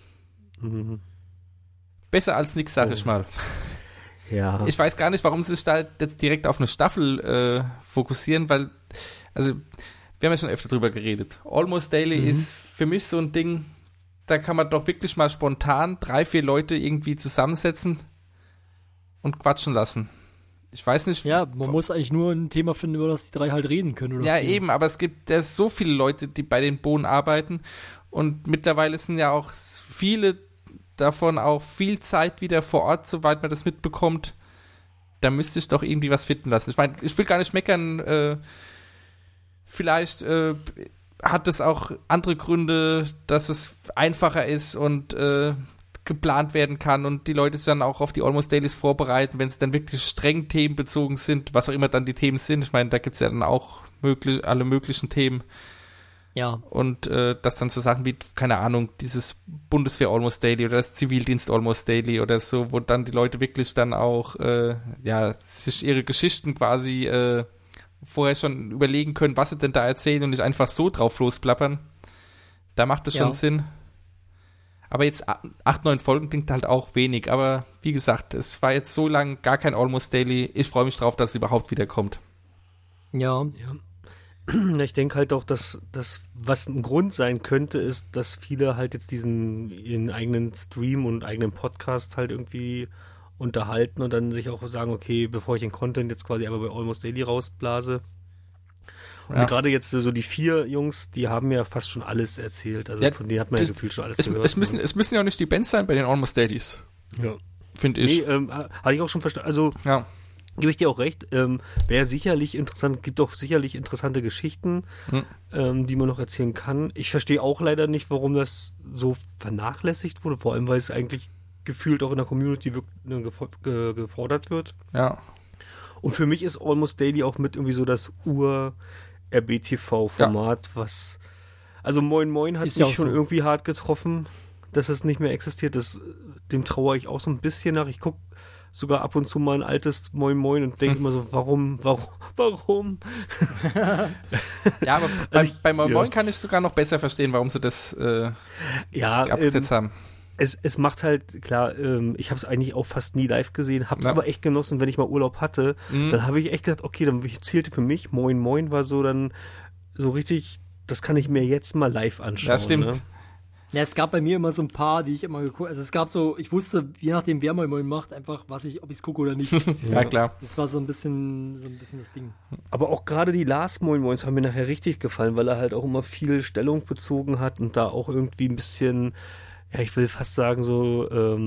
Besser als nix, sag ich mal.
Ja.
Ich weiß gar nicht, warum sie sich da jetzt direkt auf eine Staffel fokussieren, weil, also, wir haben ja schon öfter drüber geredet. Almost Daily ist für mich so ein Ding, da kann man doch wirklich mal spontan 3, 4 Leute irgendwie zusammensetzen und quatschen lassen. Ich weiß nicht.
Ja, man muss eigentlich nur ein Thema finden, über das die 3 halt reden können. Oder
Ja,
4.
eben, aber es gibt ja so viele Leute, die bei den Bohnen arbeiten und mittlerweile sind ja auch viele davon auch viel Zeit wieder vor Ort, soweit man das mitbekommt. Da müsste ich doch irgendwie was finden lassen. Ich meine, ich will gar nicht meckern, vielleicht hat es auch andere Gründe, dass es einfacher ist und geplant werden kann und die Leute sich dann auch auf die Almost Dailies vorbereiten, wenn es dann wirklich streng themenbezogen sind, was auch immer dann die Themen sind. Ich meine, da gibt es ja dann auch alle möglichen Themen.
Ja.
Und das dann so Sachen wie, keine Ahnung, dieses Bundeswehr Almost Daily oder das Zivildienst Almost Daily oder so, wo dann die Leute wirklich dann auch sich ihre Geschichten quasi vorher schon überlegen können, was sie denn da erzählen und nicht einfach so drauf losplappern. Da macht es schon Sinn. Aber jetzt 8, 9 Folgen klingt halt auch wenig. Aber wie gesagt, es war jetzt so lange gar kein Almost Daily. Ich freue mich drauf, dass es überhaupt wieder kommt.
Ja.
Ich denke halt auch, dass das, was ein Grund sein könnte, ist, dass viele halt jetzt ihren eigenen Stream und eigenen Podcast halt irgendwie unterhalten und dann sich auch sagen, okay, bevor ich den Content jetzt quasi aber bei Almost Daily rausblase. Und gerade jetzt so die 4 Jungs, die haben ja fast schon alles erzählt. Also
Ja,
von denen hat man ja gefühlt schon alles gehört.
Es müssen ja auch nicht die Bands sein bei den Almost Dailies,
Ja.
finde ich.
Nee, hatte ich auch schon verstanden. Also
Ja.
gebe ich dir auch recht. Wäre sicherlich interessant, gibt auch sicherlich interessante Geschichten, die man noch erzählen kann. Ich verstehe auch leider nicht, warum das so vernachlässigt wurde, vor allem, weil es eigentlich gefühlt auch in der Community gefordert wird.
Ja.
Und für mich ist Almost Daily auch mit irgendwie so das Ur-RBTV-Format, was, also Moin Moin hat
Ist ja
mich
auch
schon
so.
irgendwie hart getroffen, dass es nicht mehr existiert. Dem trauere ich auch so ein bisschen nach. Ich gucke sogar ab und zu mal ein altes Moin Moin und denke immer so, warum?
Ja, aber
Also
bei Moin Moin kann ich sogar noch besser verstehen, warum sie das
Ja,
abgesetzt haben.
es macht halt, klar, ich habe es eigentlich auch fast nie live gesehen, habe es
Ja.
aber echt genossen, wenn ich mal Urlaub hatte. Dann habe ich echt gedacht, okay, dann zählte für mich, Moin Moin war so dann so richtig, das kann ich mir jetzt mal live anschauen.
Ja, stimmt.
Ne?
Ja, es gab bei mir immer so ein paar, die ich immer geguckt. Also es gab so, ich wusste, je nachdem wer Moin Moin macht, einfach, ob ich es gucke oder nicht.
Ja, klar.
Das war so ein bisschen das Ding.
Aber auch gerade die Lars Moin Moins haben mir nachher richtig gefallen, weil er halt auch immer viel Stellung bezogen hat und da auch irgendwie ein bisschen, ja, ich will fast sagen, so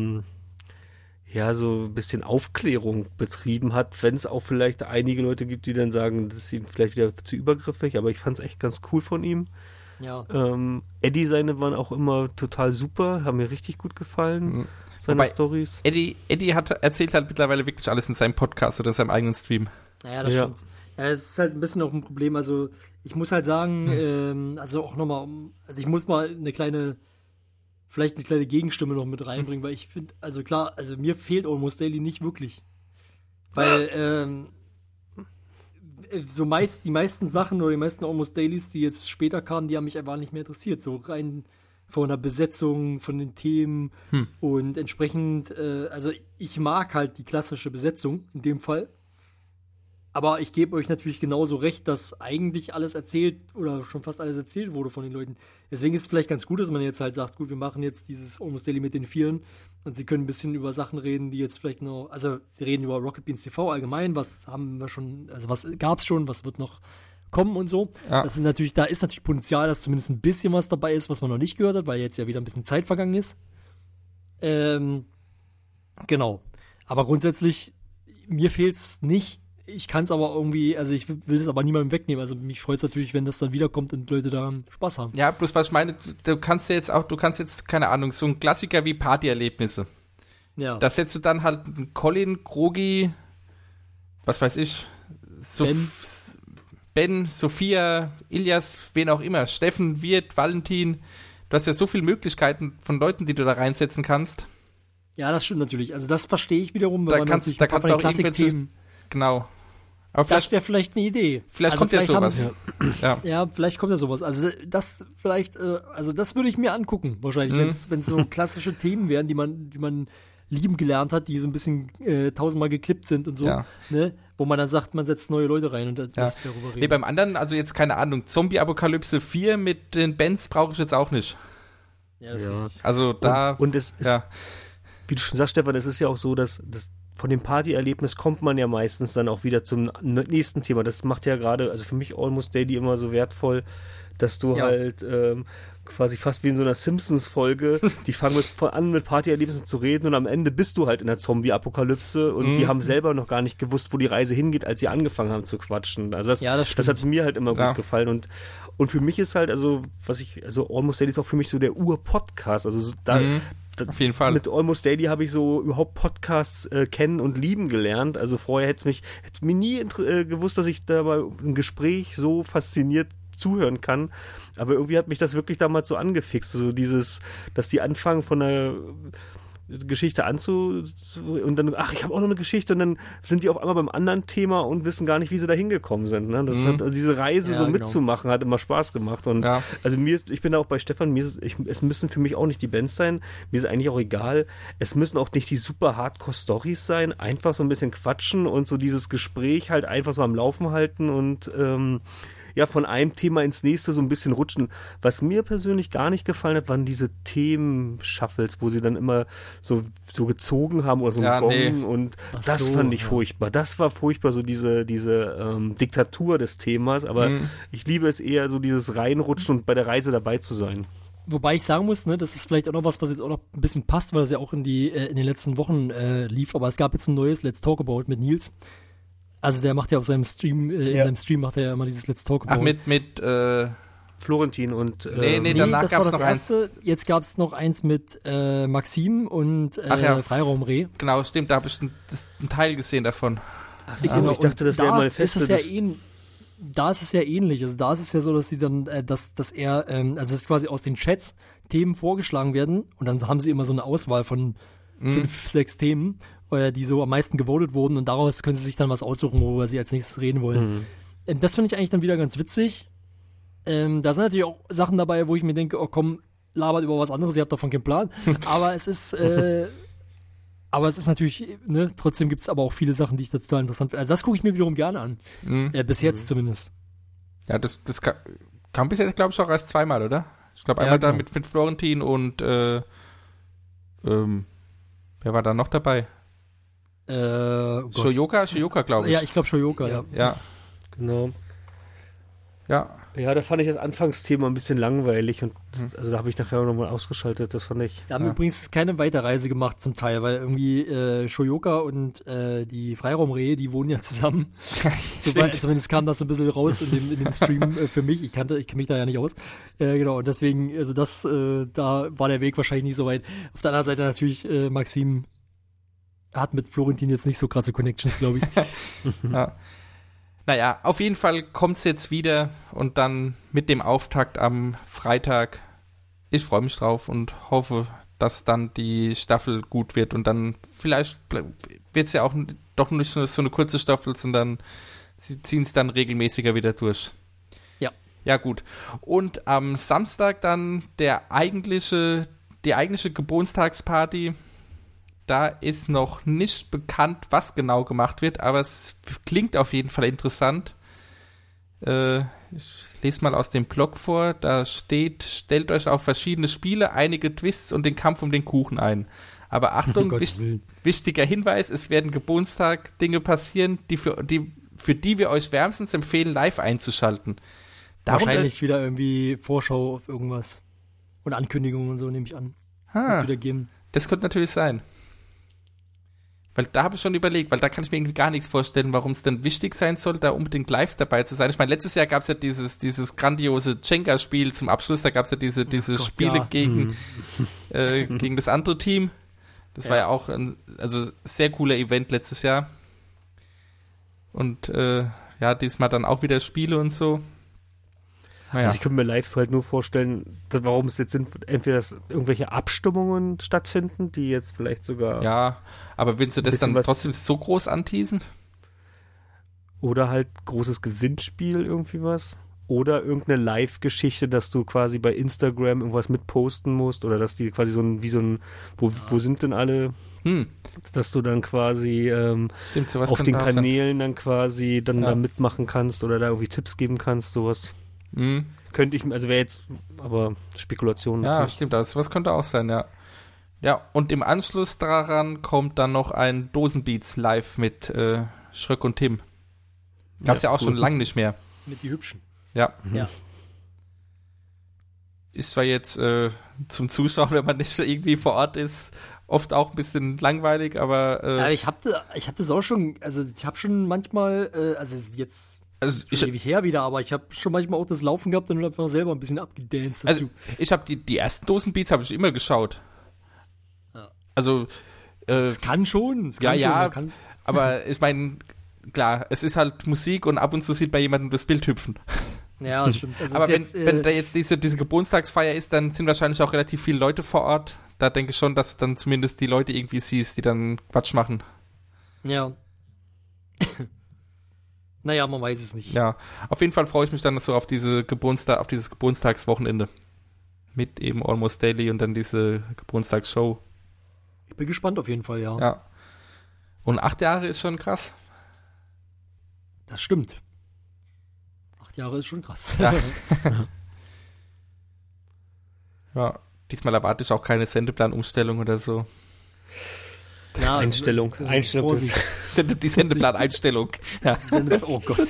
ein bisschen Aufklärung betrieben hat, wenn es auch vielleicht einige Leute gibt, die dann sagen, das ist ihm vielleicht wieder zu übergriffig, aber ich fand es echt ganz cool von ihm.
Ja.
Eddie seine waren auch immer total super, haben mir richtig gut gefallen, seine
Wobei
Stories.
Eddie erzählt halt mittlerweile wirklich alles in seinem Podcast oder in seinem eigenen Stream.
Naja, das
Ja.
stimmt. Ja, es ist halt ein bisschen auch ein Problem. Also, ich muss halt sagen, also auch nochmal, also ich muss mal vielleicht eine kleine Gegenstimme noch mit reinbringen, weil ich finde, also klar, also mir fehlt Almost Daily nicht wirklich. Weil, die meisten Sachen oder die meisten Almost Dailies, die jetzt später kamen, die haben mich einfach nicht mehr interessiert. So rein von der Besetzung, von den Themen und entsprechend, also ich mag halt die klassische Besetzung in dem Fall. Aber ich gebe euch natürlich genauso recht, dass eigentlich alles erzählt oder schon fast alles erzählt wurde von den Leuten. Deswegen ist es vielleicht ganz gut, dass man jetzt halt sagt, gut, wir machen jetzt dieses Almost Daily mit den Vieren und sie können ein bisschen über Sachen reden, die jetzt vielleicht noch, also sie reden über Rocket Beans TV allgemein, was haben wir schon, also was gab's schon, was wird noch kommen und so. Ja. Das sind natürlich, da ist natürlich Potenzial, dass zumindest ein bisschen was dabei ist, was man noch nicht gehört hat, weil jetzt ja wieder ein bisschen Zeit vergangen ist. Genau. Aber grundsätzlich, mir fehlt's nicht. Ich kann es aber irgendwie, also ich will das aber niemandem wegnehmen. Also mich freut es natürlich, wenn das dann wiederkommt und Leute daran Spaß haben.
Ja, bloß was ich meine, du kannst jetzt, keine Ahnung, so ein Klassiker wie Partyerlebnisse. Ja. Da setzt du dann halt einen Colin, Krogi, was weiß ich, Ben, Sophia, Ilias, wen auch immer, Steffen, Wirt, Valentin. Du hast ja so viele Möglichkeiten von Leuten, die du da reinsetzen kannst.
Ja, das stimmt natürlich. Also das verstehe ich wiederum.
Da kannst du auch irgendwelche, genau. Aber
das wäre vielleicht eine Idee.
Vielleicht kommt ja sowas.
Ja, vielleicht kommt ja sowas. Also das vielleicht, also das würde ich mir angucken, wahrscheinlich, wenn es so klassische Themen wären, die man lieben gelernt hat, die so ein bisschen 1000-mal geklippt sind und so, ne? Wo man dann sagt, man setzt neue Leute rein und das darüber reden.
Nee, beim anderen, also jetzt keine Ahnung, Zombie-Apokalypse 4 mit den Bands brauche ich jetzt auch nicht.
Ja, das ist richtig.
Also da...
Und es ist, wie du schon sagst, Stefan, es ist ja auch so, dass von dem Partyerlebnis kommt man ja meistens dann auch wieder zum nächsten Thema. Das macht ja gerade, also für mich Almost Daily immer so wertvoll, dass du halt quasi fast wie in so einer Simpsons-Folge, die fangen an mit Partyerlebnissen zu reden und am Ende bist du halt in der Zombie-Apokalypse und die haben selber noch gar nicht gewusst, wo die Reise hingeht, als sie angefangen haben zu quatschen. Also das hat mir halt immer gut gefallen und für mich ist halt, also Almost Daily ist auch für mich so der Ur-Podcast, also
auf jeden Fall.
Mit Almost Daily habe ich so überhaupt Podcasts kennen und lieben gelernt. Also vorher hätte mir nie gewusst, dass ich da bei einem Gespräch so fasziniert zuhören kann. Aber irgendwie hat mich das wirklich damals so angefixt. So dass die anfangen von einer Geschichte und dann, ich habe auch noch eine Geschichte und dann sind die auf einmal beim anderen Thema und wissen gar nicht, wie sie da hingekommen sind. Ne? Das hat, also diese Reise mitzumachen, hat immer Spaß gemacht. Und also ich bin da auch bei Stefan, es müssen für mich auch nicht die Bands sein, mir ist eigentlich auch egal, es müssen auch nicht die super Hardcore-Stories sein, einfach so ein bisschen quatschen und so dieses Gespräch halt einfach so am Laufen halten und von einem Thema ins nächste so ein bisschen rutschen. Was mir persönlich gar nicht gefallen hat, waren diese Themen-Shuffles, wo sie dann immer so gezogen haben oder so einen Gong und das fand ich furchtbar. Das war furchtbar, so diese Diktatur des Themas, aber ich liebe es eher, so dieses Reinrutschen und bei der Reise dabei zu sein.
Wobei ich sagen muss, ne, das ist vielleicht auch noch was jetzt auch noch ein bisschen passt, weil das ja auch in den letzten Wochen lief, aber es gab jetzt ein neues Let's Talk About mit Nils. Also der macht ja auf seinem Stream, in seinem Stream macht er ja immer dieses Let's Talk About.
Ach, mit
Florentin und
danach gab es noch
erste. Jetzt gab es noch eins mit Maxim und Freiraum Reh.
Genau, stimmt, da habe ich einen Teil gesehen davon.
Ach so, genau, ich dachte, das wäre mal fest.
Da ist es ja ähnlich. Also da ist es ja so, dass sie dann, dass er, also dass quasi aus den Chats Themen vorgeschlagen werden und dann haben sie immer so eine Auswahl von 5, 6 Themen, die so am meisten gewotet wurden und daraus können sie sich dann was aussuchen, worüber sie als nächstes reden wollen. Das finde ich eigentlich dann wieder ganz witzig. Da sind natürlich auch Sachen dabei, wo ich mir denke, oh komm, labert über was anderes, ihr habt davon keinen Plan. Aber es ist natürlich, ne, trotzdem gibt es aber auch viele Sachen, die ich da total interessant finde. Also das gucke ich mir wiederum gerne an. Bis jetzt zumindest.
Ja, das kam bis jetzt, glaube ich, auch erst zweimal, oder? Ich glaube einmal da mit Florentin und wer war da noch dabei? Shoyoka, glaube ich.
Ja, ich glaube Shoyoka,
ja.
Genau.
Ja.
Ja, da fand ich das Anfangsthema ein bisschen langweilig und also da habe ich nachher nochmal ausgeschaltet, das fand ich.
Da haben übrigens keine Weiterreise gemacht zum Teil, weil irgendwie Shoyoka und die Freiraumrehe, die wohnen ja zusammen. Zumindest kam das ein bisschen raus in dem Stream für mich. Ich kenne mich da ja nicht aus. Genau, und deswegen, also da war der Weg wahrscheinlich nicht so weit. Auf der anderen Seite natürlich Maxim hat mit Florentin jetzt nicht so krasse Connections, glaube ich.
Ja. Naja, auf jeden Fall kommt's jetzt wieder und dann mit dem Auftakt am Freitag. Ich freue mich drauf und hoffe, dass dann die Staffel gut wird und dann vielleicht wird's ja auch doch nicht so eine kurze Staffel, sondern sie ziehen es dann regelmäßiger wieder durch.
Ja.
Ja, gut. Und am Samstag dann die eigentliche Geburtstagsparty. Da ist noch nicht bekannt, was genau gemacht wird, aber es klingt auf jeden Fall interessant. Ich lese mal aus dem Blog vor. Da steht, stellt euch auf verschiedene Spiele, einige Twists und den Kampf um den Kuchen ein. Aber Achtung, wichtiger Hinweis, es werden Geburtstag-Dinge passieren, für die wir euch wärmstens empfehlen, live einzuschalten.
Wahrscheinlich wieder irgendwie Vorschau auf irgendwas. Und Ankündigungen und so, nehme ich an. Wieder geben.
Das könnte natürlich sein. Weil da habe ich schon überlegt, weil da kann ich mir irgendwie gar nichts vorstellen, warum es denn wichtig sein soll, da unbedingt live dabei zu sein. Ich meine, letztes Jahr gab es ja dieses grandiose Jenga-Spiel zum Abschluss, da gab es ja diese Spiele gegen das andere Team. Das war ja auch ein sehr cooler Event letztes Jahr. Und diesmal dann auch wieder Spiele und so. Naja.
Also ich könnte mir live halt nur vorstellen, warum es jetzt sind, entweder dass irgendwelche Abstimmungen stattfinden, die jetzt vielleicht sogar...
Ja, aber willst du das dann trotzdem so groß anteasen?
Oder halt großes Gewinnspiel, irgendwie was. Oder irgendeine Live-Geschichte, dass du quasi bei Instagram irgendwas mitposten musst. Oder dass die quasi wo sind denn alle... Dass du dann quasi auf den Kanälen dann quasi da mitmachen kannst oder da irgendwie Tipps geben kannst, sowas. Könnte ich, also wäre jetzt, aber Spekulation natürlich.
Ja, stimmt, das was könnte auch sein, ja. Ja, und im Anschluss daran kommt dann noch ein Dosenbeats live mit Schröck und Tim. Gab's ja auch cool. Schon lange nicht mehr.
Mit die Hübschen.
Ja.
Ja.
Ist zwar jetzt zum Zuschauen, wenn man nicht irgendwie vor Ort ist, oft auch ein bisschen langweilig, aber...
ich hab das auch schon, also ich habe schon manchmal, ewig her wieder, aber ich habe schon manchmal auch das Laufen gehabt und einfach selber ein bisschen abgedanced dazu.
Also ich habe die ersten Dosenbeats habe ich immer geschaut.
Ja.
Also
kann schon.
Aber ich meine, klar, es ist halt Musik und ab und zu sieht man jemanden das Bild hüpfen.
Ja, das stimmt. Also
aber wenn da jetzt diese Geburtstagsfeier ist, dann sind wahrscheinlich auch relativ viele Leute vor Ort. Da denke ich schon, dass du dann zumindest die Leute irgendwie siehst, die dann Quatsch machen.
Ja. Naja, man weiß es nicht.
Ja, auf jeden Fall freue ich mich dann so auf dieses Geburtstagswochenende. Mit eben Almost Daily und dann diese Geburtstagsshow.
Ich bin gespannt auf jeden Fall, ja.
Ja. Und 8 Jahre ist schon krass.
Das stimmt. 8 Jahre ist schon krass.
Ja. Ja, diesmal erwarte ich auch keine Sendeplanumstellung oder so.
Ja, Einstellung.
Die Sendeplan-Einstellung. Ja.
Oh Gott.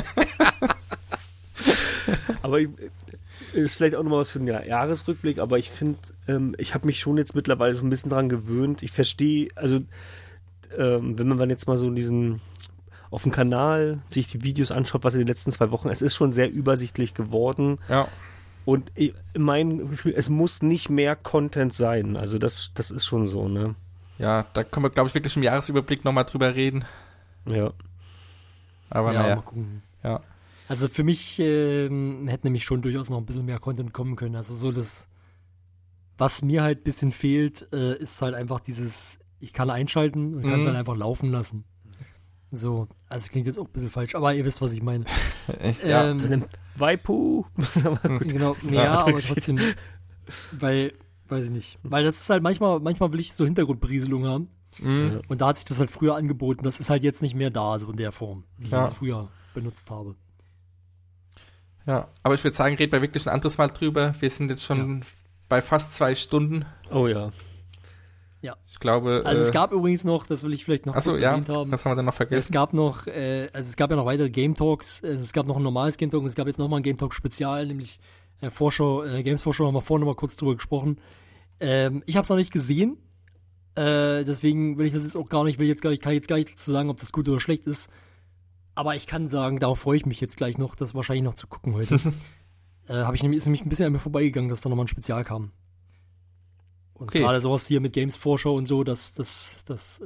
Aber ist vielleicht auch nochmal was für den Jahresrückblick, aber ich finde, ich habe mich schon jetzt mittlerweile so ein bisschen dran gewöhnt. Ich verstehe, also wenn man jetzt mal so auf dem Kanal sich die Videos anschaut, was in den letzten 2 Wochen, es ist schon sehr übersichtlich geworden.
Ja.
Und mein Gefühl, es muss nicht mehr Content sein. Also das ist schon so, ne?
Ja, da können wir, glaube ich, wirklich im Jahresüberblick nochmal drüber reden.
Ja.
Aber
ja,
naja.
mal gucken.
Ja.
Also für mich hätte nämlich schon durchaus noch ein bisschen mehr Content kommen können. Also so was mir halt ein bisschen fehlt, ist halt einfach ich kann einschalten und kann es halt einfach laufen lassen. So, also klingt jetzt auch ein bisschen falsch, aber ihr wisst, was ich meine.
Ja.
Waipu.
Genau, ja, aber trotzdem, weil, weiß ich nicht. Weil das ist halt manchmal will ich so Hintergrundberieselung haben.
Mhm.
Und da hat sich das halt früher angeboten. Das ist halt jetzt nicht mehr da, so in der Form, wie ich das früher benutzt habe.
Ja, aber ich würde sagen, reden wir wirklich ein anderes Mal drüber. Wir sind jetzt schon bei fast 2 Stunden.
Oh ja.
Ja.
Ich glaube.
Also es gab übrigens noch, das will ich vielleicht noch kurz erwähnt haben.
Was haben wir denn noch vergessen?
Es gab noch, es gab ja noch weitere Game Talks. Es gab noch ein normales Game Talk und es gab jetzt nochmal ein Game Talk Spezial, nämlich Games-Vorschau, haben wir vorhin nochmal kurz drüber gesprochen. Ich habe es noch nicht gesehen. Deswegen will ich das jetzt auch gar nicht, kann jetzt gar nicht dazu sagen, ob das gut oder schlecht ist. Aber ich kann sagen, darauf freue ich mich jetzt gleich noch, das wahrscheinlich noch zu gucken heute. Ist nämlich ein bisschen an mir vorbeigegangen, dass da nochmal ein Spezial kam. Und gerade sowas hier mit Games-Vorschau und so, das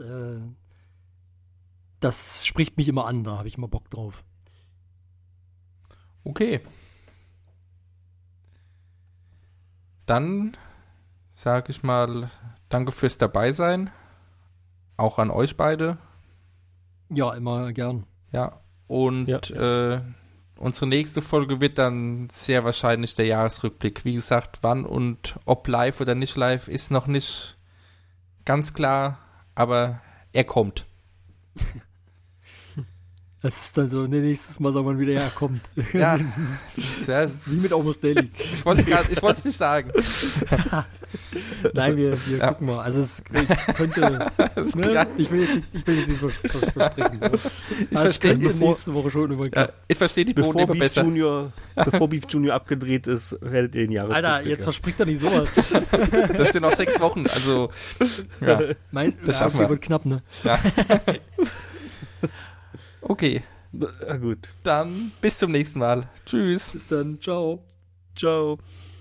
spricht mich immer an, da habe ich immer Bock drauf.
Okay. Dann sage ich mal danke fürs Dabeisein. Auch an euch beide.
Ja, immer gern.
Ja. Und unsere nächste Folge wird dann sehr wahrscheinlich der Jahresrückblick. Wie gesagt, wann und ob live oder nicht live ist noch nicht ganz klar, aber er kommt.
Das ist dann so, nächstes Mal sagen wir wieder, ja, kommt.
Ja,
wie mit Almost Daily.
Ich wollte es nicht sagen.
Nein, wir gucken mal. Also es könnte, ich will jetzt nicht was versprechen. Ne?
Ich verstehe
nächste Woche schon immer klar.
Ich verstehe die Boden immer besser.
Bevor Beef Junior abgedreht ist, werdet ihr den Jahresrückblick.
Alter, jetzt verspricht er nicht sowas.
Das sind noch 6 Wochen, also ja.
Das schaffen wir. Wird knapp, ne?
Ja. Okay.
Na gut.
Dann bis zum nächsten Mal. Tschüss.
Bis dann. Ciao.
Ciao.